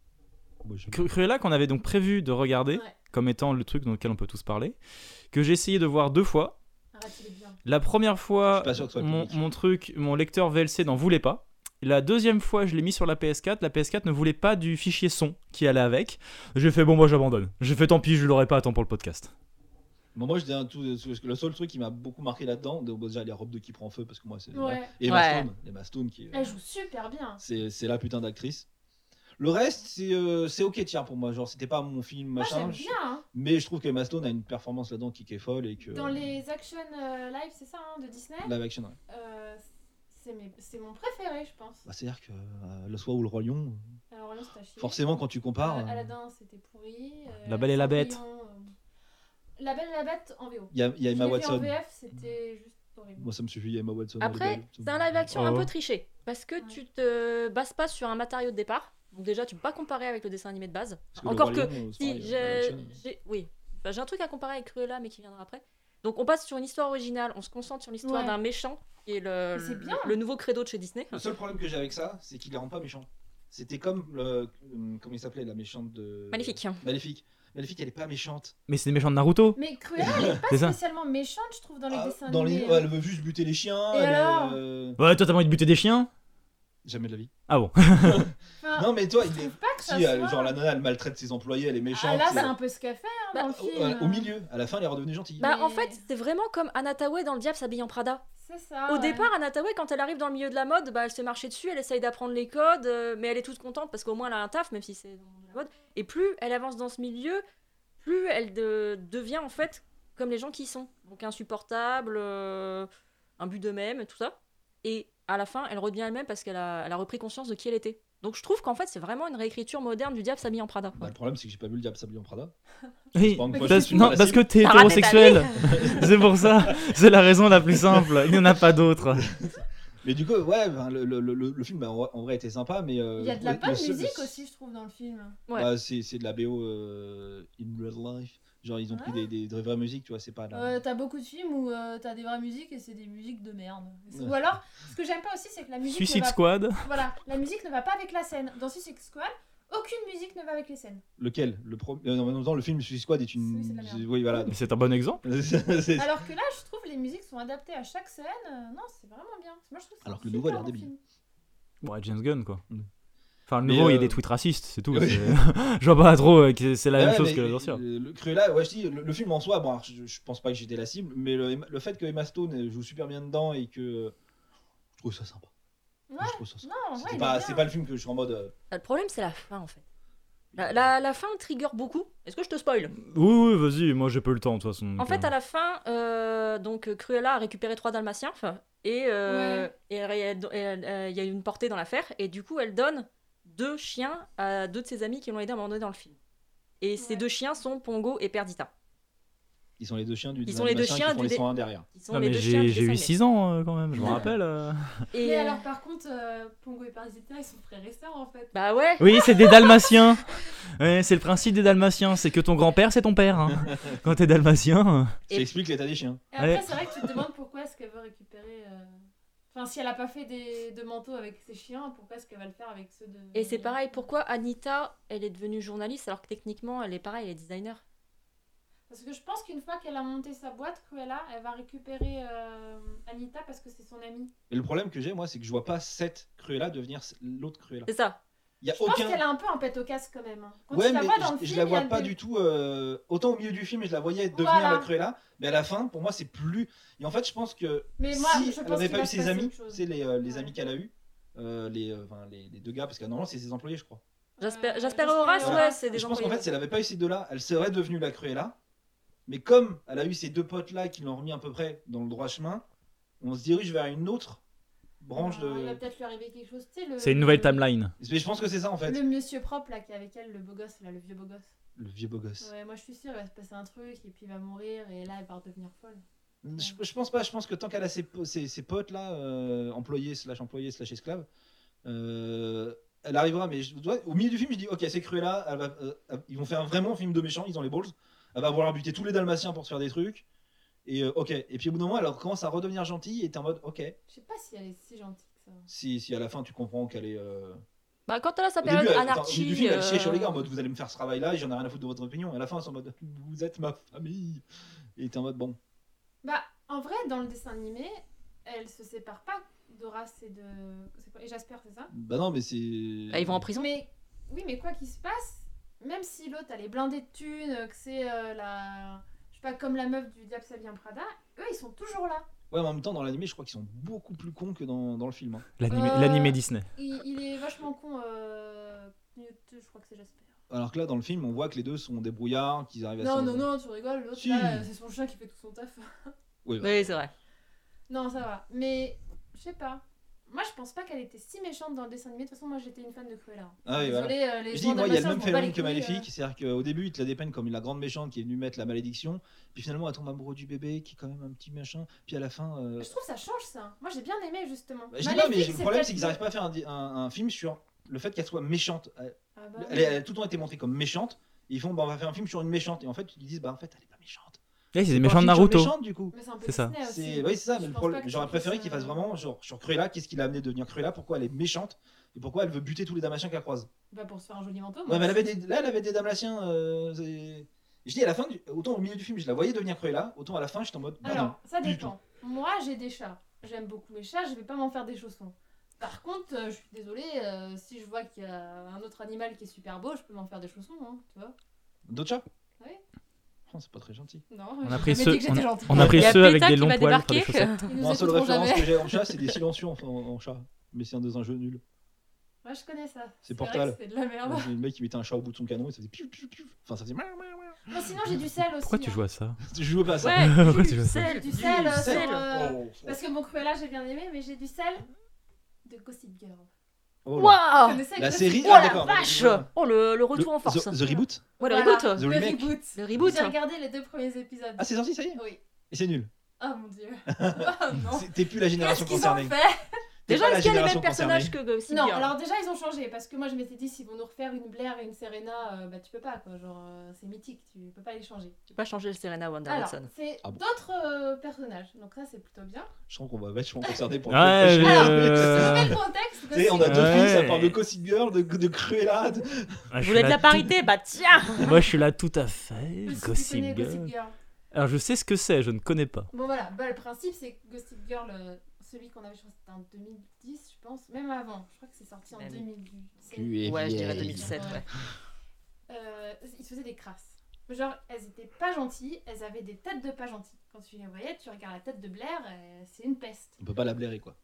S2: Cruella qu'on avait donc prévu de regarder
S3: Ouais.
S2: comme étant le truc dans lequel on peut tous parler, que j'ai essayé de voir 2 fois.
S3: Arrête, il est bien.
S2: La première fois,
S4: Je suis pas sûr que ce soit public.
S2: mon lecteur VLC n'en voulait pas. La deuxième fois, je l'ai mis sur la PS4. La PS4 ne voulait pas du fichier son qui allait avec. J'ai fait bon, moi j'abandonne. J'ai fait tant pis, je l'aurai pas à temps pour le podcast.
S4: Bon, moi, je dis le seul truc qui m'a beaucoup marqué là-dedans, déjà les robes de qui prend feu, parce que moi, c'est.
S3: Ouais.
S4: Et
S5: Ouais.
S4: Emma Stone qui est.
S3: Elle joue super bien.
S4: C'est la putain d'actrice. Le reste, c'est ok, tiens, pour moi. Genre, c'était pas mon film,
S3: Moi,
S4: machin.
S3: j'aime bien. Hein.
S4: Mais je trouve qu'Emma Stone a une performance là-dedans qui est folle et que.
S3: Dans les action live, c'est ça, hein, de Disney,
S4: Live action, ouais.
S3: c'est mon préféré, je pense.
S4: Bah, c'est-à-dire que Le Soi ou le Roi Lion,
S3: Alors là, c'est à chier.
S4: forcément, quand tu compares.
S3: Aladdin, c'était pourri.
S2: La Belle et la Bête.
S3: Cendrillon, La Belle et la Bête en VO.
S4: Il y a
S3: Je
S4: Emma
S3: l'ai vu
S4: Watson.
S3: en VF, c'était juste horrible.
S4: Moi, ça me suffit, il y a Emma Watson. elle est
S5: Après,
S4: belle.
S5: c'est un live action
S2: Oh.
S5: un peu triché. Parce que
S3: Ouais.
S5: tu te bases pas sur un matériau de départ. Donc déjà, tu peux pas comparer avec le dessin animé de base.
S4: Parce que
S5: Encore
S4: le
S5: que,
S4: Roi Lion, c'est
S5: si,
S4: pareil, live action.
S5: oui. Bah, j'ai un truc à comparer avec Cruella, mais qui viendra après. Donc on passe sur une histoire originale, on se concentre sur l'histoire
S3: Ouais.
S5: d'un méchant, qui est
S3: Mais c'est bien.
S5: le nouveau credo de chez Disney.
S4: Le seul problème que j'ai avec ça, c'est qu'il les rend pas méchants. C'était comme comment il s'appelait, la méchante de.
S5: Magnifique.
S4: Maléfique. Maléfique, elle est pas méchante.
S2: Mais c'est des méchants de Naruto.
S3: Mais Cruella, elle est pas
S2: C'est ça.
S3: spécialement méchante, je trouve, dans les
S4: Ah,
S3: dessins
S4: dans
S3: animés.
S4: les... ouais, elle veut juste buter les chiens.
S3: Et
S4: elle est,
S3: alors
S2: Ouais, toi t'as envie de buter des chiens?
S4: Jamais de la vie.
S2: Ah bon.
S3: Enfin,
S4: Non, mais toi,
S3: je trouve pas que ça
S4: si,
S3: soit...
S4: genre la nana, elle maltraite ses employés, elle est méchante.
S3: Ah là, c'est
S4: c'est-
S3: un peu ce qu'elle fait hein,
S5: Bah,
S3: dans le film.
S4: Au milieu, à la fin, elle est redevenue gentille.
S5: Bah en
S3: Mais-
S5: fait, c'est vraiment comme Anna Tawai dans Le Diable s'habille en Prada.
S3: C'est ça.
S5: Au
S3: ouais.
S5: départ, Anna Tawai, quand elle arrive dans le milieu de la mode, bah, elle se fait marcher dessus, elle essaye d'apprendre les codes, mais elle est toute contente parce qu'au moins elle a un taf, même si c'est dans le monde de la mode. Et plus elle avance dans ce milieu, plus elle devient en fait comme les gens qui y sont. Donc insupportable, un but d'eux-mêmes, tout ça. Et à la fin, elle redevient elle-même parce qu'elle a repris conscience de qui elle était. Donc je trouve qu'en fait, c'est vraiment une réécriture moderne du Diable s'habille en Prada.
S4: Bah, le problème, c'est que j'ai pas vu le diable s'habiller en Prada.
S2: Oui,
S4: pas encore
S3: Mais
S4: je
S2: parce,
S4: suis
S2: non,
S4: pas la
S2: parce que
S4: cible.
S2: t'es
S5: T'as raté ta
S2: hétérosexuel. C'est pour ça. C'est la raison la plus simple. Il n'y en a pas d'autre.
S4: Mais du coup, ouais, ben, le film, bah, en vrai, était sympa, mais.
S3: Il y a de la
S4: le
S3: bonne
S4: seul-
S3: musique aussi, je trouve, dans le film.
S5: Ouais.
S4: Bah, c'est de la BO in real life. Genre, ils ont pris des vraies musiques, tu vois, c'est pas la.
S3: T'as beaucoup de films où t'as des vraies musiques et c'est des musiques de merde.
S4: Ouais.
S3: Ou alors, ce que j'aime pas aussi, c'est que la musique.
S2: Suicide
S3: ne va...
S2: Squad.
S3: Voilà, la musique ne va pas avec la scène. Dans Suicide Squad, aucune musique ne va avec les scènes.
S4: Lequel non, le film Suicide Squad est une.
S3: Oui, c'est de la merde.
S4: Oui, voilà.
S2: Mais c'est un bon exemple.
S4: C'est-
S3: Alors que là, je trouve les musiques sont adaptées à chaque scène. Non, c'est vraiment bien. Moi, je trouve que c'est
S4: Alors
S3: un
S4: que le nouveau a
S3: super
S4: l'air
S3: bon
S4: débile.
S2: Bon,
S3: film.
S2: James Gunn quoi.
S4: Mm.
S2: Enfin, le
S4: Mais,
S2: nouveau, il y a des tweets racistes, c'est tout.
S4: oui.
S2: Je vois pas trop que c'est la même
S4: Ouais,
S2: chose
S4: mais
S2: que l'ancien.
S4: le Cruella, ouais, je dis, le film en soi, bon, alors, je pense pas que j'étais la cible, mais le fait que Emma Stone joue super bien dedans et que. Je trouve ça sympa.
S3: Ouais,
S4: Je trouve ça sympa.
S3: non, ouais,
S4: C'est
S3: il
S4: pas,
S3: est
S4: c'est
S3: bien.
S4: pas le film que je suis en mode.
S5: Le problème, c'est la fin en fait. La fin trigger beaucoup. Est-ce que je te spoil?
S2: Oui, oui, vas-y, moi j'ai pas eu le temps de toute façon.
S5: En
S2: donc,
S5: fait, à la fin, donc Cruella a récupéré 3 Dalmatiens et il y a eu une portée dans l'affaire et du coup, elle donne 2 chiens à 2 de ses amis qui l'ont aidé à un moment donné dans le film. Et ces
S3: Ouais.
S5: 2 chiens sont Pongo et Perdita.
S4: Ils sont les 2 chiens du
S5: Ils sont les deux
S4: Dalmatien
S5: chiens
S4: qui font
S5: du
S4: les 101 derrière.
S5: Ils sont
S2: Non,
S5: les
S2: mais
S5: 2 chiens du
S2: j'ai eu
S5: dessin
S2: 6 ans quand même, je me
S3: Ouais.
S2: rappelle.
S5: animé. Et
S3: Mais alors, par contre, Pongo et Perdita, ils sont frères et sœurs en fait.
S5: bah ouais.
S2: Oui, c'est des dalmatiens. Ouais, c'est le principe des dalmatiens, c'est que ton grand-père c'est ton père. Hein. Quand t'es dalmatien.
S4: Ça
S5: Et-
S4: explique l'état des chiens.
S3: Et après,
S2: Ouais.
S3: c'est vrai que tu te demandes pourquoi est-ce qu'elle veut récupérer. Enfin, si elle a pas fait de manteaux avec ses chiens, pourquoi est-ce qu'elle va le faire avec ceux de.
S5: Et c'est pareil, pourquoi Anita, elle est devenue journaliste alors que techniquement, elle est pareil, elle est designer.
S3: Parce que je pense qu'une fois qu'elle a monté sa boîte, Cruella, elle va récupérer Anita parce que c'est son amie.
S4: Et le problème que j'ai, moi, c'est que je vois pas cette Cruella devenir l'autre Cruella.
S5: C'est ça.
S4: Il y a
S3: Je pense
S4: aucun.
S3: qu'elle a un peu un pet au casque quand même. Hein. Quand
S4: Ouais,
S3: tu la
S4: mais
S3: vois dans le
S4: je
S3: film,
S4: la
S3: il y
S4: vois
S3: a
S4: pas
S3: des-
S4: du tout. Autant au milieu du film, je la voyais devenir
S3: Voilà.
S4: la Cruella, mais à la fin, pour moi, c'est plus. Et en fait, je pense que
S3: Mais moi,
S4: si
S3: je
S4: elle
S3: pense
S4: n'avait
S3: qu'il
S4: pas
S3: va
S4: eu
S3: se
S4: ses
S3: passer
S4: amis,
S3: autre chose.
S4: c'est les
S3: Ouais.
S4: amis qu'elle a eu, les 2 gars, parce que normalement, c'est ses employés, je crois.
S5: Jasper et
S3: Jasper
S5: Horace,
S3: et
S5: ouais, c'est des
S4: Je pense qu'en
S5: employés.
S4: fait, si elle n'avait pas eu ces 2-là, elle serait devenue la Cruella. Mais comme elle a eu ces 2 potes-là qui l'ont remis à peu près dans le droit chemin, on se dirige vers une autre branche
S3: Il va
S4: de.
S3: peut-être lui arriver quelque chose. Tu sais, le-
S2: C'est une nouvelle timeline.
S4: Mais je pense que c'est ça en fait.
S3: Le monsieur propre là qui est avec elle, le beau gosse, là, le vieux beau gosse.
S4: Le vieux beau gosse.
S3: Ouais, moi je suis sûre, il va se passer un truc et puis il va mourir et là elle va redevenir folle.
S4: Je pense pas, je pense que tant qu'elle a ses potes là, employés slash esclaves, elle arrivera, mais au milieu du film, je dis ok, c'est Cruella, ils vont faire vraiment un film de méchant, ils ont les balls, elle va vouloir buter tous les dalmatiens pour se faire des trucs, et ok, et puis au bout d'un moment, elle commence à redevenir gentille et t'es en mode ok,
S3: Je sais pas si elle est si gentille que ça.
S4: si à la fin tu comprends qu'elle est.
S5: Bah, quand elle a sa
S4: Au
S5: période
S4: début, au milieu
S5: anarchie.
S4: du film, elle chie sur les gars en mode vous allez me faire ce travail là et j'en ai rien à foutre de votre opinion, et à la fin, c'est en mode vous êtes ma famille, et t'es en mode bon.
S3: Bah, en vrai, dans le dessin animé, elle se sépare pas d'Horace et de. C'est quoi Et Jasper, c'est ça
S4: Bah non, mais c'est.
S5: Bah, ils vont en prison.
S3: Mais oui, mais quoi qu'il se passe, même si l'autre elle est blindée de thunes, que c'est la. Je sais pas, comme la meuf du Diable s'habille bien Prada, eux ils sont toujours là.
S4: Ouais, mais en même temps, dans l'animé, je crois qu'ils sont beaucoup plus cons que dans le film. Hein.
S2: L'animé Disney.
S3: Il est vachement con, Newt, je crois que c'est Jasper.
S4: Alors que là, dans le film, on voit que les deux sont débrouillards, qu'ils arrivent à
S3: Non,
S4: se-
S3: non, non, tu rigoles, l'autre
S4: Si.
S3: là, c'est son chien qui fait tout son taf.
S4: Oui, bah.
S5: Oui, c'est vrai.
S3: Non, ça va. Mais, je sais pas. Moi, je pense pas qu'elle était si méchante dans le dessin animé. De toute façon, moi, j'étais une fan de Cruella.
S4: Ah oui, voilà.
S3: Désolée, les
S4: Je
S3: gens
S4: dis, moi, il y a le
S3: d'Almacien,
S4: même
S3: je m'en bats
S4: phénomène
S3: les
S4: que
S3: couilles,
S4: Maléfique, c'est-à-dire qu'au début, il te la dépeint comme la grande méchante qui est venue mettre la malédiction, puis finalement, elle tombe amoureux du bébé qui est quand même un petit machin, puis à la fin.
S3: Je trouve que ça change ça. Moi, j'ai bien aimé, justement.
S4: Bah, je dis pas, mais
S3: Maléfique,
S4: le problème,
S3: peut-être
S4: c'est qu'ils n'arrivent pas à faire un film sur le fait qu'elle soit méchante.
S3: Ah bah,
S4: Elle a tout le temps été montrée comme méchante, et ils font, bah, on va faire un film sur une méchante, et en fait, ils disent, bah, en fait, elle est pas méchante.
S2: Ouais, c'est des
S4: Pas un
S2: méchants de
S4: film sur
S2: Naruto.
S4: méchante, du coup.
S3: Mais c'est un peu
S2: C'est ça.
S3: Disney aussi.
S4: Oui, c'est ça,
S3: Je
S4: mais le
S3: pense
S4: problème,
S3: pas que
S4: j'aurais
S3: ça
S4: préféré
S3: puisse,
S4: qu'il fasse vraiment, genre, sur Cruella, qu'est-ce qui l'a amené à devenir Cruella, pourquoi elle est méchante, et pourquoi elle veut buter tous les Dalmatiens qu'elle croise.
S3: Bah, pour se faire un joli manteau.
S4: Ouais,
S3: moi,
S4: mais là, elle avait des Dalmatiens. Je dis à la fin, autant au milieu du film, je la voyais devenir Cruella, autant à la fin, j'étais en mode. Bah non.
S3: Alors, ça
S4: du
S3: dépend. Moi, j'ai des chats. J'aime beaucoup mes chats, je vais pas m'en faire des chaussons. Par contre, je suis désolée, si je vois qu'il y a un autre animal qui est super beau, je peux m'en faire des chaussons, hein, tu vois.
S4: D'autres chats
S3: Oui.
S4: Oh, c'est pas très gentil.
S3: Non,
S2: On
S3: j'ai
S2: a pris
S3: jamais
S2: ceux,
S3: dit que j'étais gentille.
S2: on a pris
S5: Il y a
S2: ceux avec
S5: Péta
S2: des
S5: qui
S2: longs
S5: va
S2: poils pour les
S5: débarquer.
S2: chaussettes.
S3: Ils nous
S4: Moi, la seule
S3: écouteront
S4: référence
S3: jamais.
S4: que j'ai en chat, c'est des silencieux en chat. Mais c'est dans un jeu nul.
S3: Moi, je connais ça.
S4: C'est
S3: vrai
S4: Portal.
S3: que C'est de la merde.
S4: Le mec qui mettait un chat au bout de son canon et ça faisait piou piou piou. Enfin, ça faisait.
S3: Moi, sinon, j'ai du sel aussi.
S2: Pourquoi tu
S3: hein.
S2: joues à ça
S4: Je jouais pas à ça.
S5: Ouais,
S2: Pourquoi tu joues à ça
S5: sel,
S3: Du sel,
S4: Du
S3: sur,
S4: sel.
S3: euh, Parce que mon Cruella, j'ai bien aimé, mais j'ai du sel de Gossip Girl.
S4: Oh là.
S3: Vous
S5: Waouh.
S3: connaissez
S4: La
S3: Gossip
S4: série
S5: Oh
S3: Girl
S5: la
S4: d'accord.
S5: vache. Oh, le retour en force.
S4: The Reboot.
S5: Ouais, le
S3: Voilà.
S5: reboot.
S4: The
S3: Le
S4: remake.
S3: reboot.
S5: Le reboot.
S3: J'ai regardé les 2 premiers épisodes.
S4: Ah, c'est sorti, ça y est.
S3: Oui.
S4: Et c'est nul.
S3: Oh mon dieu. Oh non.
S4: T'es plus la
S3: Qu'est-ce
S4: génération
S3: qu'ils ont
S4: concernée.
S3: fait
S4: T'es
S5: Déjà,
S4: pas la
S5: est-ce qu'il y a les
S4: génération
S5: mêmes personnages
S4: concernée.
S5: que Gossip
S3: Non,
S5: Girl
S3: alors déjà ils ont changé parce que moi je m'étais dit s'ils vont nous refaire une Blair et une Serena, bah tu peux pas quoi, genre c'est mythique, tu peux pas les changer.
S5: Tu peux pas changer le Serena Wonder
S3: Alors
S5: Hudson.
S3: c'est
S4: Ah bon.
S3: d'autres personnages, donc ça c'est plutôt bien.
S4: Je sens qu'on va vachement concerner pour
S2: Ouais,
S4: le
S3: Alors,
S2: Euh,
S3: c'est le contexte.
S4: Tu sais, on a deux
S2: Ouais.
S4: filles, ça parle de Gossip Girl, de Cruella.
S2: Ah, je
S5: Vous
S2: suis
S5: voulez de
S2: là
S5: la parité Bah tiens.
S2: Moi, je suis là tout à fait.
S3: Tu
S2: Gossip
S3: connais
S2: Girl.
S3: Gossip Girl.
S2: Alors, je sais ce que c'est, je ne connais pas.
S3: Bon voilà, bah, le principe c'est que Gossip Girl, celui qu'on avait, je crois que c'était en 2010 je pense, même avant, je crois que c'est sorti en
S5: Même.
S3: 2010.
S5: Ouais, je dirais 2007, ouais.
S3: Ils faisaient des crasses. Genre, elles étaient pas gentilles, elles avaient des têtes de pas gentilles. Quand tu les voyais, tu regardes la tête de Blair, c'est une peste.
S4: On peut pas la blairer quoi.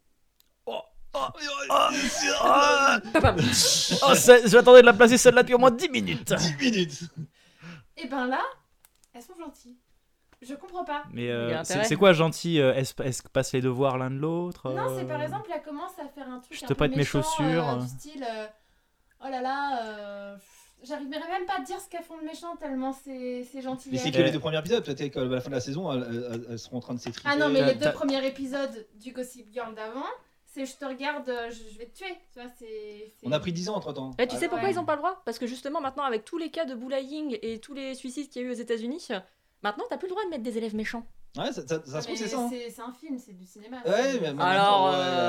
S5: Papa.
S2: Oh, j'attendais de la placer celle-là depuis au moins 10 minutes.
S4: 10 minutes.
S3: Et ben là, elles sont gentilles. Je comprends pas.
S2: Mais
S5: Il y a intérêt.
S2: c'est quoi gentil Est-ce qu'ils passent les devoirs l'un de l'autre
S3: Non, c'est par exemple, elle commence à faire un truc
S2: je
S3: un
S2: te
S3: peu
S2: prête mes
S3: méchant,
S2: chaussures.
S3: du style, oh là là, J'arriverai même pas à dire ce qu'elles font de méchant tellement c'est gentil.
S4: Mais c'est que les 2 premiers épisodes, peut-être qu'à la fin de la saison, elles seront en train de s'étriper.
S3: Ah non, mais les 2
S2: T'as-
S3: premiers épisodes du Gossip Girl d'avant, c'est je te regarde, je vais te tuer. Tu vois, c'est.
S4: On a pris 10 ans entre temps.
S5: Et tu sais pourquoi
S3: Ouais.
S5: ils ont pas le droit? Parce que justement, maintenant, avec tous les cas de bullying et tous les suicides qu'il y a eu aux États-Unis, maintenant, t'as plus le droit de mettre des élèves méchants.
S4: Ouais, ça se trouve, c'est ça. hein.
S3: C'est un film, c'est du cinéma.
S4: Ouais, mais
S5: Alors,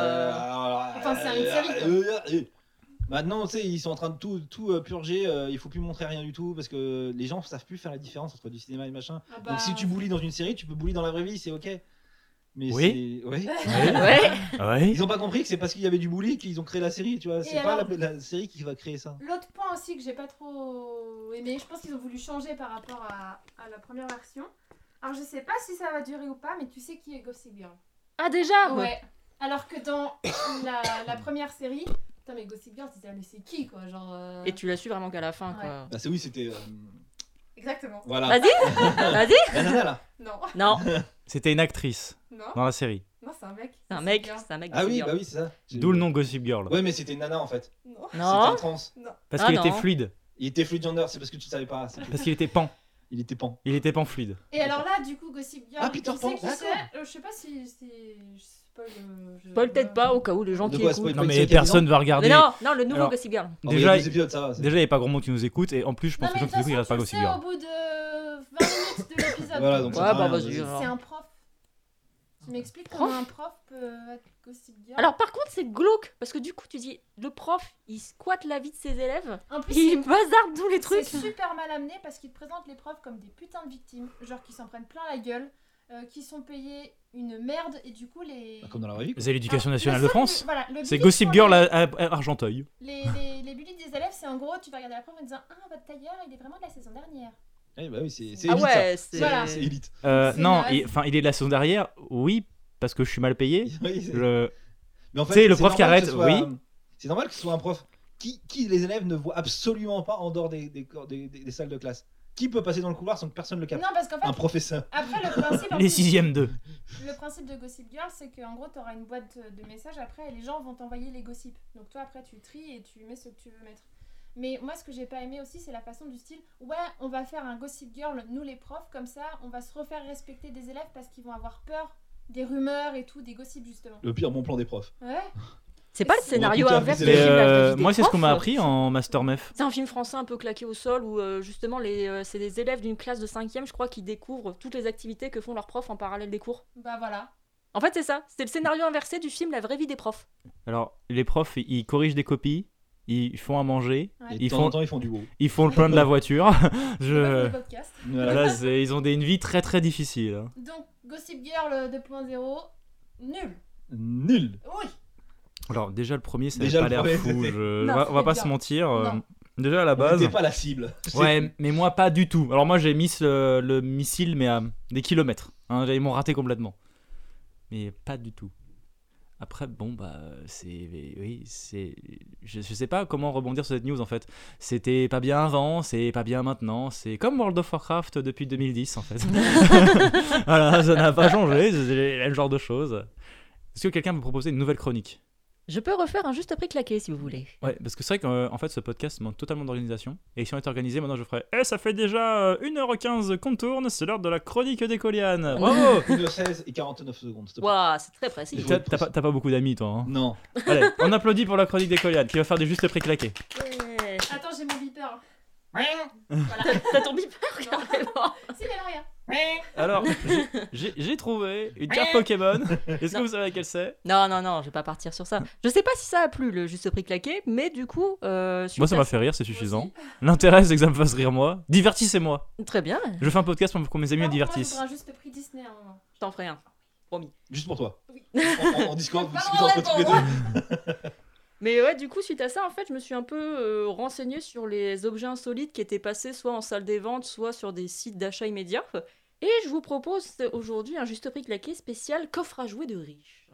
S3: Enfin, c'est une série,
S4: Maintenant, tu sais, ils sont en train de tout purger. Il faut plus montrer rien du tout parce que les gens savent plus faire la différence entre du cinéma et machin.
S3: Ah bah,
S4: Donc, si tu bullies dans une série, tu peux bully dans la vraie vie, c'est ok. Mais
S2: Oui.
S4: c'est. Ouais.
S5: Ouais.
S2: Ouais.
S4: Ils ont pas compris que c'est parce qu'il y avait du bully qu'ils ont créé la série, tu vois. C'est
S3: Et
S4: pas
S3: alors
S4: la série qui va créer ça.
S3: L'autre point aussi que j'ai pas trop aimé, je pense qu'ils ont voulu changer par rapport à la première version. Alors je sais pas si ça va durer ou pas, mais tu sais qui est Gossip Girl?
S5: Ah, déjà?
S3: Ouais. Alors que dans la première série, putain mais Gossip Girl, tu disais mais c'est qui quoi, genre.
S5: Et tu l'as su vraiment qu'à la fin, quoi.
S3: Ouais.
S4: Bah, c'est oui, c'était.
S3: Exactement.
S4: Voilà.
S5: Vas-y, vas-y.
S4: La nana là.
S3: Non,
S5: Non,
S2: C'était une actrice
S3: non,
S2: dans la série.
S3: non, c'est un mec.
S5: c'est un
S3: Gossip
S5: mec,
S3: Girl.
S5: c'est un mec.
S4: Ah
S5: Gossip
S4: oui,
S5: Girl.
S4: bah oui, c'est ça.
S2: D'où le nom Gossip Girl.
S4: Ouais, mais c'était une nana en fait.
S3: Non.
S4: C'était
S5: Non.
S4: un trans.
S2: Parce
S5: Ah
S2: qu'il était
S5: non.
S2: fluide.
S4: Il était fluid gender, c'est parce que tu savais pas.
S2: Parce qu'il était pan.
S4: Il était pan.
S2: Il était pan fluide.
S3: Et alors là, du coup, Gossip Girl,
S4: Ah, Peter
S3: tu
S4: Pan,
S3: sais qui
S4: d'accord.
S3: c'est Je sais pas si je spoil.
S5: Spoil peut-être pas au cas où les gens
S4: De
S5: qui
S4: quoi,
S5: écoutent.
S4: spoil
S2: Non
S4: Pas une
S2: mais
S4: série qui a
S2: personne va
S5: Mais
S2: regarder.
S5: non, non, le nouveau
S2: Alors,
S5: Gossip Girl.
S4: Oh, mais il y
S2: Déjà,
S4: a 2 épisodes, ça va.
S2: Déjà, il n'y a pas grand monde qui nous écoute. Et en plus, je pense
S3: Non,
S2: que
S3: mais
S2: les gens
S3: de
S2: qui nous
S3: toute
S2: écoutent, ils regardent
S3: façon,
S2: pas
S3: tu
S2: Gossip
S3: le
S2: Girl.
S3: sais au bout de 20 minutes de l'épisode.
S4: Voilà, donc
S5: Ouais,
S4: ça sert à
S5: bah
S4: rien,
S5: vas-y. alors.
S3: C'est un prof. Tu m'expliques
S5: Prof
S3: comment un prof peut être Gossip Girl?
S5: Alors par contre c'est glauque parce que du coup tu dis le prof il squatte la vie de ses élèves,
S3: en plus,
S5: il bazarde tous les
S3: c'est
S5: trucs.
S3: super mal amené parce qu'ils te présentent les profs comme des putains de victimes, genre qui s'en prennent plein la gueule, qui sont payés une merde et du coup les.
S4: Bah, comme dans la vraie vie. quoi.
S2: C'est l'éducation
S3: Alors,
S2: nationale
S3: le
S2: de
S3: seul
S2: France.
S3: voilà, le
S2: C'est
S3: bully
S2: Gossip
S3: pour
S2: Girl
S3: les-
S2: à Argenteuil.
S3: Les bullies des élèves, c'est en gros, tu vas regarder la prof en disant ah votre tailleur il est vraiment de la saison dernière.
S4: Eh bah oui, c'est
S5: Ah
S4: élite.
S5: ouais,
S4: ça.
S5: c'est
S3: Voilà.
S4: C'est élite.
S3: C'est
S2: Non,
S3: naze.
S2: il est de la saison derrière. Oui, parce que je suis mal payé.
S4: Oui, c'est-
S2: Je-
S4: Mais en
S2: Tu sais, le
S4: c'est
S2: prof qui
S4: normal
S2: arrête,
S4: que ce soit-
S2: oui.
S4: C'est normal que ce soit un prof qui les élèves ne voient absolument pas en dehors des salles de classe. Qui peut passer dans le couloir sans que personne le capte?
S3: Non parce qu'en fait
S4: Un professeur.
S3: après le principe en
S2: Les
S3: plus,
S2: 6e 2.
S3: le principe de Gossip Girl, c'est qu'en gros, tu auras une boîte de messages après et les gens vont t'envoyer les gossips. Donc toi, après, tu tries et tu mets ce que tu veux mettre. Mais moi, ce que j'ai pas aimé aussi, c'est la façon du style ouais, on va faire un Gossip Girl, nous les profs, comme ça, on va se refaire respecter des élèves parce qu'ils vont avoir peur des rumeurs et tout, des gossips justement.
S4: Le pire bon plan des profs.
S3: Ouais.
S5: c'est pas le scénario
S4: On va
S5: inverse du
S4: plutôt
S5: film
S4: abuser.
S5: La vraie vie des
S2: Moi, c'est ce qu'on m'a
S5: profs.
S2: appris en Master Mef.
S5: C'est un film français un peu claqué au sol où justement c'est des élèves d'une classe de 5e je crois qui découvrent toutes les activités que font leurs profs en parallèle des cours.
S3: Bah voilà.
S5: En fait c'est ça, c'est le scénario inversé du film La vraie vie des profs.
S2: Alors, les profs, ils corrigent des copies, ils font à manger,
S3: Ouais.
S4: Et de
S2: Ils
S4: temps
S2: font-
S4: en temps, ils font du haut.
S2: ils font le plein de la voiture.
S3: On va faire
S2: Je...
S3: le podcast.
S4: Voilà.
S2: Là, ils ont une vie très très difficile. hein.
S3: Donc, Gossip Girl 2.0, nul.
S4: Nul.
S3: Oui.
S2: Alors, déjà, le premier, ça
S4: Déjà,
S2: n'avait pas
S4: le
S2: l'air
S4: premier,
S2: fou.
S4: c'était-
S3: Non,
S2: On va
S3: c'était
S2: pas
S3: bien.
S2: se mentir.
S3: Non.
S2: Déjà, à la base.
S4: C'était pas la cible.
S2: Ouais, mais moi, pas du tout. Alors, moi, j'ai mis le missile, mais à des kilomètres. Hein, ils m'ont raté complètement. Mais pas du tout. Après, bon, bah, c'est. Oui, c'est. Je sais pas comment rebondir sur cette news en fait. C'était pas bien avant, c'est pas bien maintenant. C'est comme World of Warcraft depuis 2010 en fait. Voilà, ça n'a pas changé, c'est le genre de choses. Est-ce que quelqu'un peut proposer une nouvelle chronique?
S5: Je peux refaire un juste prix claqué si vous voulez.
S2: Ouais, parce que c'est vrai qu'en fait, ce podcast manque totalement d'organisation. Et si on était organisé, maintenant je ferais ça fait déjà 1h15 qu'on tourne, c'est l'heure de la chronique des Colianes. Bravo!
S4: 1h16 et 49 secondes. s'il te plaît.
S5: Waouh, c'est très précis.
S4: Il faut-
S2: T'as pas beaucoup d'amis, toi. Hein.
S4: Non.
S2: Allez, on applaudit pour la chronique des Colianes qui va faire des justes prix claqués.
S5: Ouais.
S3: Attends, j'ai mon beeper.
S5: T'as ton beeper carrément.
S3: Si, mais non, rien.
S2: Alors, j'ai trouvé une carte Pokémon. Est-ce que vous savez laquelle c'est?
S5: Non, non, non, je vais pas partir sur ça. Je sais pas si ça a plu le juste prix claqué, mais du coup.
S2: Moi, ça m'a fait rire, c'est suffisant. L'intérêt, c'est que ça me fasse rire moi. Divertissez-moi.
S5: Très bien,
S2: Je fais un podcast pour que mes amis me
S3: Alors, moi,
S2: divertissent.
S3: je voudrais un juste prix Disney à un moment.
S5: je t'en ferai un. Promis.
S4: Juste pour toi.
S3: Oui.
S4: En Discord, vous
S3: Pas
S4: discutez entre tous les deux.
S5: Mais ouais, du coup, suite à ça, en fait, je me suis un peu renseignée sur les objets insolites qui étaient passés soit en salle des ventes, soit sur des sites d'achat immédiat. Et je vous propose aujourd'hui un juste prix claqué spécial coffre à jouets de riches.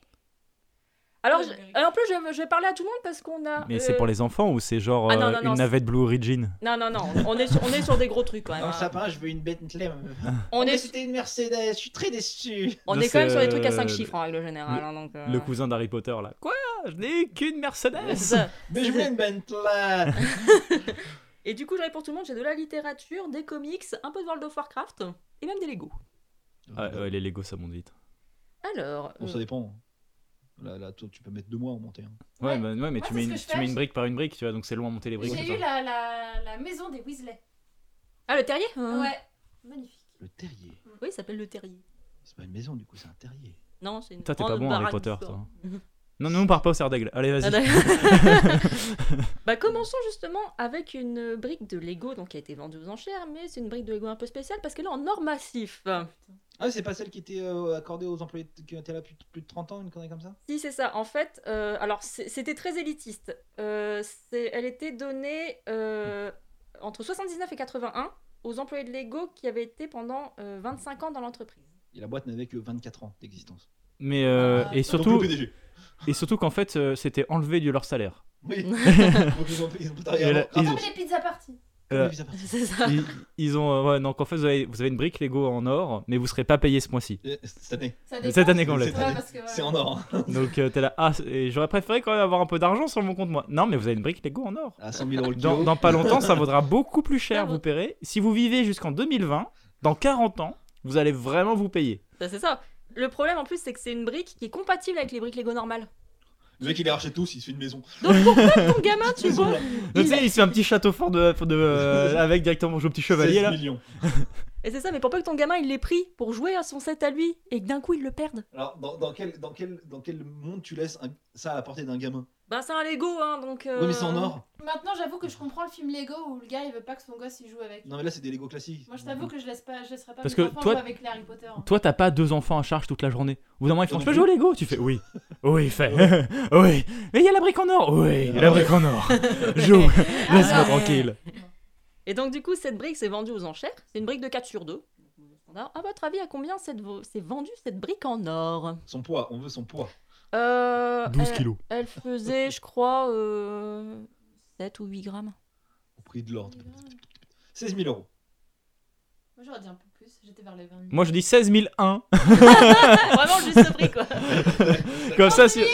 S5: Alors, en plus, je vais parler à tout le monde parce qu'on a.
S2: Mais c'est pour les enfants ou c'est genre
S5: Ah non, non, non,
S2: une navette Blue Origin?
S5: Non, non, non, on est sur des gros trucs quand même.
S4: Dans le
S5: hein.
S4: sapin, je veux une Bentley.
S5: On est,
S4: C'était une Mercedes, je suis très déçu.
S5: on
S2: Non,
S5: est quand même
S2: c'est,
S5: sur des trucs à 5
S2: euh,
S5: chiffres en règle générale. hein, donc,
S2: Le cousin d'Harry Potter là. Quoi? Je n'ai qu'une Mercedes.
S5: c'est ça.
S4: Mais je voulais une Bentley.
S5: Et du coup, j'en ai pour tout le monde, j'ai de la littérature, des comics, un peu de World of Warcraft et même des Lego.
S2: Ah, ouais, les Lego, ça monte vite.
S5: Alors,
S4: Bon, ça dépend. Là, toi, tu peux mettre 2 mois à en monter. Hein.
S2: Ouais,
S3: Ouais.
S2: mais
S3: Moi,
S2: tu
S3: c'est
S2: mets,
S3: ce
S2: une,
S3: que je
S2: tu
S3: fais.
S2: mets une brique par une brique, tu vois, donc c'est long à monter les briques.
S3: J'ai eu la maison des Weasley.
S5: le terrier
S3: Ouais, magnifique.
S4: Le terrier.
S5: Oui, il s'appelle le terrier.
S4: C'est pas une maison, du coup, c'est un terrier.
S5: Non, c'est une
S2: Toi, t'es pas
S5: grande
S2: bon, Harry
S5: baraque
S2: Potter,
S5: d'histoire.
S2: Non, nous on part pas au cerf d'aigle. Allez,
S5: Ah,
S2: vas-y.
S5: d'accord. Bah, commençons justement avec une brique de Lego donc, qui a été vendue aux enchères, mais c'est une brique de Lego un peu spéciale parce qu'elle est en or massif.
S4: Ah, c'est pas celle qui était accordée aux employés qui étaient là plus de 30 ans, une connerie comme ça?
S5: Si, c'est ça. En fait, alors c'était très élitiste. Elle était donnée entre 79 et 81 aux employés de Lego qui avaient été pendant 25 ans dans l'entreprise.
S4: Et la boîte n'avait que 24 ans d'existence.
S2: Mais et
S4: Donc
S2: surtout,
S4: le PDG.
S2: qu'en fait, c'était enlevé de leur salaire.
S4: Oui. Donc ils ont pas travaillé
S2: Et là,
S4: avant.
S2: ils-
S3: Comme les pizzas parties.
S2: Euh,
S5: C'est ça.
S2: ils ont, ouais, donc en fait, vous avez une brique Lego en or, mais vous serez pas payé ce mois-ci.
S4: Cette année.
S3: Ça
S2: Cette
S3: dépend.
S2: année complète.
S3: Ouais, parce que,
S4: C'est en or. Hein.
S2: Donc t'es là, ah, et j'aurais préféré quand même avoir un peu d'argent sur mon compte, moi. Non, mais vous avez une brique Lego en or.
S4: À 100 000 € le kilo.
S2: Dans pas longtemps, ça vaudra beaucoup plus cher,
S5: Ça vaut-
S2: vous paierez. Si vous vivez jusqu'en 2020, dans 40 ans, vous allez vraiment vous payer.
S5: C'est ça. Le problème en plus, c'est que c'est une brique qui est compatible avec les briques Lego normales.
S4: Le mec, il les rachète tous, il se fait une maison.
S5: Donc pourquoi ton gamin, tu vois
S2: Tu sais, il se fait un petit château fort avec directement au petit chevalier
S4: 16
S2: là.
S4: millions.
S5: Et c'est ça, mais pour pas que ton gamin il l'ait pris pour jouer à son set à lui et que d'un coup il le perde.
S4: Alors, dans quel monde tu laisses ça à la portée d'un gamin?
S5: Bah c'est un Lego, hein, donc...
S4: Oui, mais c'est en or.
S3: Maintenant, j'avoue que je comprends le film Lego où le gars il veut pas que son gosse il joue avec.
S4: Non, mais là, c'est des Lego classiques.
S3: Moi, je t'avoue que je laisserai pas
S2: Parce
S3: mes
S2: que
S3: enfants
S2: toi-
S3: jouer avec les Harry Potter.
S2: Toi, t'as pas 2 enfants à charge toute la journée. Au bout d'un moment, ils font
S4: Non
S2: je peux
S4: plus.
S2: jouer au Lego. Tu fais oui. Oui, fais. Oui. Mais il y a la brique en or. Oui, la brique en or. Joue. Laisse-moi tranquille.
S5: Et donc du coup, cette brique s'est vendue aux enchères. C'est une brique de 4 sur 2. À votre avis, à combien c'est vendu cette brique en or?
S4: Son poids, on veut son poids.
S2: 12 kilos.
S5: Elle faisait, je crois, 7 ou 8 grammes.
S4: Au prix de l'or. 16 000 €.
S3: Moi, j'aurais dit un peu plus. J'étais vers les 20 000.
S2: Moi, je dis 16 001.
S5: Vraiment juste ce prix, quoi.
S2: Comme ça, si.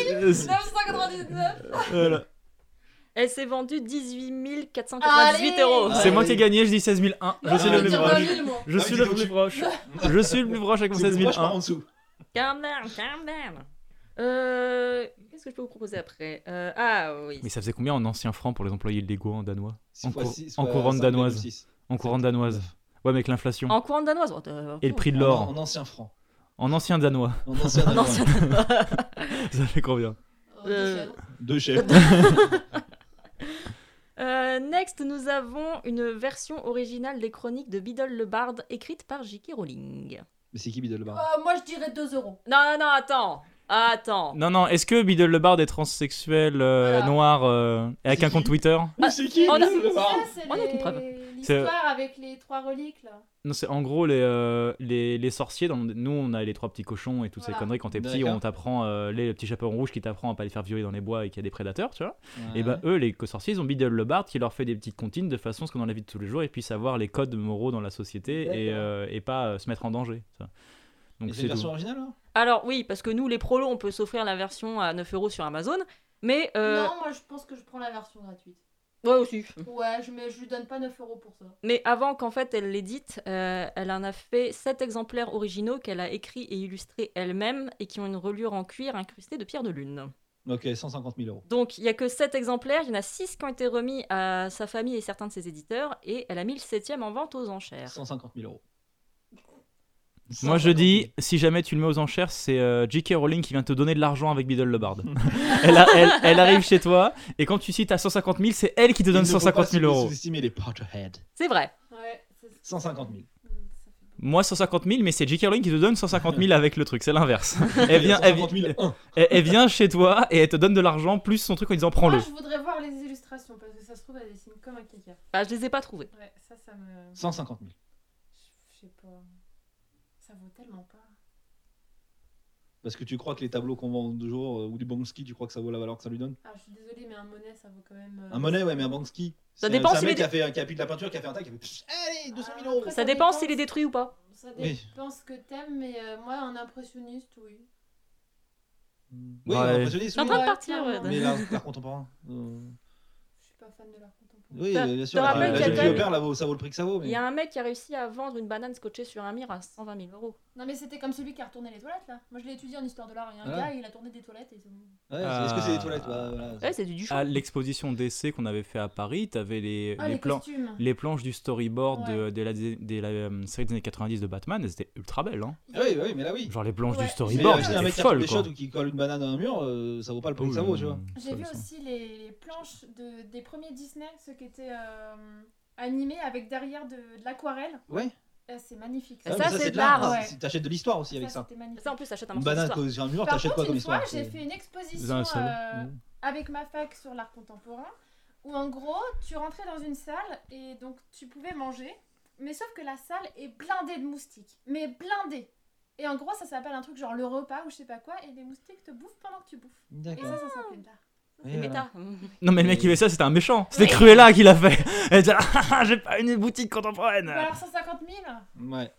S3: 999.
S2: Voilà.
S5: Elle s'est vendue 18 498 €.
S4: Ah,
S2: C'est moi
S4: oui.
S2: qui ai gagné, je dis 16 001. Je suis
S4: Ah,
S2: le plus
S4: dire
S2: proche.
S3: 20 000, moi.
S2: Je
S4: Ah,
S2: suis
S4: mais
S2: le
S4: t'es
S2: plus
S4: au-dessus.
S2: proche. Je suis le plus proche avec mon
S4: C'est
S2: 16
S4: plus proche par en
S2: 001.
S4: dessous.
S5: Calm down, calm down. Qu'est-ce que je peux vous proposer après Ah oui.
S2: Mais ça faisait combien en anciens francs pour les employés de Lego en danois?
S4: Six
S2: En
S4: fois
S2: cour-
S4: six
S2: en
S4: fois
S2: couronne
S4: 5,
S2: danoise.
S4: 6.
S2: En couronne danoise. Ouais, mais avec l'inflation.
S5: En courant danoise.
S2: Et le prix de l'or.
S4: En ancien franc.
S2: En ancien danois.
S4: En ancien
S5: En
S4: danois.
S5: ancien danois.
S2: Ça fait combien?
S3: Oh, deux chèvres.
S4: 2 chefs.
S5: Next, nous avons une version originale des chroniques de Biddle le Bard écrite par J.K. Rowling.
S4: Mais c'est qui Biddle le bar?
S3: Moi, je dirais 2 euros.
S5: Non, non, attends.
S2: Non, non, est-ce que Biddle le Bard est transsexuel,
S3: Voilà.
S2: noir, et avec
S4: C'est
S2: un compte
S4: qui
S2: Twitter?
S4: Mais c'est qui
S5: on a-
S4: Biddle le bar?
S3: Ça, c'est
S5: On a aucune preuve.
S3: l'histoire avec les 3 reliques, là.
S2: Non, c'est en gros les sorciers. Nous, on a les 3 petits cochons et toutes ces
S3: Voilà.
S2: conneries. Quand t'es petit,
S4: D'accord.
S2: on t'apprend les petits chaperons rouges qui t'apprend à pas les faire violer dans les bois et qu'il y a des prédateurs, tu vois.
S4: Ouais.
S2: Et bah, eux, les sorciers, ils ont Biddle le Bard qui leur fait des petites comptines de façon à ce que dans la vie de tous les jours, ils puissent avoir les codes moraux dans la société et pas se mettre en danger. Ça.
S4: Et
S2: Donc
S4: c'est une
S2: c'est
S4: version
S2: tout.
S4: originale alors?
S5: Alors oui, parce que nous, les prolos, on peut s'offrir la version à 9 € sur Amazon. Mais...
S3: Non, moi, je pense que je prends la version gratuite.
S5: Ouais, aussi.
S3: Ouais, je lui donne pas 9 euros pour ça.
S5: Mais avant qu'en fait elle l'édite, elle en a fait 7 exemplaires originaux qu'elle a écrits et illustrés elle-même et qui ont une reliure en cuir incrustée de pierre de lune.
S4: Ok, 150 000 €.
S5: Donc il n'y a que 7 exemplaires, il y en a 6 qui ont été remis à sa famille et certains de ses éditeurs et elle a mis le 7e en vente aux enchères.
S4: 150 000 €.
S2: Moi, je dis, si jamais tu le mets aux enchères, c'est J.K. Rowling qui vient te donner de l'argent avec Biddle le Bard. elle arrive chez toi et quand tu cites à 150 000, c'est elle qui te donne 150 000 euros.
S4: Sous-estimer les Potterhead.
S5: C'est vrai.
S3: Ouais, c'est
S4: 150 000.
S3: ça fait
S2: Moi, 150 000, mais c'est J.K. Rowling qui te donne 150 000 avec le truc, c'est l'inverse. Elle vient,
S4: 150 000, un.
S2: elle vient chez toi et elle te donne de l'argent plus son truc en disant prends-le.
S3: Moi, je voudrais voir les illustrations parce que ça se trouve, elle dessine comme un caca.
S5: Bah, je les ai pas trouvés.
S3: Ouais, ça me.
S4: 150 000.
S3: Je sais pas. Ça vaut tellement pas.
S4: Parce que tu crois que les tableaux qu'on vend de jour ou du Banksy, tu crois que ça vaut la valeur que ça lui donne?
S3: Ah, je suis désolée, mais un monnaie, ça vaut quand même.
S4: Un monnaie, ouais, mais un Banksy.
S5: Ça
S4: c'est
S5: dépend
S4: c'est un
S5: s'il
S4: mec
S5: est-
S4: qui a appuyé de la peinture, qui a fait un tac, qui a fait allez, 200 000 €.
S3: Après,
S5: Ça dépend s'il est détruit ou pas.
S3: Ça
S4: Oui.
S3: dépend ce que t'aimes, mais moi, un impressionniste, oui.
S4: Oui,
S2: Ouais.
S4: un impressionniste,
S5: Je suis en
S4: oui.
S5: train de
S3: Ouais,
S5: partir.
S3: clairement.
S5: ouais.
S4: Mais l'art contemporain.
S3: Je suis pas fan de l'art contemporain.
S4: Oui,
S5: Ça-
S4: bien sûr.
S5: te rappelles
S4: La
S5: qu'il y a
S4: jeune
S5: quand
S4: fille au
S5: même-
S4: père, là, ça vaut le prix que ça vaut.
S5: Il
S4: Mais...
S5: y a un mec qui a réussi à vendre une banane scotchée sur un mur à 120 000 €.
S3: Non, mais c'était comme celui qui a retourné les toilettes là. Moi je l'ai étudié en histoire de l'art. Il y a un
S4: Voilà.
S3: gars, il a tourné des toilettes et c'est bon.
S4: Ouais, est-ce que c'est des toilettes voilà.
S5: Ouais, c'est du Duchamp.
S2: À l'exposition d'essai qu'on avait fait à Paris, t'avais
S3: Ah, les costumes.
S2: les planches du storyboard
S3: Ouais.
S2: de la série des années 90 de Batman, elles étaient ultra belles. Hein.
S4: Ah oui, mais là, oui.
S2: Genre les planches
S3: Ouais.
S2: du
S4: Mais
S2: storyboard,
S4: acheter
S2: elles
S4: un
S2: étaient
S4: mec qui a
S2: folles
S4: des
S2: quoi.
S4: shots ou qui colle une banane à un mur, ça vaut pas le prix que ça vaut, tu vois.
S3: J'ai vu aussi les planches des premiers Disney, ceux qui étaient animés avec derrière de l'aquarelle.
S4: Ouais.
S3: C'est magnifique.
S5: Ça,
S4: Ah, mais
S5: c'est
S4: c'est
S5: de l'art.
S3: Ouais.
S4: T'achètes de l'histoire aussi avec ça.
S3: C'était magnifique.
S5: Ça, en plus, t'achètes un
S4: Une
S5: morceau
S4: banane
S5: d'histoire.
S4: sur un mur,
S3: Par
S4: t'achètes quoi
S3: contre,
S4: comme
S3: une fois,
S4: histoire
S3: j'ai
S4: c'est-
S3: fait une
S2: Dans
S3: exposition
S2: un seul.
S3: avec ma fac sur l'art contemporain où en gros, tu rentrais dans une salle et donc tu pouvais manger, mais sauf que la salle est blindée de moustiques. Mais blindée. Et en gros, ça s'appelle un truc genre le repas ou je sais pas quoi, et les moustiques te bouffent pendant que tu bouffes. Et
S4: D'accord.
S3: ça s'appelle de l'art.
S4: Et
S5: C'est
S4: voilà.
S5: méta.
S2: Non mais le mec qui fait ça, c'était un méchant. C'était
S3: Oui.
S2: Cruella qui l'a fait. Elle disait ah, j'ai pas une boutique contemporaine.
S3: Ou alors 150 000
S4: Ouais.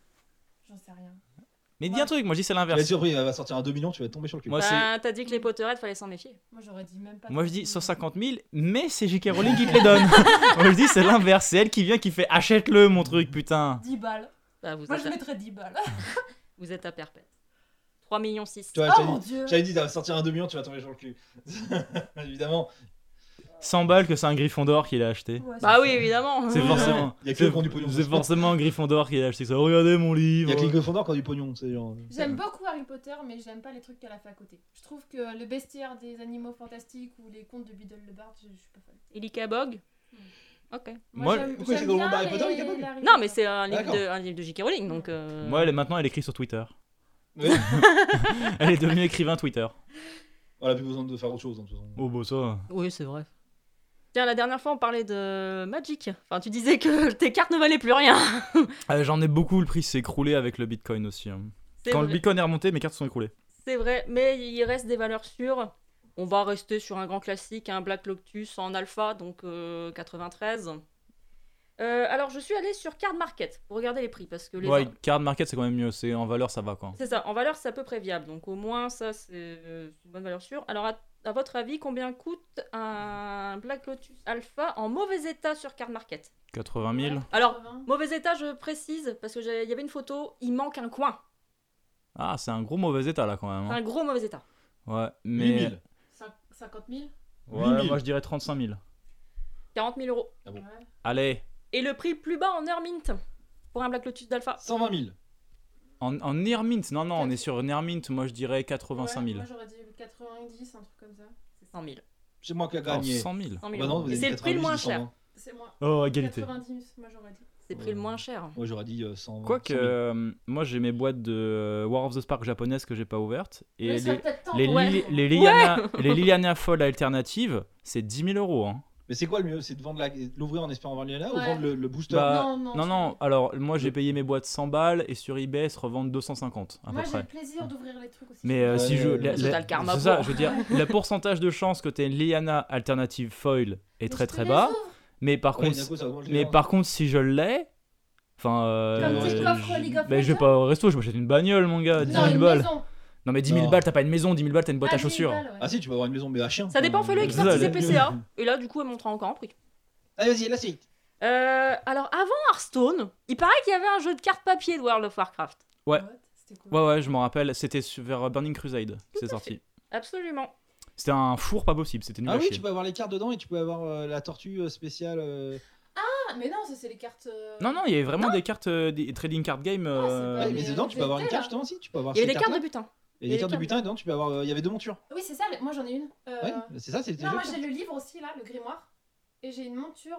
S3: J'en sais rien.
S2: Mais dis un truc, moi je dis c'est
S4: Tu vas être
S2: l'inverse.
S4: surpris, elle va sortir à 2 millions, tu vas tomber sur le cul.
S2: Moi,
S5: Bah, t'as dit que les Potterheads, fallait s'en méfier.
S3: Moi j'aurais dit même pas.
S2: Moi je
S3: 30
S2: dis
S3: 000.
S2: 150 000, mais c'est J.K. Rowling qui te les donne. Moi je dis c'est l'inverse, c'est elle qui vient qui fait achète-le mon truc putain.
S3: 10 balles.
S5: Bah, vous,
S3: Moi
S5: êtes
S3: je
S5: à...
S3: mettrais 10 balles.
S5: vous êtes à perpète. 3,6 millions.
S4: Tu vois,
S3: Oh mon dieu.
S4: j'avais dit, elle va sortir à 2 millions, tu vas tomber sur le cul. Évidemment.
S2: 100 balles que c'est un Gryffondor qui l'a acheté.
S3: Ouais,
S5: Bah
S3: c'est
S5: oui,
S3: ça.
S5: évidemment.
S2: C'est forcément.
S4: Il y a que eux qui ont du pognon.
S2: C'est forcément un Gryffondor qui l'a acheté ça. Regardez mon
S4: Il y
S2: livre.
S4: a que les Gryffondors qui ont du pognon, c'est genre.
S3: J'aime beaucoup Harry Potter, mais j'aime pas les trucs qu'elle a fait à côté. Je trouve que le bestiaire des animaux fantastiques ou les contes de Biddle le Bard, je suis pas fan.
S5: Elika Bog. Ok.
S2: Moi,
S4: pourquoi c'est dans le monde d'Harry Potter, les Potter
S5: Non, mais c'est un livre
S4: D'accord.
S5: de J.K. Rowling, donc...
S2: Moi maintenant elle écrit sur Twitter.
S4: Ouais.
S2: Elle est devenue écrivain Twitter.
S4: On a plus besoin de faire autre chose, de toute façon.
S2: Oh bah ça.
S5: Oui, c'est vrai. Tiens, la dernière fois, on parlait de Magic. Enfin, tu disais que tes cartes ne valaient plus rien.
S2: J'en ai beaucoup, le prix s'est écroulé avec le Bitcoin aussi. Hein.
S5: C'est
S2: Quand le
S5: vrai.
S2: Bitcoin est remonté, mes cartes sont écroulées.
S5: C'est vrai, mais il reste des valeurs sûres. On va rester sur un grand classique, un Black Lotus en alpha, donc 93. Alors, je suis allée sur Card Market pour regarder les prix, parce que les...
S2: Ouais, card market c'est quand même mieux, c'est en valeur ça va quoi.
S5: C'est ça, en valeur, c'est à peu près viable. Donc, au moins, ça, c'est une bonne valeur sûre. Alors, à votre avis, combien coûte un Black Lotus alpha en mauvais état sur Card Market?
S2: 80 000.
S5: Alors, mauvais état, je précise, parce qu'il y avait une photo, il manque un coin.
S2: Ah, c'est un gros mauvais état là quand même.
S5: C'est
S2: Hein.
S5: un gros mauvais état.
S2: Ouais,
S4: 8
S2: mais.
S4: 000.
S3: 50 000
S2: Ouais,
S4: 8 000.
S2: moi je dirais 35 000.
S5: 40 000 euros.
S4: Ah bon.
S3: Ouais.
S2: Allez,
S5: Et le prix plus bas en Heure Mint pour un Black Lotus d'alpha.
S4: 120 000.
S2: en Nearmint, non, on est sur Nearmint, moi je dirais 85 000.
S3: Moi j'aurais dit 90, un truc comme ça.
S5: C'est 100 000.
S4: C'est moi qui a
S2: Oh,
S4: gagné.
S2: 100 000.
S5: 100 000
S4: Bah non,
S5: euros.
S4: vous
S5: Et
S4: avez
S5: c'est
S4: dit
S5: le prix le
S4: 90,
S5: moins
S4: j'ai dit
S5: cher.
S4: 120.
S3: C'est moi.
S2: Oh, égalité.
S3: 90, moi j'aurais dit.
S5: C'est le prix le moins cher.
S4: Moi j'aurais dit 120.
S2: Quoique,
S4: 100 000.
S2: moi j'ai mes boîtes de War of the Spark japonaises que j'ai pas ouvertes. Et
S3: Mais il serait
S2: les,
S3: peut-être temps
S2: les,
S3: pour-
S5: Ouais.
S2: les Liliana, les Liliana Fold alternatives, c'est 10 000 euros. Hein.
S4: Mais c'est quoi le mieux? C'est de vendre l'ouvrir en espérant vendre Liliana ou
S3: Ouais.
S4: vendre le booster?
S2: Bah,
S3: Non,
S2: non, non,
S3: tu-
S2: alors moi j'ai payé mes boîtes 100 balles et sur eBay elles se revendent 250 à
S3: Moi
S2: peu
S3: j'ai le
S2: près.
S3: plaisir d'ouvrir les trucs aussi.
S2: Mais
S4: Ouais,
S2: si je.
S4: ouais,
S5: Total karma
S2: c'est ça,
S5: pour.
S2: je veux dire, le pourcentage de chance que tu aies une Liliana alternative foil est très très bas. Mais par
S4: Ouais,
S2: contre,
S4: d'un coup, ça augmente les
S2: mais
S4: ventes.
S2: par contre, si je l'ai. Enfin.
S3: Comme
S4: petit
S3: tes coffres League of
S2: Ben, je vais
S3: Legends.
S2: pas au resto, je m'achète une bagnole, mon gars, 10
S3: Non,
S2: 000
S3: une
S2: balles.
S3: maison.
S2: Non, mais 10 000
S4: Non.
S2: balles, t'as pas une maison, 10 000 balles, t'as une boîte à
S3: 10 000
S2: chaussures.
S3: balles, ouais.
S4: Ah si, tu vas avoir une maison, mais à chien.
S5: Ça dépend, fais-le
S2: ça,
S5: expertiser
S2: là.
S5: PCA. Et là, du coup, elle montera encore en prix.
S4: Allez, vas-y, la suite.
S5: Alors, avant Hearthstone, il paraît qu'il y avait un jeu de cartes papier de World of Warcraft.
S2: Ouais.
S3: What C'était cool.
S2: Ouais, ouais, je m'en rappelle, c'était vers Burning Crusade, c'est
S5: à
S2: sorti.
S5: Absolument.
S2: C'était un four pas possible, c'était nul
S4: Ah
S2: à
S4: oui,
S2: chier.
S4: tu peux avoir les cartes dedans et tu peux avoir la tortue spéciale.
S3: Ah, mais non, ça c'est les cartes.
S2: Non, non, il y avait vraiment des cartes, des trading card game.
S3: Ah, c'est
S4: Ouais, mais
S3: mais
S4: dedans, tu peux avoir une
S3: VT,
S4: carte
S3: là.
S4: justement aussi. Tu peux avoir
S5: Il y avait
S4: ces
S5: des cartes de
S4: cartes-là.
S5: butin.
S4: Et des
S5: les
S4: cartes de
S5: cartes.
S4: butin, et dedans, tu peux avoir. Il y avait 2 montures.
S3: Oui, c'est ça, moi j'en ai une.
S4: Ouais, c'est ça, c'était
S3: Non,
S4: le
S3: moi
S4: jeu.
S3: j'ai le livre aussi là, le grimoire. Et j'ai une monture.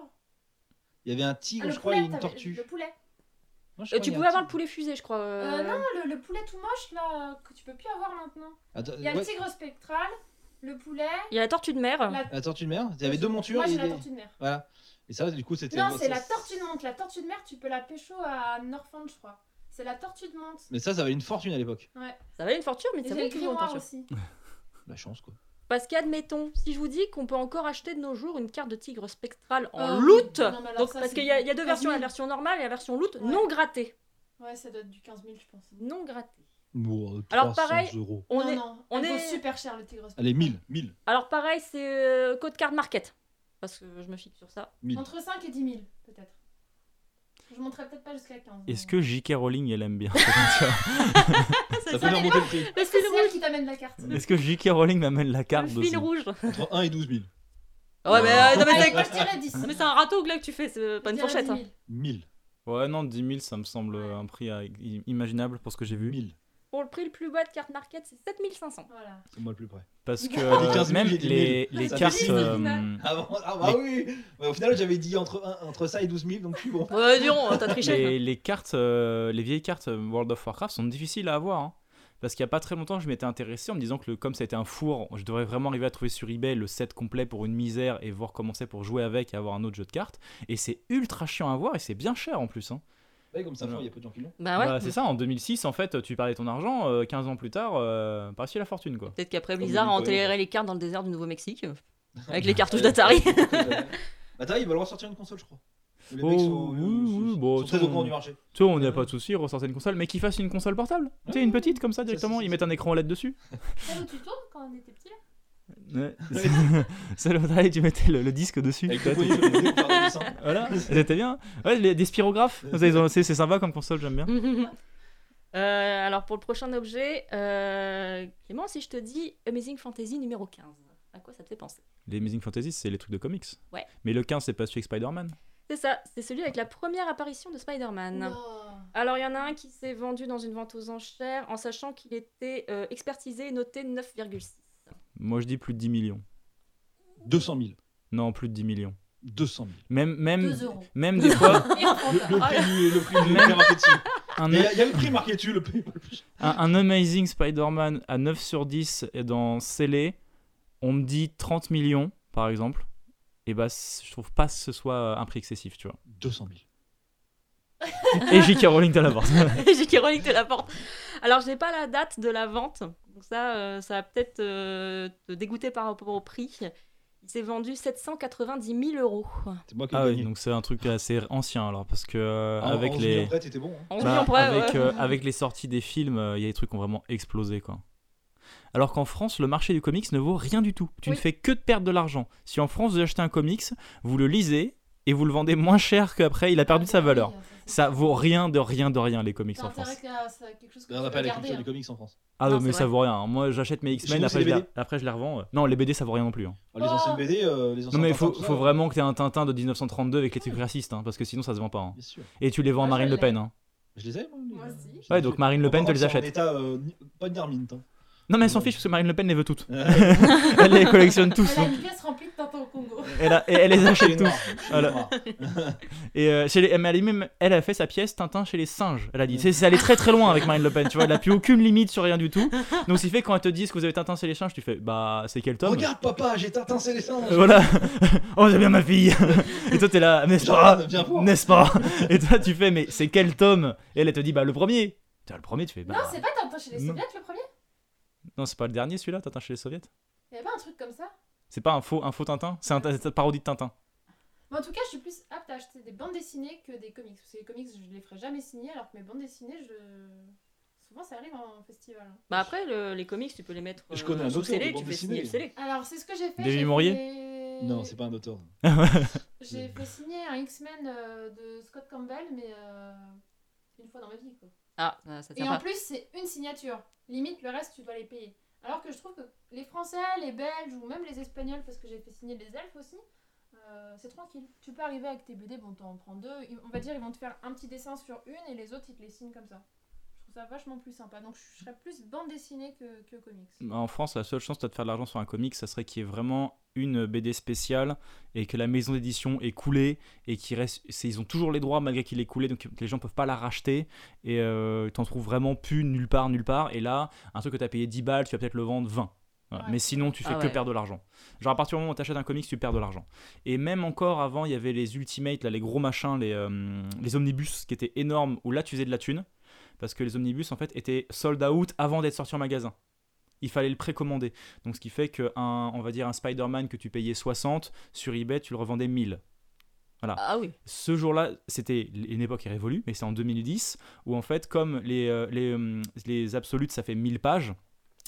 S4: Il y avait un tigre,
S3: Ah,
S4: je crois, et une tortue.
S3: Le poulet.
S4: Non, je crois
S5: Tu
S4: qu'il y a
S5: pouvais
S4: un
S5: avoir le
S4: tigre.
S5: poulet fusé, je crois.
S3: Non, le poulet tout moche là, que tu peux plus avoir maintenant.
S4: Attends,
S3: Il y a
S4: ouais,
S3: le tigre spectral, le poulet.
S5: Il y a la tortue de mer.
S3: La...
S4: la tortue de mer. Il y avait 2 montures.
S3: Moi
S4: et
S3: j'ai la
S4: des-
S3: tortue de mer.
S4: Voilà. Et ça, du coup, c'était.
S3: Non, c'est la tortue de menthe. La tortue de mer, tu peux la pécho à Northland, je crois. C'est la tortue de menthe.
S4: Mais ça valait une fortune à l'époque.
S3: Ouais.
S5: Ça valait une fortune, mais
S3: Et
S5: ça
S3: j'ai
S5: valait
S3: le
S5: toujours une
S3: grimoire
S5: fortune.
S3: aussi.
S4: La chance, quoi.
S5: Parce qu'admettons, si je vous dis qu'on peut encore acheter de nos jours une carte de tigre spectral en
S3: Oh,
S5: loot,
S3: non, mais alors
S5: donc,
S3: ça,
S5: parce
S3: c'est
S5: qu'il y a deux
S3: 15
S5: versions,
S3: 000.
S5: la version normale et la version loot,
S3: Ouais.
S5: non grattée.
S3: Ouais, ça doit être du 15 000, je pense.
S5: Non grattée.
S4: Bon,
S5: Alors,
S4: 300
S5: pareil,
S4: euros.
S3: Non,
S5: on
S3: elle
S5: est...
S3: vaut super cher le tigre spectral.
S4: Allez, 1000.
S5: Alors pareil, c'est code card market. parce que je me fixe sur ça.
S4: 1000.
S3: Entre 5 et 10 000, peut-être. Je monterai peut-être pas jusqu'à 15.
S2: Est-ce que J.K. Rowling, elle aime bien
S4: Ça peut lui remonter le prix.
S5: Le
S3: c'est
S5: fil
S3: elle
S5: rouge.
S3: qui t'amène la carte.
S2: Est-ce que J.K. Rowling m'amène la carte
S5: Le
S2: aussi
S5: fil rouge.
S4: Entre 1 et 12 000.
S5: Ouais, mais, non, mais,
S3: Allez,
S5: c'est...
S3: moi je dirais 10.
S5: mais c'est un râteau que là que tu fais, c'est pas
S3: Je
S5: une
S3: dirais
S5: fourchette.
S3: 10
S5: Hein.
S3: 000.
S4: 1000.
S2: Ouais, non, 10 000, ça me semble un prix imaginable pour ce que j'ai vu.
S4: 1000.
S5: Pour le prix le plus bas de carte market, c'est 7500.
S3: Voilà.
S4: C'est moi le plus près.
S2: Parce que
S4: J'ai dit 15 000,
S2: même
S4: j'ai dit
S2: les
S4: Ça fait
S2: cartes.
S4: 6 000 Ah bah oui. Ouais, au final, j'avais dit entre ça et 12 000, donc je suis bon.
S5: Ouais, dirons, t'as triché.
S2: les cartes, les vieilles cartes World of Warcraft sont difficiles à avoir. Hein. Parce qu'il n'y a pas très longtemps, je m'étais intéressé en me disant que comme ça a été un four, je devrais vraiment arriver à trouver sur eBay le set complet pour une misère et voir comment c'est pour jouer avec et avoir un autre jeu de cartes. Et c'est ultra chiant à avoir et c'est bien cher en plus. Hein.
S4: Ouais, comme ça, il y a peu de gens qui l'ont.
S5: Bah ouais.
S2: Bah, c'est ça, en 2006, en fait, tu parlais ton argent, 15 ans plus tard, par-ci la fortune quoi.
S5: Peut-être qu'après
S4: Comme
S5: Blizzard a
S4: le
S5: enterré les cartes dans le désert du Nouveau-Mexique. Avec les cartouches d'Atari.
S4: Atari, ils veulent ressortir une console, je crois. Les
S2: Oh,
S4: mecs sont,
S2: oui, bon,
S4: sont très
S2: ça,
S4: au courant du marché.
S2: Tu vois, on n'y a pas de souci, ressortir une console, mais qu'ils fassent une console portable. Tu sais, une petite comme ça directement,
S4: c'est
S2: ils mettent un écran OLED dessus.
S3: Celle où tu tournes quand on était petit là.
S2: Ouais. Celle où tu mettais le disque dessus.
S4: Avec le pognon, pour faire des dessins.
S2: Voilà, c'était bien. Ouais, des spirographes, ça, c'est sympa comme console, j'aime bien.
S5: Alors pour le prochain objet, Clément, si je te dis Amazing Fantasy numéro 15, à quoi ça te fait penser?
S2: Les Amazing Fantasy, c'est les trucs de comics.
S5: Ouais.
S2: Mais le 15, c'est pas celui avec Spider-Man.
S5: C'est ça, c'est celui avec la première apparition de Spider-Man.
S3: Non.
S5: Alors il y en a un qui s'est vendu dans une vente aux enchères en sachant qu'il était expertisé et noté 9,6.
S2: Moi, je dis plus de 10 millions.
S4: 200 000.
S2: Non, plus de 10 millions.
S4: 200 000.
S2: Même
S3: 2 euros.
S2: des fois,
S3: Et en France,
S4: Le
S3: là.
S4: prix du marqué dessus.
S2: un,
S4: Il y a le prix marqué dessus, le prix pas le plus.
S2: un Amazing Spider-Man à 9 sur 10 et dans Scellé, on me dit 30 millions, par exemple. Et bah, je trouve pas que ce soit un prix excessif, tu vois.
S4: 200 000.
S2: Et J.K. Rowling te la porte.
S5: J.K. Rowling te la porte. Alors je n'ai pas la date de la vente, donc ça va peut-être te dégoûter par rapport au prix. Il s'est vendu 790 000 euros.
S4: C'est moi qui ai
S2: Ah oui,
S4: gagné.
S2: donc c'est un truc assez ancien alors, parce que
S4: Avec
S2: avec les...
S4: Après, t'étais bon. Hein.
S5: 11
S2: Bah,
S5: millions près,
S2: avec,
S5: ouais.
S2: avec les sorties des films, il y a des trucs qui ont vraiment explosé, quoi. Alors qu'en France, le marché du comics ne vaut rien du tout. Tu
S5: Oui.
S2: ne fais que de perdre de l'argent. Si en France, vous achetez un comics, vous le lisez et vous le vendez moins cher qu'après, il a perdu de sa valeur. Ça vaut rien, les comics en France.
S3: C'est quelque chose que
S4: On
S3: tu
S4: n'a
S3: peux
S4: pas la
S3: garder.
S4: culture du comics en France.
S2: Ah
S5: Non,
S2: non, mais
S5: c'est
S2: ça
S5: vrai.
S2: vaut rien. Moi, j'achète mes
S4: Chez
S2: X-Men,
S4: nous,
S2: après,
S4: c'est les BD.
S2: après je les revends. Non, les BD, ça vaut rien non plus. Hein.
S4: Les anciennes BD, les anciens
S2: Non, mais il
S4: Tintin,
S2: faut
S4: tout ça,
S2: vraiment que tu aies un Tintin de 1932 avec les trucs racistes, hein, parce que sinon, ça se vend pas. Hein.
S4: Bien sûr.
S2: Et tu les vends à
S3: Moi, je
S2: Marine Le
S3: l'ai.
S2: Pen. Hein.
S4: Je les ai,
S3: Moi aussi.
S2: Ouais, donc Marine Le Pen te les achète.
S4: En état, pas de Garmin.
S2: Non, mais elle s'en fiche parce que Marine Le Pen les veut toutes. Elle les collectionne tous.
S3: Elle a
S2: donc
S3: une pièce remplie de Tintin au Congo.
S2: elle les achète tous.
S4: Voilà.
S2: Voilà. Et chez les, mais elle a fait sa pièce Tintin chez les singes. Elle a dit, c'est allé très très loin avec Marine Le Pen. Tu vois, elle a plus aucune limite sur rien du tout. Donc, ce qui fait que quand elle te dit que vous avez Tintin chez les singes, tu fais, bah, c'est quel tome?
S4: Regarde, papa, j'ai Tintin, c'est les singes.
S2: Voilà. Oh, c'est bien ma fille. Et toi, t'es là, n'est-ce pas?
S4: Viens voir.
S2: N'est-ce pas? Et toi, tu fais, mais c'est quel tome? Et elle te dit, bah, le premier. Le premier, tu fais, bah.
S3: Non, c'est pas Tintin chez les
S2: non.
S3: Soviets le premier.
S2: Non, c'est pas le dernier celui-là, Tintin chez les Soviets.
S3: Il y avait pas un truc comme ça.
S2: C'est pas un faux Tintin, c'est une parodie de Tintin.
S3: Mais en tout cas, je suis plus apte à acheter des bandes dessinées que des comics. Parce que les comics, je les ferai jamais signer, alors que mes bandes dessinées, souvent ça arrive en festival. Hein.
S5: Bah après, les comics, tu peux les mettre
S4: Je connais un
S5: sous
S4: auteur de
S5: scellé,
S4: bande
S5: tu fais
S4: dessinée.
S5: signer le scellé.
S3: Alors, c'est ce que j'ai fait.
S2: David
S3: j'ai
S2: Maurier
S3: fait-
S4: Non, c'est pas un auteur.
S3: J'ai fait signer un X-Men de Scott Campbell, mais une fois dans ma vie, quoi.
S5: Ah, ça
S3: Et
S5: tient
S3: en
S5: pas.
S3: plus, c'est une signature. Limite, le reste, tu dois les payer. Alors que je trouve que les Français, les Belges ou même les Espagnols, parce que j'ai fait signer les Elfes aussi, c'est tranquille. Tu peux arriver avec tes BD, bon, t'en prends deux. On va dire, ils vont te faire un petit dessin sur une et les autres, ils te les signent comme ça. Je trouve ça vachement plus sympa. Donc, je serais plus bande dessinée que comics.
S2: En France, la seule chance de te faire de l'argent sur un comic, ça serait qu'il y ait vraiment une BD spéciale et que la maison d'édition est coulée et qu'ils ils ont toujours les droits malgré qu'il est coulé, donc les gens peuvent pas la racheter et t'en trouves vraiment plus nulle part. Et là, un truc que t'as payé 10 balles, tu vas peut-être le vendre 20. Voilà.
S3: Ouais.
S2: Mais sinon, tu fais
S5: Ah
S2: que
S5: ouais.
S2: perdre de l'argent. Genre, à partir du moment où tu achètes un comics, tu perds de l'argent. Et même encore avant, il y avait les Ultimates, là, les gros machins, les omnibus qui étaient énormes, où là, tu faisais de la thune. Parce que les omnibus, en fait, étaient sold out avant d'être sortis en magasin. Il fallait le précommander. Donc, ce qui fait on va dire un Spider-Man que tu payais 60, sur eBay, tu le revendais 1000. Voilà.
S5: Ah oui.
S2: Ce jour-là, c'était une époque révolue, mais c'est en 2010, où en fait, comme les absolutes, ça fait 1000 pages,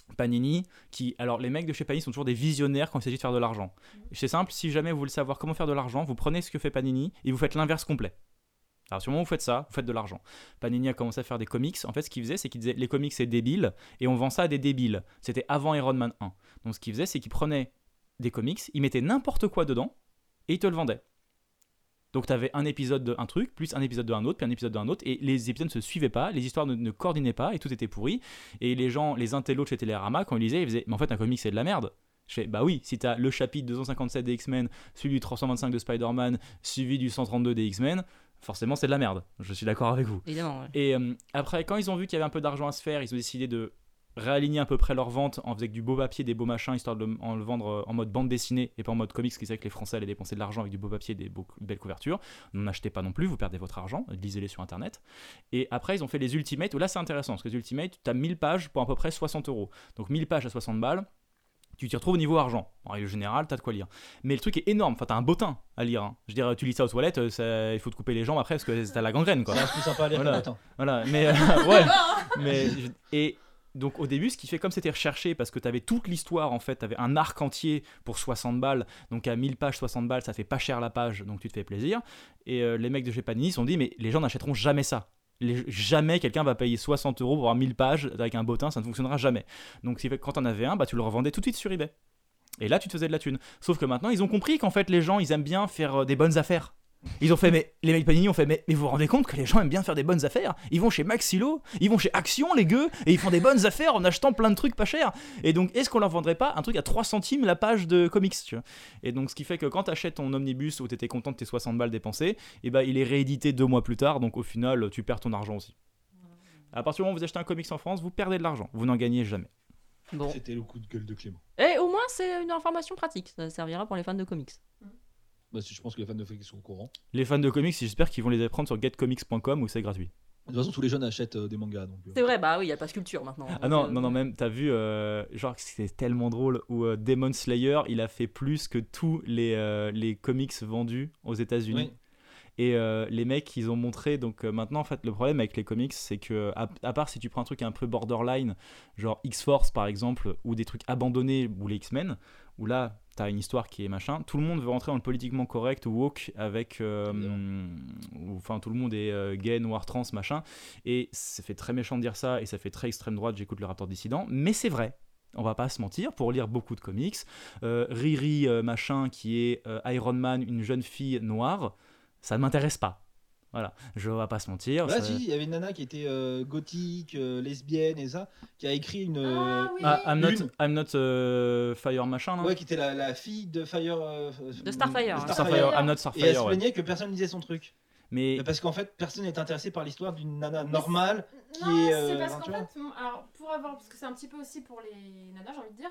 S2: Panini, alors les mecs de chez Panini sont toujours des visionnaires quand il s'agit de faire de l'argent. C'est simple, si jamais vous voulez savoir comment faire de l'argent, vous prenez ce que fait Panini et vous faites l'inverse complet. Alors sur le moment où vous faites ça, vous faites de l'argent. Panini a commencé à faire des comics. En fait, ce qu'il faisait, c'est qu'il disait les comics c'est débile et on vend ça à des débiles. C'était avant Iron Man 1. Donc ce qu'il faisait, c'est qu'il prenait des comics, il mettait n'importe quoi dedans et il te le vendait. Donc tu avais un épisode d'un truc, plus un épisode d'un autre, puis un épisode d'un autre, et les épisodes ne se suivaient pas, les histoires ne coordonnaient pas, et tout était pourri. Et les gens, les intellos de chez Télérama, quand ils lisaient, ils faisaient « Mais en fait, un comic, c'est de la merde !» Je fais « Bah oui, si t'as le chapitre 257 des X-Men, suivi du 325 de Spider-Man, suivi du 132 des X-Men, forcément, c'est de la merde. » Je suis d'accord avec vous.
S5: Évidemment, ouais.
S2: Et après, quand ils ont vu qu'il y avait un peu d'argent à se faire, ils ont décidé de réaligner à peu près leur vente en faisant du beau papier, des beaux machins, histoire de en le vendre en mode bande dessinée et pas en mode comics, ce qui c'est que les Français allaient dépenser de l'argent avec du beau papier et des belles couvertures. N'en achetez pas non plus, vous perdez votre argent, lisez-les sur internet. Et après, ils ont fait les Ultimates, où là c'est intéressant, parce que les Ultimates, tu as 1000 pages pour à peu près 60 €. Donc 1000 pages à 60 balles, tu t'y retrouves au niveau argent. En règle générale, t'as de quoi lire. Mais le truc est énorme, enfin t'as un bottin à lire. Hein. Je veux dire, tu lis ça aux toilettes, il faut te couper les jambes après parce que t'as la gangrène, quoi.
S4: C'est plus sympa à lire
S2: Voilà.
S4: que le matin.
S2: Voilà, mais ouais. Et donc au début, ce qui fait comme c'était recherché, parce que t'avais toute l'histoire en fait, t'avais un arc entier pour 60 balles, donc à 1000 pages, 60 balles, ça fait pas cher la page, donc tu te fais plaisir. Et les mecs de chez Panini se sont dit, mais les gens n'achèteront jamais ça. Jamais quelqu'un va payer 60 € pour avoir 1000 pages avec un bottin, ça ne fonctionnera jamais. Donc quand t'en avais un, bah, tu le revendais tout de suite sur eBay. Et là, tu te faisais de la thune. Sauf que maintenant, ils ont compris qu'en fait, les gens, ils aiment bien faire des bonnes affaires. Ils ont fait, mais les mecs Panini ont fait, mais vous vous rendez compte que les gens aiment bien faire des bonnes affaires? Ils vont chez Maxilo, ils vont chez Action, les gueux, et ils font des bonnes affaires en achetant plein de trucs pas chers. Et donc, est-ce qu'on leur vendrait pas un truc à 3 centimes la page de comics, tu vois? Et donc, ce qui fait que quand t'achètes ton omnibus où t'étais content de tes 60 balles dépensées, et bah, il est réédité 2 mois plus tard, donc au final, tu perds ton argent aussi. À partir du moment où vous achetez un comics en France, vous perdez de l'argent, vous n'en gagnez jamais.
S5: Bon.
S4: C'était le coup de gueule de Clément.
S5: Et au moins, c'est une information pratique. Ça servira pour les fans de comics.
S4: Bah, je pense que les fans de Fake sont au courant.
S2: Les fans de comics, j'espère qu'ils vont les apprendre sur getcomics.com où c'est gratuit.
S4: De toute façon, tous les jeunes achètent des mangas. Donc,
S5: C'est vrai, bah oui, il y a pas Sculpture maintenant.
S2: Ah non, même, t'as vu, genre, c'était tellement drôle, où Demon Slayer, il a fait plus que tous les comics vendus aux États-Unis.
S4: Oui.
S2: Et les mecs, ils ont montré, donc maintenant, en fait, le problème avec les comics, c'est que, à part si tu prends un truc un peu borderline, genre X-Force par exemple, ou des trucs abandonnés, ou les X-Men, où là, t'as une histoire qui est machin, tout le monde veut rentrer dans le politiquement correct ou woke avec. Enfin, tout le monde est gay, noir, trans, machin. Et ça fait très méchant de dire ça, et ça fait très extrême droite, j'écoute le Rapport Dissident, mais c'est vrai. On va pas se mentir, pour lire beaucoup de comics, Riri, machin, qui est Iron Man, une jeune fille noire, ça ne m'intéresse pas. Voilà, je vais pas se mentir.
S4: Là,
S2: ça...
S4: si, il y avait une nana qui était gothique, lesbienne et ça, qui a écrit une.
S3: Oui.
S2: I'm not Fire machin là.
S4: Ouais, qui était la fille de Fire.
S5: De Starfire.
S2: Starfire, I'm not
S4: Et elle
S2: Starfire.
S4: se
S2: Ouais.
S4: plaignait que personne lisait son truc.
S2: Mais
S4: Parce qu'en fait, personne n'est intéressé par l'histoire d'une nana normale qui
S3: Non,
S4: est.
S3: c'est parce
S4: enfin, tu
S3: qu'en
S4: vois.
S3: fait, alors parce que c'est un petit peu aussi pour les nanas, j'ai envie de dire,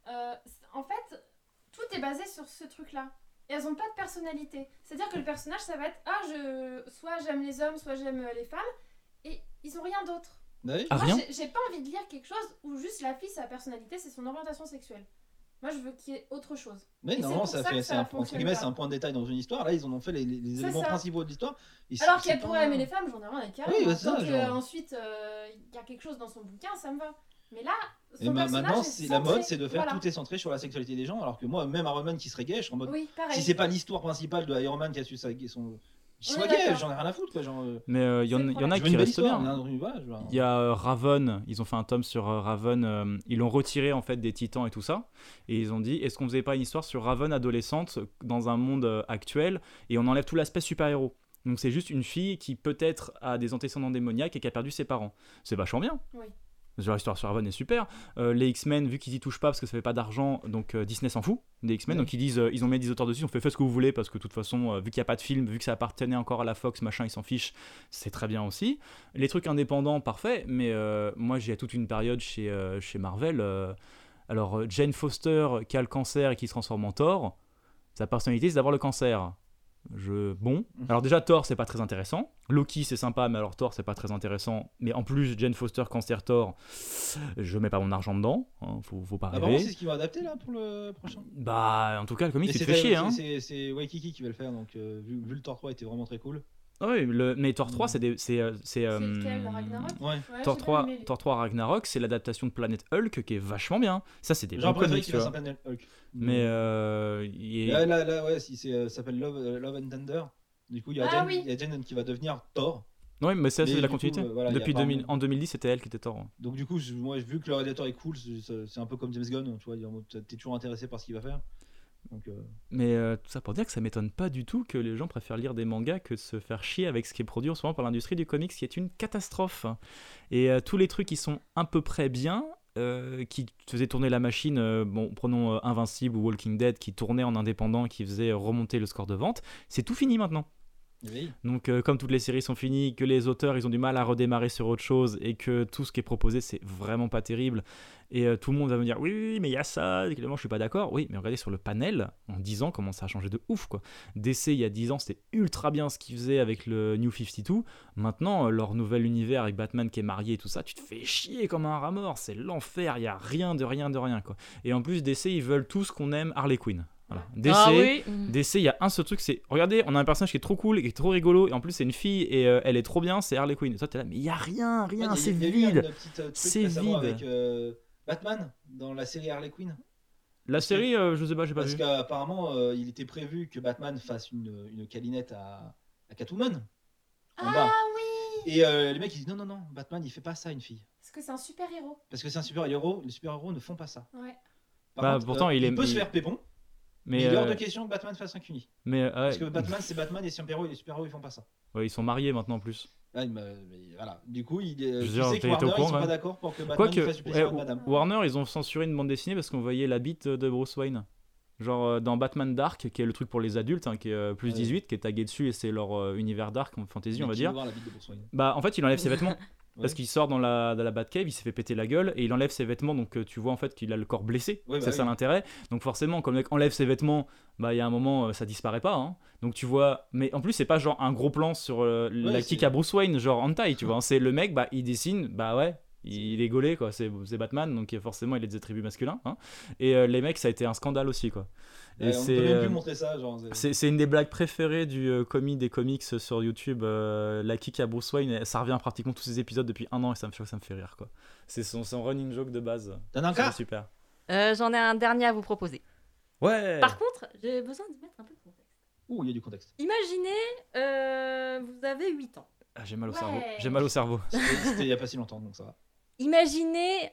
S3: en fait, tout est basé sur ce truc-là. Et elles ont pas de personnalité. C'est-à-dire que le personnage, ça va être soit j'aime les hommes, soit j'aime les femmes, et ils ont rien d'autre.
S4: Bah oui.
S2: Ah,
S3: Moi,
S2: rien
S3: j'ai pas envie de lire quelque chose où juste la fille, sa personnalité, c'est son orientation sexuelle. Moi, je veux qu'il y ait autre chose.
S4: Mais
S3: Et
S4: normalement,
S3: c'est pour
S4: ça
S3: ça
S4: fait,
S3: que ça
S4: c'est un, entre
S3: fonctionne
S4: guillemets,
S3: pas.
S4: c'est un point de détail dans une histoire. Là, ils en ont fait les
S3: C'est
S4: éléments
S3: ça.
S4: principaux de l'histoire. Et
S3: Alors
S4: c'est
S3: qu'elle
S4: pas-
S3: pourrait aimer les femmes, j'en ai rien à carrer.
S4: Oui,
S3: moi.
S4: c'est ça,
S3: Tant que,
S4: genre.
S3: ensuite, il y a quelque chose dans son bouquin, ça me va. Mais là,
S4: Et
S3: son personnage
S4: maintenant,
S3: est
S4: la
S3: centré.
S4: mode, c'est de faire
S3: Voilà.
S4: tout est centré sur la sexualité des gens. Alors que moi, même Iron Man qui serait gay, je suis en mode.
S3: Oui, pareil.
S4: Si c'est pas l'histoire principale de Iron Man qui a su qu'il soit
S3: est
S4: gay,
S3: d'accord.
S4: j'en ai rien à foutre. Quoi, genre,
S2: mais il y en
S3: C'est le
S2: a
S4: je veux
S2: qui
S4: une belle
S2: restent
S4: histoire.
S2: bien.
S4: Voilà, je vois.
S2: Il y a Raven, ils ont fait un tome sur Raven, ils l'ont retiré en fait des Titans et tout ça, et ils ont dit est-ce qu'on faisait pas une histoire sur Raven adolescente dans un monde actuel, et on enlève tout l'aspect super-héros. Donc c'est juste une fille qui peut-être a des antécédents démoniaques et qui a perdu ses parents. C'est vachement bien.
S3: Oui.
S2: Genre l'histoire sur Raven est super. Les X-Men, vu qu'ils y touchent pas parce que ça fait pas d'argent, donc Disney s'en fout des X-Men.
S4: Ouais.
S2: Donc ils disent, ils ont mis des auteurs dessus, ils ont fait faites ce que vous voulez parce que de toute façon, vu qu'il n'y a pas de film, vu que ça appartenait encore à la Fox, machin, ils s'en fichent. C'est très bien aussi. Les trucs indépendants, parfait. Mais moi, j'ai toute une période chez Marvel. Alors Jane Foster qui a le cancer et qui se transforme en Thor, sa personnalité c'est d'avoir le cancer. Bon. Alors déjà Thor c'est pas très intéressant. Loki c'est sympa mais alors Thor c'est pas très intéressant. Mais en plus Jane Foster cancer Thor, je mets pas mon argent dedans. Hein, faut pas
S4: Apparemment,
S2: rêver.
S4: c'est ce qu'ils vont adapter là pour le prochain.
S2: Bah en tout cas le comic
S4: Mais
S2: tu te
S4: c'est
S2: fais chier hein.
S4: C'est Waikiki qui va le faire. Donc vu le Thor 3 était vraiment très cool.
S2: Ouais, mais Thor 3, c'est
S3: C'est lequel, Ragnarok?
S4: Ouais.
S3: Ouais,
S2: Thor
S3: j'ai
S2: 3,
S3: bien aimé.
S2: Thor 3 Ragnarok, c'est l'adaptation de Planet Hulk qui est vachement bien. Ça, c'est des
S4: Genre
S2: bons
S4: préféré
S2: comics,
S4: qu'il
S2: tu
S4: fasse un
S2: vois.
S4: Planet Hulk.
S2: Mais
S4: Là, ouais, si ça s'appelle Love and Thunder. Du coup, il y a
S3: Ah
S4: Jane,
S3: oui.
S4: il y a Jane qui va devenir Thor.
S2: ouais, mais ça,
S4: Mais
S2: c'est la
S4: du coup,
S2: continuité.
S4: voilà, il y a
S2: Depuis
S4: pas
S2: 2000,
S4: un-
S2: en 2010, c'était elle qui était Thor.
S4: Donc du coup, moi, vu que le réalisateur est cool, c'est un peu comme James Gunn, tu vois, t'es toujours intéressé par ce qu'il va faire. Donc,
S2: Mais tout ça pour dire que ça m'étonne pas du tout que les gens préfèrent lire des mangas que de se faire chier avec ce qui est produit en ce moment par l'industrie du comics, qui est une catastrophe. Et tous les trucs qui sont à peu près bien, qui faisaient tourner la machine, bon, prenons Invincible ou Walking Dead, qui tournaient en indépendant, qui faisaient remonter le score de vente, c'est tout fini maintenant.
S4: oui.
S2: Donc comme toutes les séries sont finies, que les auteurs ils ont du mal à redémarrer sur autre chose et que tout ce qui est proposé c'est vraiment pas terrible et tout le monde va me dire oui mais il y a ça, et clairement je suis pas d'accord. Oui mais regardez sur le panel, en 10 ans comment ça a changé de ouf quoi. DC il y a 10 ans c'était ultra bien ce qu'ils faisaient avec le New 52. Maintenant leur nouvel univers avec Batman qui est marié et tout ça, tu te fais chier comme un rat mort, c'est l'enfer, il y a rien de rien quoi. Et en plus DC ils veulent tous qu'on aime Harley Quinn. Voilà. DC,
S5: Ah oui.
S2: DC, il y a un seul truc, c'est regardez, on a un personnage qui est trop cool, qui est trop rigolo, et en plus c'est une fille et elle est trop bien, c'est Harley Quinn. Et toi t'es là, mais il y a rien,
S4: Ouais,
S2: c'est
S4: il y a eu
S2: vide.
S4: un petit truc
S2: C'est
S4: récemment
S2: vide.
S4: avec Batman dans la série Harley Quinn.
S2: La série, je sais pas, j'ai pas
S4: Parce
S2: vu.
S4: qu'apparemment, il était prévu que Batman fasse une câlinette à Catwoman. En
S3: Ah
S4: bas.
S3: oui.
S4: Et les mecs ils disent non, Batman il fait pas ça à une fille.
S3: Parce que c'est un super héros.
S4: Parce que c'est un super-héros, les super-héros ne font pas ça.
S3: Ouais.
S4: Par
S2: Bah,
S4: contre,
S2: pourtant, il
S4: peut
S2: est-
S4: se faire pépon, mais il
S2: Mais,
S4: est hors de question que Batman fasse un cuni.
S2: ouais,
S4: Parce que Batman c'est Batman et les super-héros ils font pas ça.
S2: ouais, ils sont mariés maintenant en plus.
S4: Ouais, mais voilà. Du coup,
S2: veux
S4: tu
S2: dire,
S4: sais que
S2: t'es au
S4: Warner
S2: courant,
S4: ils sont
S2: ouais.
S4: pas d'accord pour que Batman
S2: Quoique,
S4: fasse du plaisir à
S2: ouais,
S4: madame.
S2: Warner, ils ont censuré une bande dessinée parce qu'on voyait la bite de Bruce Wayne. Genre dans Batman Dark, qui est le truc pour les adultes, hein, qui est plus
S4: Ouais.
S2: 18, qui est tagué dessus et c'est leur univers dark en fantasy, on va
S4: Mais qui
S2: dire.
S4: veut voir la bite de Bruce Wayne.
S2: Bah en fait il enlève ses vêtements parce
S4: Ouais.
S2: qu'il sort dans la Batcave, il s'est fait péter la gueule et il enlève ses vêtements donc tu vois en fait qu'il a le corps blessé,
S4: Ouais, bah
S2: c'est ça
S4: oui.
S2: l'intérêt. Donc forcément quand le mec enlève ses vêtements, bah il y a un moment ça disparaît pas hein. Donc tu vois, mais en plus c'est pas genre un gros plan sur la
S4: c'est-
S2: kick à Bruce Wayne genre hentai tu vois, hein. C'est le mec bah il dessine, bah ouais. Il est gaulé quoi, c'est Batman donc forcément il a des attributs masculins hein. Et les mecs ça a été un scandale aussi quoi. Et
S4: Ouais, on
S2: c'est
S4: peut même plus montrer ça, genre.
S2: c'est une des blagues préférées du des comics sur YouTube, la kick à Bruce Wayne, ça revient pratiquement tous ces épisodes depuis un an et ça me fait rire quoi. C'est son running joke de base.
S4: T'en as
S2: C'est
S4: encore
S2: super.
S5: J'en ai un dernier à vous proposer.
S2: Ouais.
S5: Par contre, j'ai besoin de mettre un peu de contexte.
S4: Ouh, il y a du contexte.
S5: Imaginez, vous avez 8 ans.
S2: Ah, j'ai mal au
S3: Ouais.
S2: cerveau. J'ai mal au cerveau.
S4: C'était il y a pas si longtemps, donc ça va.
S5: Imaginez,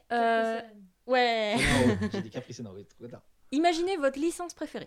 S5: ouais.
S4: Non, j'ai des caprices énormes. Trop tard.
S5: Imaginez votre licence préférée.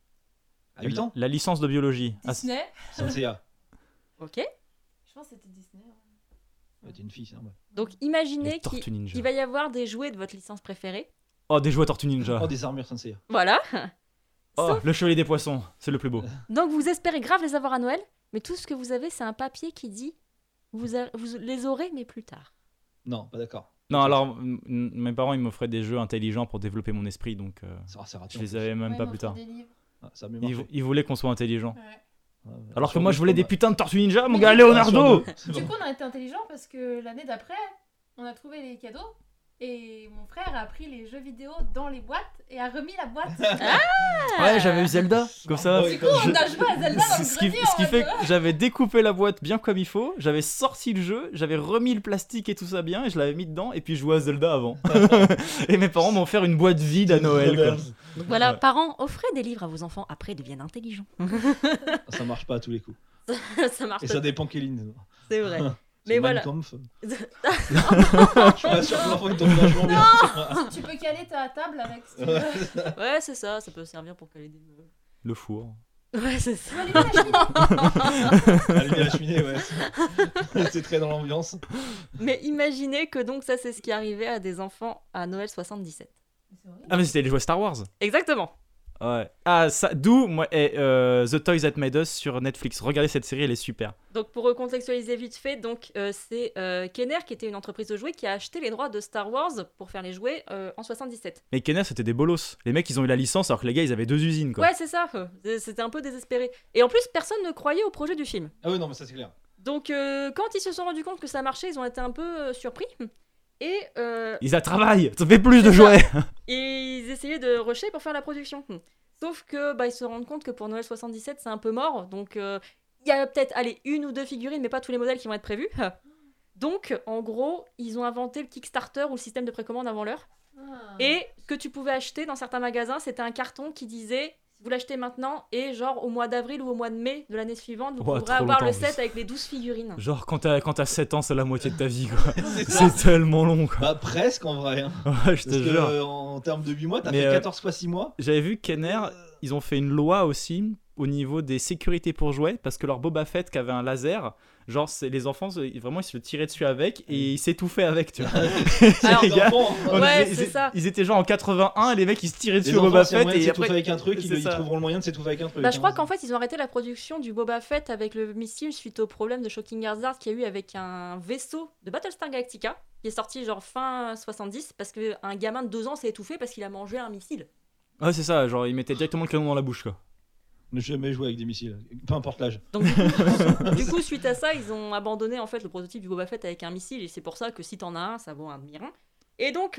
S4: À 8 ans
S2: La licence de biologie. Ah,
S3: Disney.
S4: Senseiya.
S5: Ok.
S3: Je pense que c'était Disney. Ouais.
S4: Ouais, t'es une fille, c'est normal.
S5: Donc
S2: les
S5: imaginez
S2: Tortues
S5: qu'il
S2: Ninja.
S5: va y avoir des jouets de votre licence préférée.
S2: Oh, des jouets Tortues Ninja.
S4: Oh, des armures Senseiya.
S5: Voilà.
S2: Oh,
S5: Sauf-
S2: le chevalier des poissons, c'est le plus beau.
S5: Donc vous espérez grave les avoir à Noël, mais tout ce que vous avez, c'est un papier qui dit vous les aurez, mais plus tard.
S4: Non, pas d'accord.
S2: Non, alors mes parents ils m'offraient des jeux intelligents pour développer mon esprit donc
S4: C'est raté.
S2: je les avais même
S3: Ouais,
S2: pas
S3: ils
S2: plus
S3: m'offrent
S2: tard.
S3: des livres.
S4: Ah, ça a mieux marché.
S2: Ils voulaient qu'on soit intelligent.
S3: Ouais.
S4: Ouais, ouais.
S2: Alors que moi je voulais des
S4: Bah,
S2: putains de Tortues Ninja, mon
S3: Mais
S2: gars
S3: du coup,
S2: Leonardo.
S4: c'est
S3: Du
S4: bon.
S3: coup, on a été intelligents parce que l'année d'après, on a trouvé les cadeaux et mon frère a pris les jeux vidéo dans les boîtes et a remis la boîte.
S2: Ouais, j'avais eu Zelda comme ça.
S4: Ouais,
S3: Du coup, on a joué à Zelda dans le
S2: Ce qui
S3: grenier.
S2: fait que j'avais découpé la boîte bien comme il faut, j'avais sorti le jeu, j'avais remis le plastique et tout ça bien, et je l'avais mis dedans, et puis je jouais à Zelda avant. Et mes parents m'ont offert une boîte vide à Noël. Quoi.
S5: Donc voilà,
S2: Ouais.
S5: parents, offrez des livres à vos enfants, après ils deviennent intelligents.
S4: Ça marche pas à tous les coups.
S5: Ça marche
S4: Et
S5: pas,
S4: ça dépend quelle ligne.
S5: c'est vrai.
S4: C'est
S5: Mais
S4: Mein
S5: voilà.
S4: Kampf. Je suis pas sûr que l'enfant il tombe vachement bien.
S3: Tu peux caler ta table avec. Si tu veux.
S4: Ouais.
S5: Ouais, c'est ça, ça peut servir pour caler des meubles.
S2: Le four.
S5: Ouais, c'est ça.
S3: Tu vas allumer la cheminée.
S4: Allumer la cheminée, ouais. C'est très dans l'ambiance.
S5: Mais imaginez que donc ça, c'est ce qui arrivait à des enfants à Noël 77.
S3: C'est horrible.
S2: Ah mais c'était les jouets Star Wars.
S5: Exactement.
S2: Ouais. Ah ça, d'où moi The Toys That Made Us sur Netflix. Regardez cette série, elle est super.
S5: Donc pour recontextualiser vite fait, donc c'est Kenner qui était une entreprise de jouets qui a acheté les droits de Star Wars pour faire les jouets en 77.
S2: Mais Kenner c'était des bolos. Les mecs ils ont eu la licence alors que les gars ils avaient 2 usines quoi.
S5: Ouais, c'est ça. C'était un peu désespéré. Et en plus, personne ne croyait au projet du film.
S4: Ah oui, non, mais ça c'est clair.
S5: Donc quand ils se sont rendus compte que ça marchait, ils ont été un peu surpris. Et
S2: Ils a travaillent, ça fait plus de
S5: C'est ça.
S2: jouets.
S5: Et ils essayaient de rusher pour faire la production. Sauf que ils se rendent compte que pour Noël 77, c'est un peu mort. Donc il y a peut-être, allez, 1 ou 2 figurines, mais pas tous les modèles qui vont être prévus. Donc, en gros, ils ont inventé le Kickstarter ou le système de précommande avant l'heure.
S3: Ah.
S5: Et ce que tu pouvais acheter dans certains magasins, c'était un carton qui disait vous l'achetez maintenant et genre au mois d'avril ou au mois de mai de l'année suivante, vous
S2: Ouais,
S5: pourrez
S2: trop
S5: avoir le
S2: longtemps,
S5: set
S2: plus.
S5: avec les 12 figurines.
S2: Genre quand t'as 7 ans, c'est la moitié de ta vie quoi.
S4: C'est ça.
S2: C'est tellement long quoi.
S4: Bah, presque en vrai. Hein.
S2: Ouais, je te
S4: Parce que,
S2: jure.
S4: en termes de 8 mois, t'as
S2: Mais,
S4: fait 14 fois 6 mois.
S2: J'avais vu Kenner, ils ont fait une loi aussi au niveau des sécurités pour jouets parce que leur Boba Fett qui avait un laser, genre les enfants vraiment ils se le tiraient dessus avec et ils s'étouffaient avec, tu vois.
S5: Alors,
S2: Les gars,
S4: enfants,
S5: Ouais,
S2: ils,
S5: c'est ça.
S2: ils étaient genre en 81 et les mecs ils se tiraient dessus
S4: les
S2: au
S4: enfants,
S2: Boba
S4: s'il y a
S2: Fett
S4: moyen de
S2: et
S4: s'étouffer
S2: après
S4: avec un truc,
S2: c'est
S4: ils
S2: ça.
S4: trouveront le moyen de s'étouffer avec un truc.
S5: Bah, je crois
S4: hein.
S5: qu'en fait, ils ont arrêté la production du Boba Fett avec le missile suite au problème de Shocking Hazard qu'il y a eu avec un vaisseau de Battlestar Galactica qui est sorti genre fin 70 parce qu'un gamin de 2 ans s'est étouffé parce qu'il a mangé un missile.
S2: Ouais, c'est ça, genre ils mettaient directement le canon dans la bouche quoi.
S4: Ne jamais jouer avec des missiles, peu importe l'âge.
S5: Donc du coup, suite à ça, ils ont abandonné en fait le prototype du Boba Fett avec un missile et c'est pour ça que si t'en as un, ça vaut un demi-rein. Et donc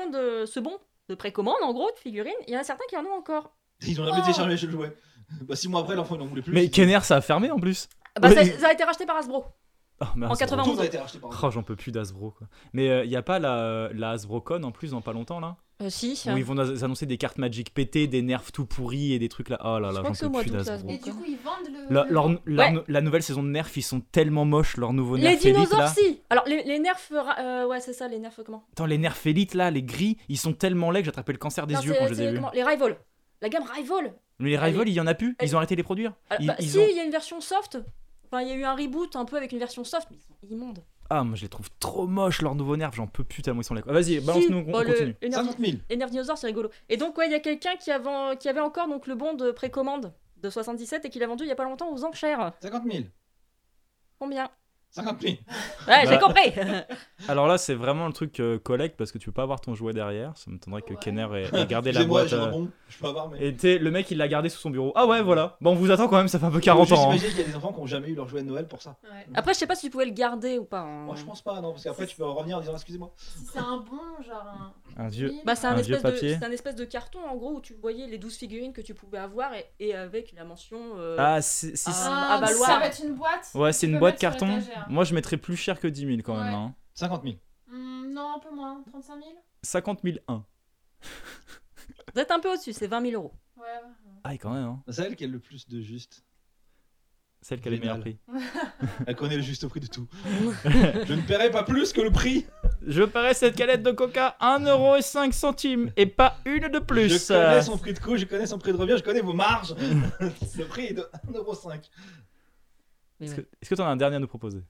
S5: ce bon de précommande en gros de figurines, il y en a certains qui en ont encore.
S4: Ils ont jamais
S3: Oh.
S4: téléchargé le jouet. Bah 6 mois après, l'enfant il en voulait plus.
S2: Mais Kenner ça a fermé en plus.
S5: Bah,
S2: Ouais.
S5: ça a été racheté par Hasbro.
S2: Oh, mais
S5: En
S2: Hasbro.
S5: 91.
S4: Tout a été racheté par
S2: Oh, j'en peux plus d'Hasbro quoi. Mais y a pas la HasbroCon en plus dans pas longtemps là
S5: Si.
S2: où ils vont annoncer des cartes Magic pétées, des nerfs tout pourris et des trucs là. Oh là
S5: Je
S2: là,
S5: crois que c'est
S2: j'en
S5: au mois
S2: peux plus
S5: d'août,
S2: d'Hasbro.
S3: Et du coup, ils vendent le.
S2: La,
S3: le-
S2: leur- la nouvelle saison de nerfs, ils sont tellement moches, leurs nouveaux
S5: Les
S2: nerfs élites
S5: dinosaures,
S2: là.
S5: si. Alors les nerfs, ouais c'est ça, les nerfs comment
S2: Attends, les nerfs élites là, les gris, ils sont tellement laids que j'attrapais le cancer des
S5: Non,
S2: yeux
S5: c'est-
S2: quand je les ai
S5: c'est
S2: vus.
S5: comment Les Rival. La gamme Rival.
S2: Mais les Rival,
S5: Allez.
S2: il y en a plus, ils ont arrêté de les produire.
S5: Alors,
S2: Ils-
S5: bah,
S2: ils
S5: si,
S2: ont-
S5: il y a une version soft. Enfin, il y a eu un reboot un peu avec une version soft, mais ils sont immondes.
S2: Ah, moi je les trouve trop moches, leurs nouveaux nerfs, j'en peux plus tellement ils sont laids. Vas-y, balance-nous, on
S5: Bah,
S2: continue.
S5: les nerfs
S4: 50 000.
S5: les nerfs dinosaures, c'est rigolo. Et donc, ouais, il y a quelqu'un qui avait encore donc, le bon de précommande de 77 et qui l'a vendu il y a pas longtemps aux enchères.
S4: 50 000.
S5: Combien
S4: 50 000.
S5: Ouais, j'ai
S2: Bah.
S5: compris.
S2: Alors là, c'est vraiment le truc collecte parce que tu peux pas avoir ton jouet derrière. Ça m'étonnerait que
S3: Ouais.
S2: Kenner ait gardé la
S4: Excusez-moi,
S2: boîte.
S4: j'ai un bon. Je peux avoir, mais.
S2: Et tu sais, le mec il l'a gardé sous son bureau. Ah ouais, voilà. Bon, on vous attend quand même, ça fait un peu 40 ans. hein.
S4: J'imagine qu'il y a des enfants qui ont jamais eu leur jouet de Noël pour ça.
S3: Ouais.
S5: Après, je sais pas si tu pouvais le garder ou pas. hein.
S4: Moi je pense pas, non, parce qu'après tu peux revenir en disant excusez-moi.
S3: Si c'est un bon, genre un.
S2: Un vieux.
S3: Oui,
S5: Bah, c'est
S2: Un
S5: un,
S2: vieux
S5: espèce de,
S2: papier.
S5: c'est un espèce de carton en gros où tu voyais les 12 figurines que tu pouvais avoir et avec la mention.
S2: Ah, si, si,
S5: Ah,
S3: Ah,
S5: bah,
S3: donc
S5: Valoir.
S3: ça va être une boîte.
S2: Ouais,
S3: que
S2: c'est
S3: tu
S2: une
S3: peux
S2: boîte
S3: mettre sur
S2: carton.
S3: l'étagère.
S2: Moi, je mettrais plus cher que 10 000 quand même.
S3: Ouais.
S2: Hein.
S4: 50 000.
S3: Non, un peu moins. 35 000
S2: 50 001.
S5: Vous êtes un peu au-dessus, c'est 20 000 euros.
S3: Ouais.
S2: Ah, quand même. Hein.
S4: C'est elle qui a le plus de juste.
S2: Celle qui a les meilleurs
S4: Génial.
S2: prix.
S4: Elle connaît le juste prix de tout. Je ne paierai pas plus que le prix.
S2: Je paierai cette canette de coca 1,05€ et pas une de plus.
S4: Je connais son prix de coût, je connais son prix de revient, je connais vos marges. Le prix est de 1,05€.
S5: Mais
S2: Est-ce
S5: ouais.
S2: que tu en as un dernier à nous proposer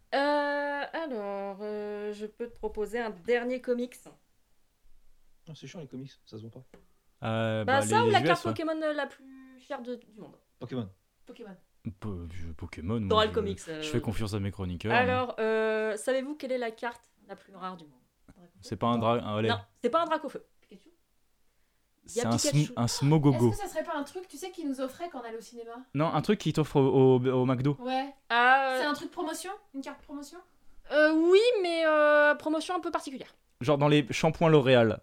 S5: Je peux te proposer un dernier comics.
S4: Non, c'est chiant les comics, ça se vend pas.
S5: Bah, ça ou la
S2: US,
S5: carte
S2: ouais.
S5: Pokémon la plus chère du monde.
S4: Pokémon.
S3: Pokémon.
S2: Pokémon. moi,
S5: T'auras le
S2: je-
S5: comics.
S2: Je fais confiance à mes chroniqueurs.
S5: Alors, savez-vous quelle est la carte la plus rare du monde
S2: C'est pas un dragon.
S5: Non, c'est pas un Dracofeu.
S3: Pikachu.
S5: Il y
S2: C'est
S5: a
S2: un,
S5: Pikachu.
S2: un
S3: Est-ce
S2: Smogogo.
S3: que ça serait pas un truc, tu sais, qu'ils nous offraient quand on allait au cinéma?
S2: Non, un truc qui t'offre au McDo.
S3: Ouais.
S5: Ah,
S3: C'est un truc promotion? Une carte promotion?
S5: oui, mais promotion un peu particulière.
S2: Genre dans les shampoings L'Oréal.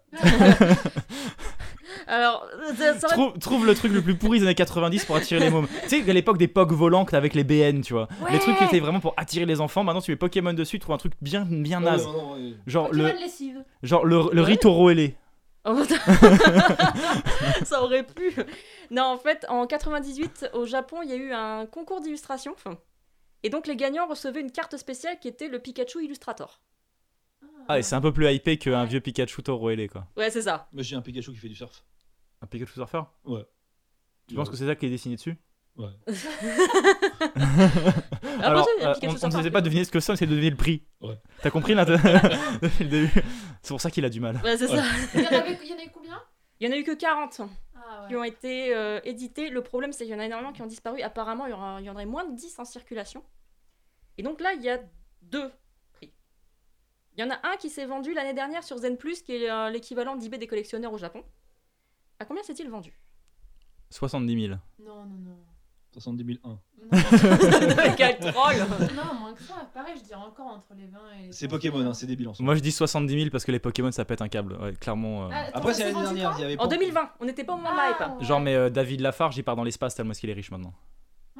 S5: Alors, ça aurait-
S2: Trouve le truc le plus pourri des années 90 pour attirer les mômes. Tu sais, à l'époque des POG volants que t'as avec les BN, tu vois.
S5: Ouais.
S2: Les trucs qui étaient vraiment pour attirer les enfants. Maintenant, tu mets Pokémon dessus, tu trouves un truc bien naze.
S4: Ouais, non, ouais.
S2: Genre
S3: Pokémon
S2: le,
S3: lessive.
S2: genre le
S5: Ouais.
S2: Ritoro ailé.
S5: Oh, ça aurait pu. Non, en fait, en 98, au Japon, il y a eu un concours d'illustration. Et donc, les gagnants recevaient une carte spéciale qui était le Pikachu Illustrator.
S2: Ah, et c'est un peu plus hypé qu'un
S3: Ouais.
S2: vieux Pikachu Toro ailé, quoi.
S5: Ouais, c'est ça.
S4: Moi j'ai un Pikachu qui fait du surf.
S2: Un Pikachu Surfer.
S4: Ouais.
S2: Tu penses que c'est ça qui est dessiné dessus
S4: Ouais.
S2: Alors,
S5: il y a un Pikachu
S2: on ne
S5: Surfer.
S2: sait pas deviner ce que c'est, on essaie de deviner le prix.
S4: Ouais.
S2: T'as compris là depuis le début. C'est pour ça qu'il a du mal.
S5: Ouais, c'est ça.
S3: Il y en avait combien?
S5: Il y en a eu que 40
S3: Ah
S5: qui
S3: ouais.
S5: ont été édités. Le problème, c'est qu'il y en a énormément qui ont disparu. Apparemment, il y en aurait moins de 10 en circulation. Et donc là, il y a 2 prix. Il y en a un qui s'est vendu l'année dernière sur Zen+, qui est l'équivalent d'eBay des collectionneurs au Japon. À combien s'est-il vendu
S2: 70 000.
S3: Non, non, non.
S4: 70 001.
S5: Quel troll.
S3: Non, moins que ça. Pareil, je dirais encore entre les 20 et les
S4: C'est
S3: 30.
S4: Pokémon, hein, c'est débile en soi.
S2: Moi je dis 70 000 parce que les Pokémon ça pète un câble. Ouais, clairement.
S3: Ah, attends,
S4: Après
S3: ça
S4: c'est
S3: s'est
S4: l'année
S3: vendu
S4: dernière,
S3: quand
S4: il y avait
S5: En
S4: pas-
S5: 2020, on n'était pas au moment de la hype.
S3: Ah, ouais.
S2: Genre, mais David Lafarge il part dans l'espace tellement est-ce qu'il est riche maintenant.
S3: Moi,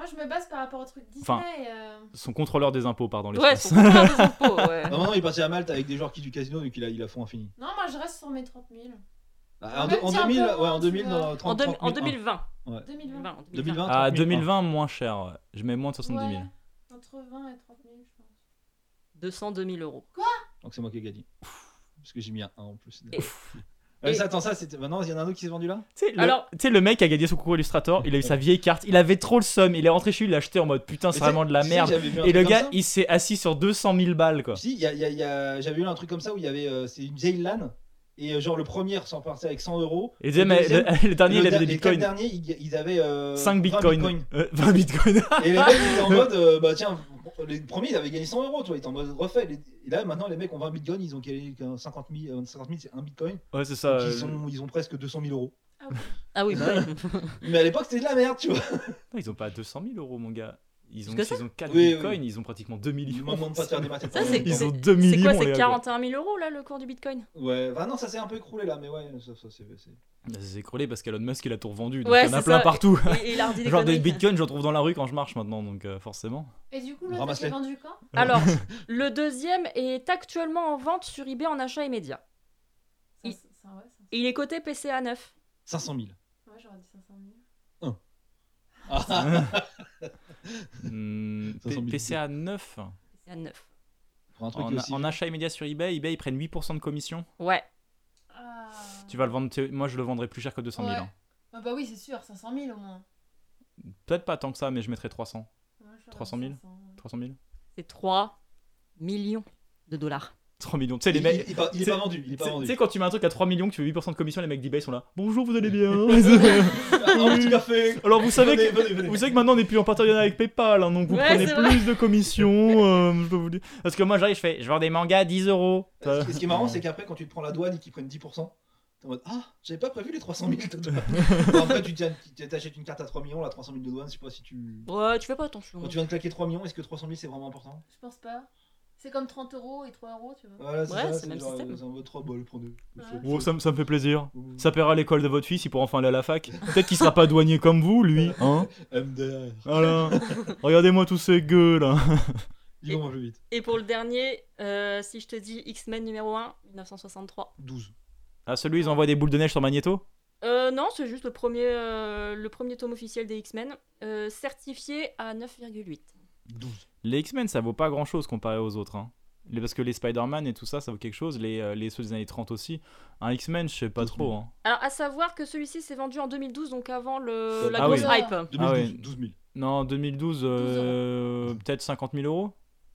S3: je me base par rapport au truc Disney.
S2: Enfin, Son contrôleur des impôts, pardon.
S5: Ouais,
S2: l'espace.
S5: son contrôleur des impôts, ouais.
S4: Non, non, il est parti à Malte avec des joueurs qui du casino, donc il a fond infini.
S3: Non, moi je reste sur mes 30 000.
S4: Ah,
S3: Même
S4: en
S3: si un
S4: 2000,
S3: peu
S4: ouais,
S3: moins,
S4: en
S3: tu
S4: 2000,
S3: vois.
S4: dans 30, 30 000,
S5: En 2020.
S3: 2020.
S4: 2020,
S2: Ah,
S4: 30 000,
S2: 2020, moins cher. Ouais. Je mets moins de 70 000.
S3: Ouais, entre 20 et 30 000, je pense.
S5: 202 000 euros.
S4: Donc c'est moi qui ai gagné. Parce que j'ai mis un 1 en plus.
S5: Et-
S4: Ça, attends, ça, c'était. Maintenant, il y en a un autre qui s'est vendu là.
S2: Tu sais,
S5: Alors-
S2: le mec a gagné son concours Illustrator, il a eu sa vieille carte, il avait trop le seum, il est rentré chez lui, il l'a acheté en mode putain, c'est
S4: Mais
S2: vraiment de la
S4: tu sais que
S2: merde.
S4: j'avais vu un
S2: Et le
S4: truc
S2: gars,
S4: comme ça.
S2: il s'est assis sur 200 000 balles quoi.
S4: Si, j'avais eu un truc comme ça où il y avait. C'est une vieille LAN. Et genre le premier s'en partait avec 100 euros.
S2: Et le, deuxième, le dernier, il avait des
S4: Les quatre
S2: bitcoins.
S4: derniers, ils avaient
S2: 5
S4: 20
S2: bitcoins. 20 bitcoins.
S4: Et les mecs étaient en mode, bah tiens, les premiers ils avaient gagné 100 euros, tu vois, ils étaient en mode refait. Et là maintenant les mecs ont 20 bitcoins, ils ont gagné 50 000, c'est un bitcoin.
S2: Ouais, c'est ça.
S4: Donc, ils ont presque 200 000 euros.
S5: Ah oui, bah ouais.
S4: Mais à l'époque c'était de la merde, tu vois.
S2: Non, ils ont pas 200 000 euros, mon gars. Ils ont,
S5: Parce que
S2: ils ont 4
S4: Oui,
S2: bitcoins, ils ont pratiquement 2
S4: Ils
S2: millions.
S4: m'en demandent pas de faire des maths.
S5: Ça, c'est-
S2: Ils ont 2
S5: C'est
S2: millions.
S5: quoi,
S2: les
S5: c'est
S2: gars,
S5: 41 000 euros là le cours du bitcoin?
S4: Ouais, bah non, ça s'est un peu écroulé là, mais ouais, ça c'est.
S2: Ça s'est écroulé parce qu'Elon Musk il a tout revendu. Donc
S5: Ouais,
S2: il y en a
S5: c'est
S2: plein
S5: ça.
S2: partout.
S5: Et il a redit des
S2: Genre des
S5: conneries.
S2: bitcoins, j'en trouve dans la rue quand je marche maintenant, donc forcément.
S3: Et du coup, l'autre,
S4: Ramasse-les.
S3: t'es vendu quand
S5: Alors, le deuxième est actuellement en vente sur eBay en achat immédiat.
S3: Ouais,
S5: Et il est coté PCA 9.
S4: 500 000.
S3: j'aurais dit 500 000.
S2: Hmm,
S4: 500 000
S2: PCA 9.
S5: PCA 9.
S4: Pour un truc
S2: En,
S4: aussi.
S2: en achat immédiat sur eBay, ils prennent 8% de commission.
S5: Ouais.
S3: Ah.
S2: Tu vas le vendre, moi je le vendrais plus cher que 200 000.
S3: Ouais.
S2: hein.
S3: Ah bah oui, c'est sûr, 500 000 au moins.
S2: Peut-être pas tant que ça, mais je mettrais 300.
S3: Ouais, j'aurais
S2: 300
S3: dit
S2: 000.
S3: 500, ouais.
S2: 300 000
S5: C'est 3 millions de dollars.
S2: 3 millions. Tu sais, les
S4: Il-
S2: mecs.
S4: il est pas
S2: c'est-
S4: vendu. Il est pas
S2: Tu
S4: vendu.
S2: sais, quand tu mets un truc à 3 millions, que tu veux 8% de commission, les mecs d'eBay sont là. Bonjour, vous allez bien.
S4: Un petit café.
S2: Alors vous savez,
S4: Venez.
S2: vous savez que maintenant on n'est plus en partenariat avec PayPal, hein, donc vous
S5: Ouais,
S2: prenez
S5: c'est
S2: plus de commissions. Je peux vous dire. Parce que moi j'arrive, je vends des mangas à 10 euros.
S4: Ce qui est marrant, c'est qu'après, quand tu te prends la douane et qu'ils prennent 10%, t'es en mode ah, j'avais pas prévu les 300 000 de douane. Bon, après, tu t'achètes une carte à 3 millions, la 300 000 de douane, je sais pas si tu.
S5: Ouais, tu fais pas attention.
S4: Quand tu viens de claquer 3 millions, est-ce que 300 000 c'est vraiment important?
S3: Je pense pas. C'est comme 30 € et 3 € tu vois.
S4: Voilà, c'est
S5: Ouais,
S4: ça,
S5: c'est le même
S4: genre,
S5: système.
S4: c'est un mode 3 balles, prenez.
S3: Ouais.
S2: Oh, ça me fait plaisir.
S4: Ouh.
S2: Ça paiera l'école de votre fils, il pourra enfin aller à la fac. Peut-être qu'il sera pas douanier comme vous, lui. Hein
S4: MDR.
S2: voilà. Regardez-moi tous ces gueux là.
S4: Dis moi plus vite.
S5: Et pour le dernier, si je te dis X-Men numéro 1, 1963.
S4: 12.
S2: Ah, celui, ils envoient des boules de neige sur Magneto.
S5: Non, c'est juste le premier tome officiel des X-Men, certifié à 9,8.
S4: 12.
S2: Les X-Men, ça vaut pas grand chose comparé aux autres. Hein. Parce que les Spider-Man et tout ça, ça vaut quelque chose. Les ceux des années 30 aussi. Un X-Men, je sais pas
S4: 12 000.
S2: trop. Hein.
S5: Alors, à savoir que celui-ci s'est vendu en 2012, donc avant la
S2: Ah
S5: grosse
S2: oui.
S5: hype.
S4: 2012,
S2: Ah ouais.
S4: 12 000.
S2: Non, 2012,
S3: 12
S2: peut-être 50 000 euros.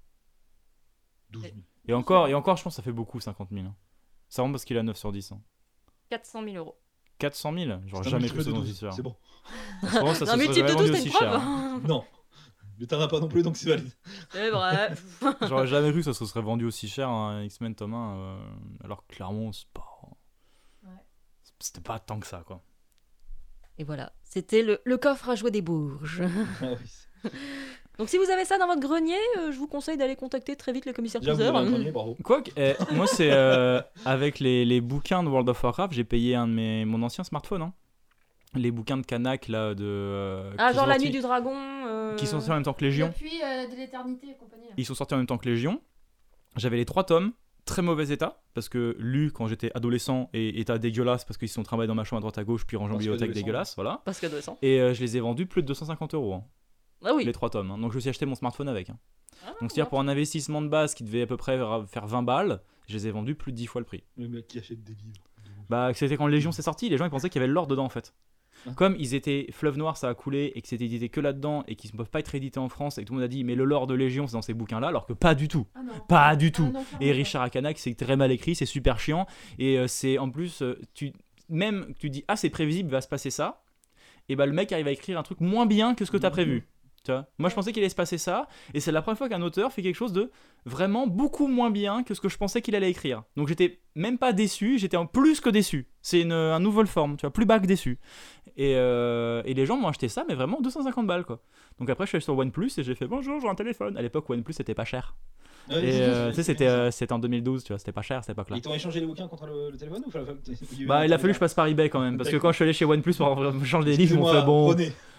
S4: 12 000.
S2: Et encore, je pense que ça fait beaucoup, 50 000. hein. C'est vraiment parce qu'il a 9 sur 10. hein.
S5: 400 000 euros.
S2: 400 000 J'aurais
S4: C'est un
S2: jamais cru
S4: multiple
S2: ça
S4: de
S2: dans
S4: 12,
S2: aussi cher.
S4: C'est bon.
S2: Franchement, ça
S5: Non,
S2: se
S5: mais
S2: serait
S5: type de
S2: jamais
S5: 12,
S2: vendu
S5: t'as une
S2: aussi cher.
S5: preuve
S2: hein.
S4: Non. Mais t'en as pas non plus, donc c'est valide.
S5: C'est vrai.
S2: J'aurais jamais cru que ça se serait vendu aussi cher, un X-Men tome 1. Alors que clairement, c'est pas...
S3: Ouais.
S2: C'était pas tant que ça, quoi.
S5: Et voilà, c'était le coffre à jouer des Bourges.
S4: Ah oui.
S5: Donc si vous avez ça dans votre grenier, je vous conseille d'aller contacter très vite le commissaire
S4: Déjà, vous
S5: priseur.
S4: avez un premier, bravo.
S2: Quoique, moi, c'est avec les bouquins de World of Warcraft, j'ai payé mon ancien smartphone. Hein. Les bouquins de Kanak, là,
S5: Ah,
S2: qui
S5: genre
S2: sont
S5: la
S2: sortis-
S5: nuit du dragon.
S2: Qui sont sortis en même temps que Légion.
S3: Depuis de l'éternité et compagnie. là.
S2: Ils sont sortis en même temps que Légion. J'avais les 3 tomes, très mauvais état, parce que lu quand j'étais adolescent et état dégueulasse, parce qu'ils sont trimballés dans ma chambre à droite à gauche, puis rangés en
S4: Parce que
S2: bibliothèque
S4: adolescent.
S2: dégueulasse, voilà.
S5: Parce qu'adolescent.
S2: Et je les ai vendus plus de 250 €. Hein,
S5: Ah oui.
S2: les 3 tomes. hein. Donc je me suis acheté mon smartphone avec. Hein.
S5: Ah,
S2: Donc c'est-à-dire pour un investissement de base qui devait à peu près faire 20 balles, je les ai vendus plus de 10 fois le prix.
S4: Le mec qui achète des livres.
S2: Bah c'était quand Légion s'est sorti, les gens ils pensaient qu'il y avait de l'or dedans en fait.
S4: Ah.
S2: Comme ils étaient Fleuve Noir, ça a coulé et que c'était édité que là-dedans et qu'ils ne peuvent pas être édités en France et que tout le monde a dit mais le lore de Légion c'est dans ces bouquins-là, alors que pas du tout.
S3: Ah non.
S2: Pas du
S3: Ah
S2: tout.
S3: non, clairement
S2: Et
S3: pas.
S2: Richard Akanak, c'est très mal écrit, c'est super chiant. Et c'est en plus, tu dis, ah, c'est prévisible, il va se passer ça. Et bah, le mec arrive à écrire un truc moins bien que ce que tu as prévu. Tu vois Moi, je pensais qu'il allait se passer ça. Et c'est la première fois qu'un auteur fait quelque chose de vraiment beaucoup moins bien que ce que je pensais qu'il allait écrire. Donc, j'étais même pas déçu, j'étais en plus que déçu. C'est une nouvelle forme, tu vois, plus bas que déçu. Et les gens m'ont acheté ça, mais vraiment 250 balles, quoi. Donc, après, je suis allé sur OnePlus et j'ai fait bonjour, j'ai un téléphone. À l'époque, OnePlus, c'était pas cher.
S4: Ouais,
S2: Et tu sais, c'était en 2012, tu vois, c'était pas cher à cette époque-là.
S4: Ils t'ont échangé les bouquins contre le téléphone ou
S2: Bah, il a fallu que je passe par eBay quand même, parce que quand je suis allé chez OnePlus pour changer des livres, ils m'ont fait bon.
S4: Prenez.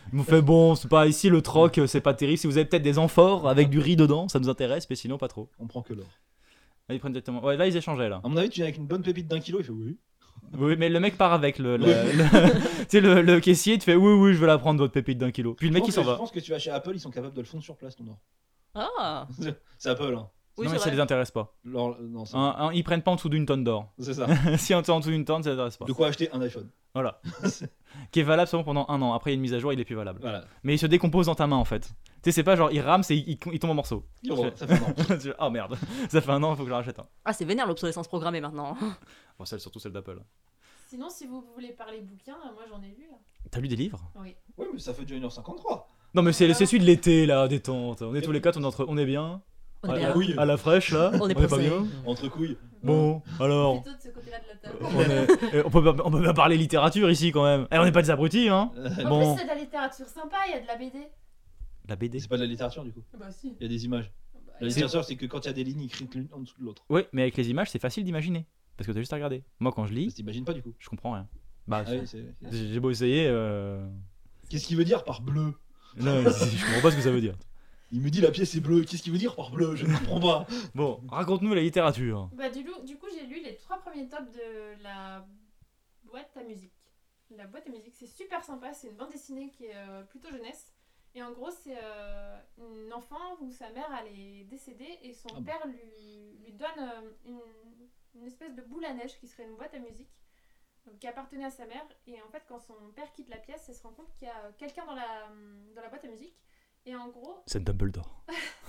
S2: Ils m'ont fait bon, c'est pas ici le troc, c'est pas terrible. Si vous avez peut-être des amphores avec du riz dedans, ça nous intéresse, mais sinon pas trop.
S4: On prend que l'or.
S2: Là, ils prennent directement. Ouais, là ils échangeaient là.
S4: À mon avis, tu viens avec une bonne pépite d'1 kilo, il fait oui.
S2: Oui, mais le mec part avec le,
S4: Oui.
S2: tu sais, le caissier, il te fait oui, je vais la prendre votre pépite d'1 kilo. Puis le mec il s'en
S4: Je
S2: va.
S4: pense que tu vas chez Apple, ils sont capables de le fondre sur place ton or.
S5: Ah
S4: C'est Apple, hein.
S5: oui,
S2: non,
S5: c'est
S2: mais ça
S5: vrai.
S2: les intéresse pas.
S4: L'or, non, c'est
S2: Ils prennent pas en dessous d'une tonne d'or.
S4: c'est ça.
S2: Si en dessous d'une tonne, ça les intéresse pas.
S4: De quoi acheter un iPhone.
S2: Voilà. Qui est valable seulement pendant 1 an. Après, il y a une mise à jour, il est plus valable.
S4: Voilà.
S2: Mais il se décompose dans ta main en fait. Tu sais, c'est pas genre il rame, c'est il tombe en morceaux.
S4: Bon, ça fait un an.
S2: Tu fais, oh merde, ça fait 1 an, il faut que je le rachète un.
S5: Ah, c'est vénère l'obsolescence programmée maintenant.
S2: Bon, surtout celle d'Apple.
S3: Sinon, si vous voulez parler bouquin, moi j'en ai lu là.
S2: T'as lu des livres?
S3: Oui.
S4: Oui, mais ça fait déjà 1h53.
S2: Non, mais c'est celui de l'été là, détente. On est tous les 4, on est bien.
S5: On est
S2: À-
S5: bien.
S4: Oui.
S2: À la fraîche là.
S5: On est
S2: pas
S5: posé.
S2: bien.
S4: Entre couilles.
S2: Bon, alors.
S3: Plutôt de ce côté-là de la table.
S2: On peut bien parler littérature ici quand même. Eh, on n'est pas des abrutis, hein.
S3: En
S2: Bon.
S3: plus, c'est de la littérature sympa, il y a de la BD.
S2: La BD.
S4: C'est pas de la littérature du coup.
S3: Bah si.
S4: Il y a des images. La littérature, c'est que quand il y a des lignes écrites l'une en dessous de l'autre.
S2: Oui, mais avec les images, c'est facile d'imaginer. Parce que t'as juste à regarder. Moi, quand je
S4: Ça
S2: lis,
S4: t'imagines pas du coup.
S2: je comprends rien. Bah,
S4: Ah oui, c'est-
S2: j'ai beau essayer.
S4: Qu'est-ce qu'il veut dire par bleu?
S2: Non, je comprends pas ce que ça veut dire.
S4: Il me dit la pièce est bleue. Qu'est-ce qu'il veut dire par bleu? Je ne comprends pas.
S2: Bon, raconte-nous la littérature.
S3: Bah du coup, j'ai lu les 3 premiers tomes de la boîte à musique. La boîte à musique, c'est super sympa, c'est une bande dessinée qui est plutôt jeunesse. Et en gros, c'est une enfant où sa mère elle est décédée et son
S4: Ah bon.
S3: père lui donne une espèce de boule à neige qui serait une boîte à musique qui appartenait à sa mère. Et en fait, quand son père quitte la pièce, elle se rend compte qu'il y a quelqu'un dans la boîte à musique. Et en gros,
S2: C'est Dumbledore.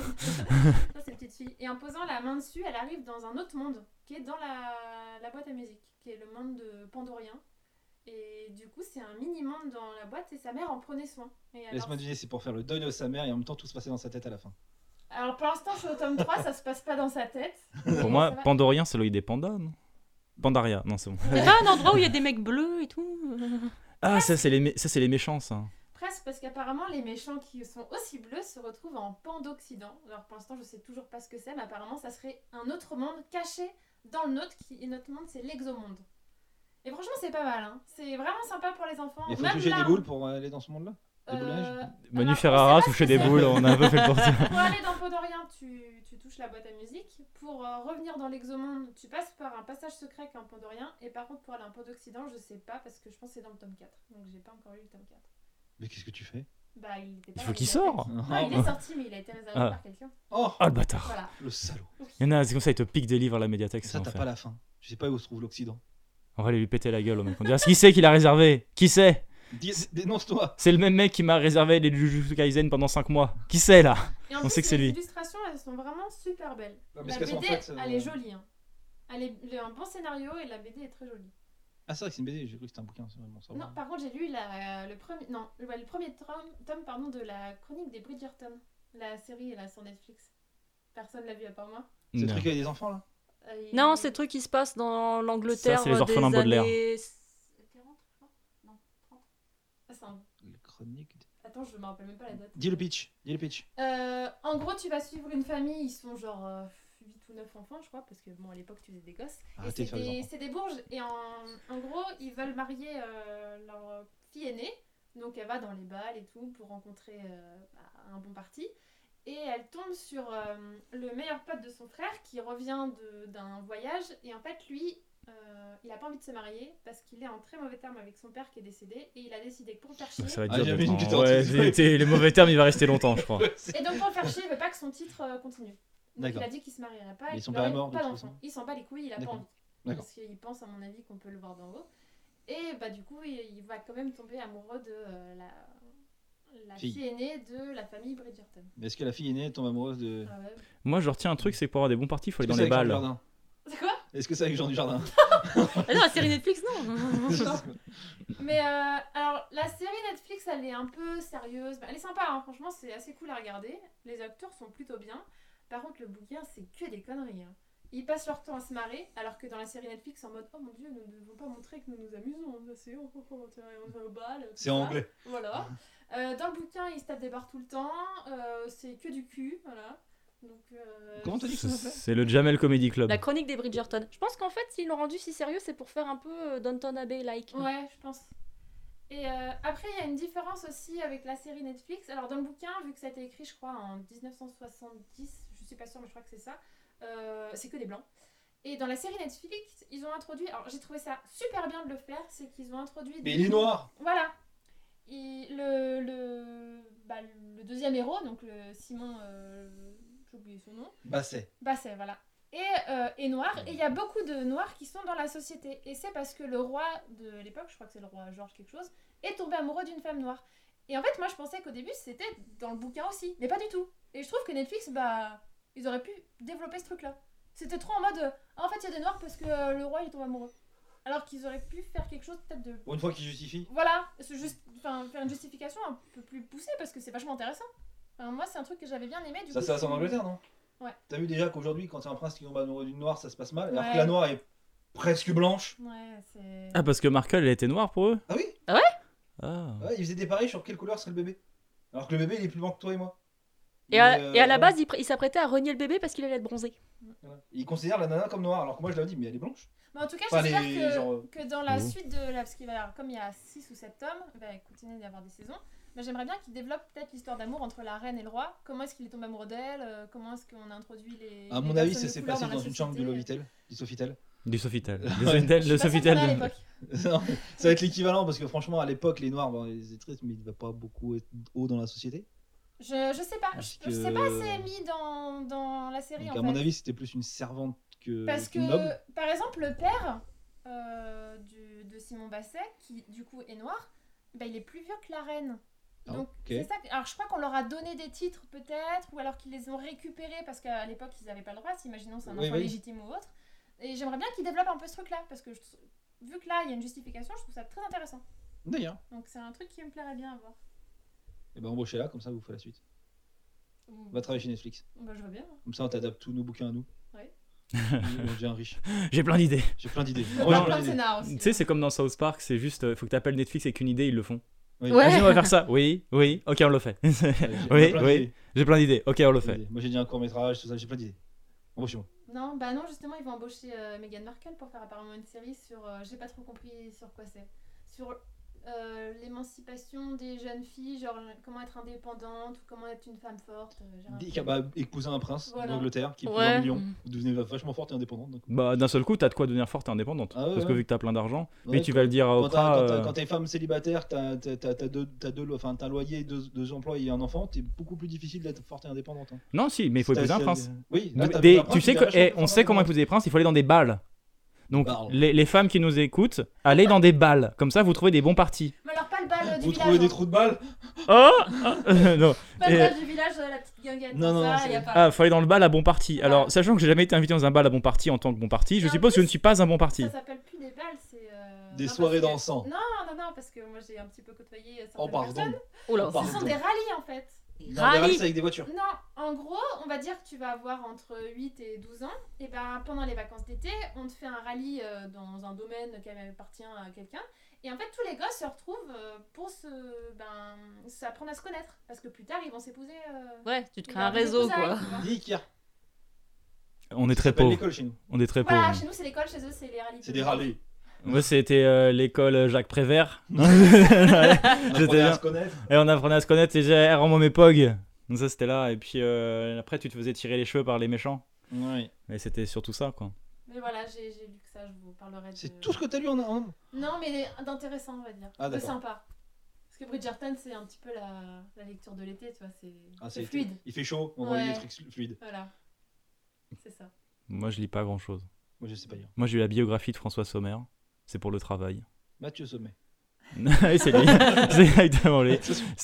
S3: ça c'est une petite fille. Et en posant la main dessus, elle arrive dans un autre monde qui est dans la boîte à musique, qui est le monde de Pandorien. Et du coup, c'est un mini-monde dans la boîte et sa mère en prenait soin. Et alors,
S4: Laisse-moi deviner, c'est pour faire le deuil de sa mère et en même temps tout se passer dans sa tête à la fin.
S3: alors pour l'instant, je suis au tome 3, ça se passe pas dans sa tête.
S2: Pour moi,
S3: Ça va.
S2: Pandorien, c'est l'œil des pandas, non? Pandaria, non, c'est bon.
S5: C'est pas un endroit où il y a des mecs bleus et tout.
S2: Ah, ça, c'est les méchants, ça.
S3: Presque, parce qu'apparemment, les méchants qui sont aussi bleus se retrouvent en Pandoccident. Alors pour l'instant, je sais toujours pas ce que c'est, mais apparemment, ça serait un autre monde caché dans le nôtre, et notre monde, c'est l'exomonde. Et franchement, c'est pas mal, hein. C'est vraiment sympa pour les enfants.
S4: Il faut
S3: Même
S4: toucher
S3: là,
S4: des boules pour aller dans ce monde-là. Des boules de neige.
S2: Manu
S3: alors,
S2: Ferrara,
S3: on sait pas
S2: toucher
S3: ce
S2: des
S3: que c'est.
S2: boules, on a un peu fait le portier.
S3: Pour aller dans Pandorien, tu touches la boîte à musique. Pour revenir dans l'exomonde, tu passes par un passage secret qui est en Pandorien. Et par contre, pour aller en Pandoccident, je sais pas parce que je pense que c'est dans le tome 4. Donc j'ai pas encore lu le tome 4.
S4: Mais qu'est-ce que tu fais?
S3: Bah, il était pas
S2: Il
S3: à
S2: faut
S3: la
S2: qu'il
S3: bibliothèque.
S2: sorte.
S3: Non, il est sorti, mais il a été réservé
S2: Ah.
S3: par quelqu'un.
S4: Oh,
S2: Oh, le bâtard.
S3: Voilà.
S4: le salaud.
S2: Il y en a, c'est comme ça, ils te piquent des livres à la médiathèque, c'est
S4: Ça, t'as
S2: l'enfer.
S4: pas la fin. Je sais pas où se trouve l'Occident.
S2: On va aller lui péter la gueule au mec. On dira, qui c'est qui l'a réservé? Qui c'est?
S4: Dénonce-toi.
S2: C'est le même mec qui m'a réservé les Jujutsu Kaisen pendant 5 mois. Qui c'est là?
S3: Et en
S2: On
S3: plus,
S2: sait que c'est
S3: les
S2: lui.
S3: illustrations, elles sont vraiment super belles.
S4: Non, mais
S3: La
S4: ce qu'elles sont
S3: BD,
S4: faites,
S3: elle est jolie. Hein. Il y a un bon scénario et la BD est très jolie.
S4: Ah, c'est vrai que c'est une BD, j'ai cru que c'était un bouquin, c'est vraiment ça.
S3: Non, par contre, j'ai lu le premier tome de la chronique des Bridgerton. La série là sur Netflix. Personne l'a vu à part moi.
S4: C'est le
S2: Non.
S4: truc avec des enfants là?
S5: Non, c'est le truc qui se passe dans l'Angleterre
S2: Ça, c'est les orphelins
S5: des
S2: Baudelaire.
S5: années...
S3: 40, je crois. Non, 30. Ah, c'est un...
S4: Les chroniques.
S3: Attends, je me rappelle même pas la date.
S4: Dis le pitch. Dis le pitch.
S3: En gros, tu vas suivre une famille, ils sont genre 8 ou 9 enfants, je crois, parce que bon, à l'époque, tu faisais des gosses.
S4: Arrêtez
S3: Et
S4: de faire des enfants.
S3: c'est des bourges, et en gros, ils veulent marier leur fille aînée, donc elle va dans les balles et tout pour rencontrer un bon parti. Et elle tombe sur le meilleur pote de son frère qui revient d'un voyage, et en fait, lui, il a pas envie de se marier parce qu'il est en très mauvais terme avec son père qui est décédé, et il a décidé que pour le faire chier.
S2: Ça va être
S4: Ah,
S2: dur
S4: j'avais une
S2: d'être
S4: qui
S2: en-
S4: était
S2: Ouais,
S4: anticipée.
S2: les mauvais termes, il va rester longtemps, je crois.
S3: Et donc pour le faire chier, il veut pas que son titre continue. Donc il
S4: D'accord.
S3: a dit qu'il se marierait pas.
S4: Mais
S3: et
S4: son
S3: qu'il
S4: père est
S3: aurait
S4: mort, de
S3: pas
S4: toute
S3: d'enfant.
S4: façon.
S3: Il s'en bat les couilles, il a pas
S4: D'accord.
S3: envie.
S4: D'accord.
S3: Parce qu'il pense à mon avis qu'on peut le voir d'en haut. Et bah du coup, il va quand même tomber amoureux de la
S4: Fille.
S3: fille aînée de la famille Bridgerton.
S4: Mais est-ce que la fille aînée tombe amoureuse de.
S3: Ah ouais.
S2: Moi, je retiens un truc, c'est que pour avoir des bons partis, il faut aller
S4: Est-ce
S2: dans
S4: que
S2: les
S4: c'est avec Jean
S2: balles.
S4: Dujardin
S3: C'est quoi?
S4: Est-ce que c'est avec Jean Dujardin?
S5: Ah non, la série Netflix, non.
S3: Mais alors la série Netflix, elle est un peu sérieuse. Bah, elle est sympa, hein. Franchement, c'est assez cool à regarder. Les acteurs sont plutôt bien. Par contre, le bouquin, c'est que des conneries. Hein. Ils passent leur temps à se marrer, alors que dans la série Netflix, en mode oh mon dieu, nous ne devons pas montrer que nous nous amusons. C'est on va au bal. tout
S4: C'est
S3: ça.
S4: anglais.
S3: Voilà. Dans le bouquin, ils se tapent des barres tout le temps. C'est que du cul, voilà. Donc,
S4: Comment t'as dit que ça s'appelait?
S2: C'est le Jamel Comedy Club.
S5: La chronique des Bridgerton. Je pense qu'en fait, s'ils l'ont rendu si sérieux, c'est pour faire un peu Downton Abbey-like.
S3: Ouais, je pense. Et après, il y a une différence aussi avec la série Netflix. Alors, dans le bouquin, vu que ça a été écrit, je crois, en 1970, je suis pas sûre, mais je crois que c'est ça, c'est que des blancs. Et dans la série Netflix, ils ont introduit. Alors, j'ai trouvé ça super bien de le faire, c'est qu'ils ont introduit.
S4: Mais il est noir.
S3: Voilà. Le deuxième héros, donc le Simon. J'ai oublié son nom.
S4: Basset,
S3: Voilà. Et noir. Et il y a beaucoup de noirs qui sont dans la société. Et c'est parce que le roi de l'époque, je crois que c'est le roi Georges quelque chose, est tombé amoureux d'une femme noire. Et en fait, moi, je pensais qu'au début, c'était dans le bouquin aussi. Mais pas du tout. Et je trouve que Netflix, ils auraient pu développer ce truc-là. C'était trop en mode... en fait, il y a des noirs parce que le roi, il tombe amoureux. Alors qu'ils auraient pu faire quelque chose peut-être de...
S4: Pour une fois qu'il justifie.
S3: Voilà. Faire une justification un peu plus poussée parce que c'est vachement intéressant. Enfin, moi, c'est un truc que j'avais bien aimé.
S4: Ça se passe en Angleterre, non?
S3: Ouais.
S4: T'as vu déjà qu'aujourd'hui, quand c'est un prince qui tombe amoureux d'une noire, ça se passe mal, alors
S3: Ouais.
S4: que la noire est presque blanche.
S3: Ouais, c'est...
S2: Ah, parce que Markle, elle était noire pour eux.
S4: Ah oui?
S2: Ah.
S4: Ouais, ils faisaient des paris sur quelle couleur serait le bébé. Alors que le bébé, il est plus blanc que toi et moi.
S5: Et à la base, il s'apprêtait à renier le bébé parce qu'il allait être bronzé.
S4: Voilà. Il considère la nana comme noire, alors que moi je l'avais dit, mais elle est blanche.
S3: Mais en tout cas,
S4: Enfin,
S3: j'espère
S4: les- genre,
S3: que dans la
S2: Oh.
S3: suite de parce qu'il va y avoir, comme il y a 6 ou 7 tomes, il va continuer d'y avoir des saisons. Mais j'aimerais bien qu'il développe peut-être l'histoire d'amour entre la reine et le roi. Comment est-ce qu'il est tombé amoureux d'elle, comment est-ce qu'on a introduit les.
S4: À
S3: les
S4: mon avis,
S3: personnes
S4: ça
S3: de
S4: s'est
S3: couleur
S4: passé
S3: la
S4: dans une chambre du
S3: société.
S4: Lovitel, du Sofitel.
S2: Du Sofitel.
S4: Ouais.
S2: Le
S3: Je suis pas sûre
S2: Sofitel.
S3: qu'on a à l'époque.
S4: Non, ça va être l'équivalent parce que franchement, à l'époque, les noirs, bon, ils étaient tristes, mais ils ne va pas beaucoup être haut dans la société.
S3: Je sais pas.
S4: Parce
S3: Je sais pas
S4: que-
S3: c'est mis dans la série
S4: Donc,
S3: en
S4: à
S3: fait.
S4: mon avis, c'était plus une servante
S3: Parce
S4: qu'une
S3: que,
S4: noble.
S3: par exemple, le père de Simon Basset, qui du coup est noir, il est plus vieux que la reine.
S4: Ah,
S3: Donc,
S4: ok.
S3: c'est ça. Alors, je crois qu'on leur a donné des titres peut-être, ou alors qu'ils les ont récupérés parce qu'à l'époque ils n'avaient pas le droit. Si, imaginons c'est un
S4: Oui,
S3: enfant
S4: oui.
S3: légitime ou autre. Et j'aimerais bien qu'ils développent un peu ce truc-là parce que vu que là il y a une justification, je trouve ça très intéressant.
S4: D'ailleurs,
S3: Donc, c'est un truc qui me plairait bien à voir.
S4: et ben embauchez-la, comme ça vous ferez la suite. On va travailler chez Netflix.
S3: Je veux bien.
S4: Comme ça, on t'adapte tous nos bouquins à nous.
S3: Ouais.
S4: On devient riche.
S2: J'ai plein d'idées.
S4: J'ai plein d'idées.
S3: On
S4: Ouais,
S3: a
S4: j'ai
S3: plein de
S4: d'idées.
S3: scénars aussi.
S2: Tu sais, c'est comme dans South Park, c'est juste, faut que t'appelles Netflix avec une idée, ils le font.
S4: Oui.
S5: Ouais.
S2: Vas-y, on va faire ça. Oui, ok, on le fait.
S4: Ouais, j'ai
S2: Oui,
S4: plein
S2: oui.
S4: d'idées.
S2: J'ai plein d'idées. Ok, on le
S4: Plein
S2: fait.
S4: d'idées. Moi, j'ai dit un court-métrage, tout ça, j'ai plein d'idées. Embauchez-moi.
S3: Non, justement, ils vont embaucher Meghan Markle pour faire apparemment une série sur. J'ai pas trop compris sur quoi c'est. Sur l'émancipation des jeunes filles, genre comment être indépendante ou comment être une femme forte. j'ai rien
S4: Dès
S3: compris.
S4: qu'elle va épouser un prince
S3: Voilà.
S4: d'Angleterre qui est plus
S5: Ouais.
S4: d'un million, vous devenez vachement forte et indépendante. Donc.
S2: Bah, d'un seul coup, t'as de quoi devenir forte et indépendante.
S4: Ah ouais,
S2: Parce que
S4: ouais.
S2: vu que t'as plein d'argent,
S4: Ouais,
S2: oui, tu vas le dire à
S4: Quand t'as-
S2: Oprah.
S4: quand t'es femme célibataire, t'as un loyer, deux emplois et un enfant, t'es beaucoup plus difficile d'être forte et indépendante. Hein.
S2: Non, si, mais il faut épouser un prince.
S4: Oui, là, t'as
S2: Des-
S4: épouser un prince,
S2: tu sais
S4: t'es
S2: que,
S4: vachement plus
S2: on
S4: forte
S2: sait comment
S4: indépendante.
S2: épouser des princes, il faut aller dans des balles. Donc,
S4: Bah,
S2: les femmes qui nous écoutent, allez dans des balles. Comme ça, vous trouvez des bons partis.
S3: Mais alors, pas le bal du
S4: Vous
S3: village.
S4: trouvez des
S3: hein.
S4: trous de balles.
S2: Oh Non.
S3: Pas le
S2: Et-
S3: bal du village, la petite guinguette.
S4: Non,
S3: comme
S4: non,
S3: ça,
S4: c'est-
S3: y a pas.
S2: Ah, faut aller dans le bal à bon parti.
S3: Voilà.
S2: Alors, sachant que j'ai jamais été invité dans un bal à bon parti en tant que bon parti, je
S3: Et en
S2: suppose que je ne
S3: plus,
S2: suis pas un bon parti.
S3: Ça s'appelle plus des balles, c'est.
S4: Des
S3: non,
S4: soirées
S3: parce que-
S4: dansant.
S3: Non, parce que moi j'ai un petit peu côtoyé certaines
S4: Oh, pardon.
S3: personnes.
S5: Oh là.
S4: Pardon.
S3: Ce sont des rallyes en fait.
S4: Non, des rallyes,
S5: Rallye.
S4: c'est avec des voitures.
S3: Non, en gros, on va dire que tu vas avoir entre 8 et 12 ans. Et ben pendant les vacances d'été, on te fait un rallye dans un domaine qui appartient à quelqu'un. Et en fait, tous les gosses se retrouvent pour s'apprendre à se connaître. Parce que plus tard, ils vont s'épouser.
S5: Ouais, tu te
S3: ils
S5: crées un
S3: vont avoir des
S5: réseau
S3: épousailles,
S5: quoi.
S3: tu vois.
S4: Dis qu'il y a.
S2: On est
S4: Ça
S2: très
S4: s'appelle
S2: pauvres.
S4: l'école chez nous.
S2: On est très
S3: Voilà,
S2: pauvres.
S3: chez nous c'est l'école, chez eux c'est les rallyes.
S4: C'est des rallyes.
S2: Moi, c'était l'école Jacques Prévert.
S4: On
S2: J'étais
S4: apprenait
S2: bien.
S4: à se connaître.
S2: Et on apprenait à se connaître, et j'ai rends-moi mes pogs. Donc ça, c'était là. Et puis après, tu te faisais tirer les cheveux par les méchants.
S4: Oui.
S2: Mais c'était surtout ça, quoi.
S3: Mais voilà, j'ai lu que ça, je vous parlerai de.
S4: C'est tout ce que t'as lu en.
S3: Non, mais d'intéressant, on va dire.
S4: Ah,
S3: de
S4: d'accord.
S3: sympa. Parce que Bridgerton, c'est un petit peu la lecture de l'été, tu vois,
S4: Ah,
S3: c'est fluide.
S4: Il fait chaud, on voit
S3: Ouais.
S4: des trucs fluides.
S3: Voilà. C'est ça.
S2: Moi, je lis pas grand-chose.
S4: Moi, je sais pas lire.
S2: Moi, j'ai eu la biographie de François Sommer. C'est pour le travail.
S4: Mathieu Sommet.
S2: Oui, c'est lui. C'est exactement lui.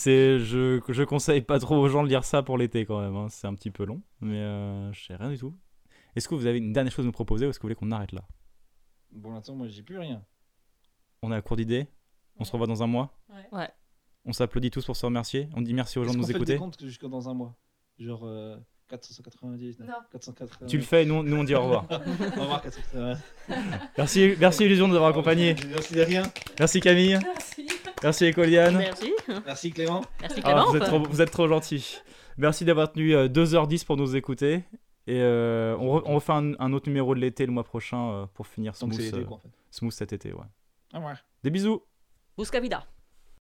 S2: Je conseille pas trop aux gens de lire ça pour l'été quand même. Hein. C'est un petit peu long, mais je sais rien du tout. Est-ce que vous avez une dernière chose à nous proposer ou est-ce que vous voulez qu'on arrête là?
S4: Pour l'instant, moi, j'ai plus rien.
S2: On est à court d'idées. On se revoit dans un mois.
S3: Ouais.
S5: Ouais.
S2: On s'applaudit tous pour se remercier. On dit merci aux gens
S4: Est-ce
S2: de
S4: qu'on
S2: nous
S4: fait le
S2: écouter.
S4: décompte jusqu'à dans un mois? Genre 499,
S3: Non.
S4: 480.
S2: Tu le fais et nous on dit au revoir.
S4: Au revoir, 480.
S2: Merci Illusion de nous avoir accompagnés.
S4: Merci de rien.
S2: Merci Camille.
S3: Merci.
S2: Merci Écoliane.
S5: Merci.
S4: Merci Clément.
S5: Merci
S2: Ah,
S5: Clément.
S2: vous êtes trop gentils. Merci d'avoir tenu 2h10 pour nous écouter. Et on refait un autre numéro de l'été le mois prochain pour finir
S4: Donc c'est
S2: Smooth,
S4: l'été, quoi, en fait.
S2: Smooth cet été. Ouais.
S4: Au revoir.
S2: Des bisous.
S5: Busca vida.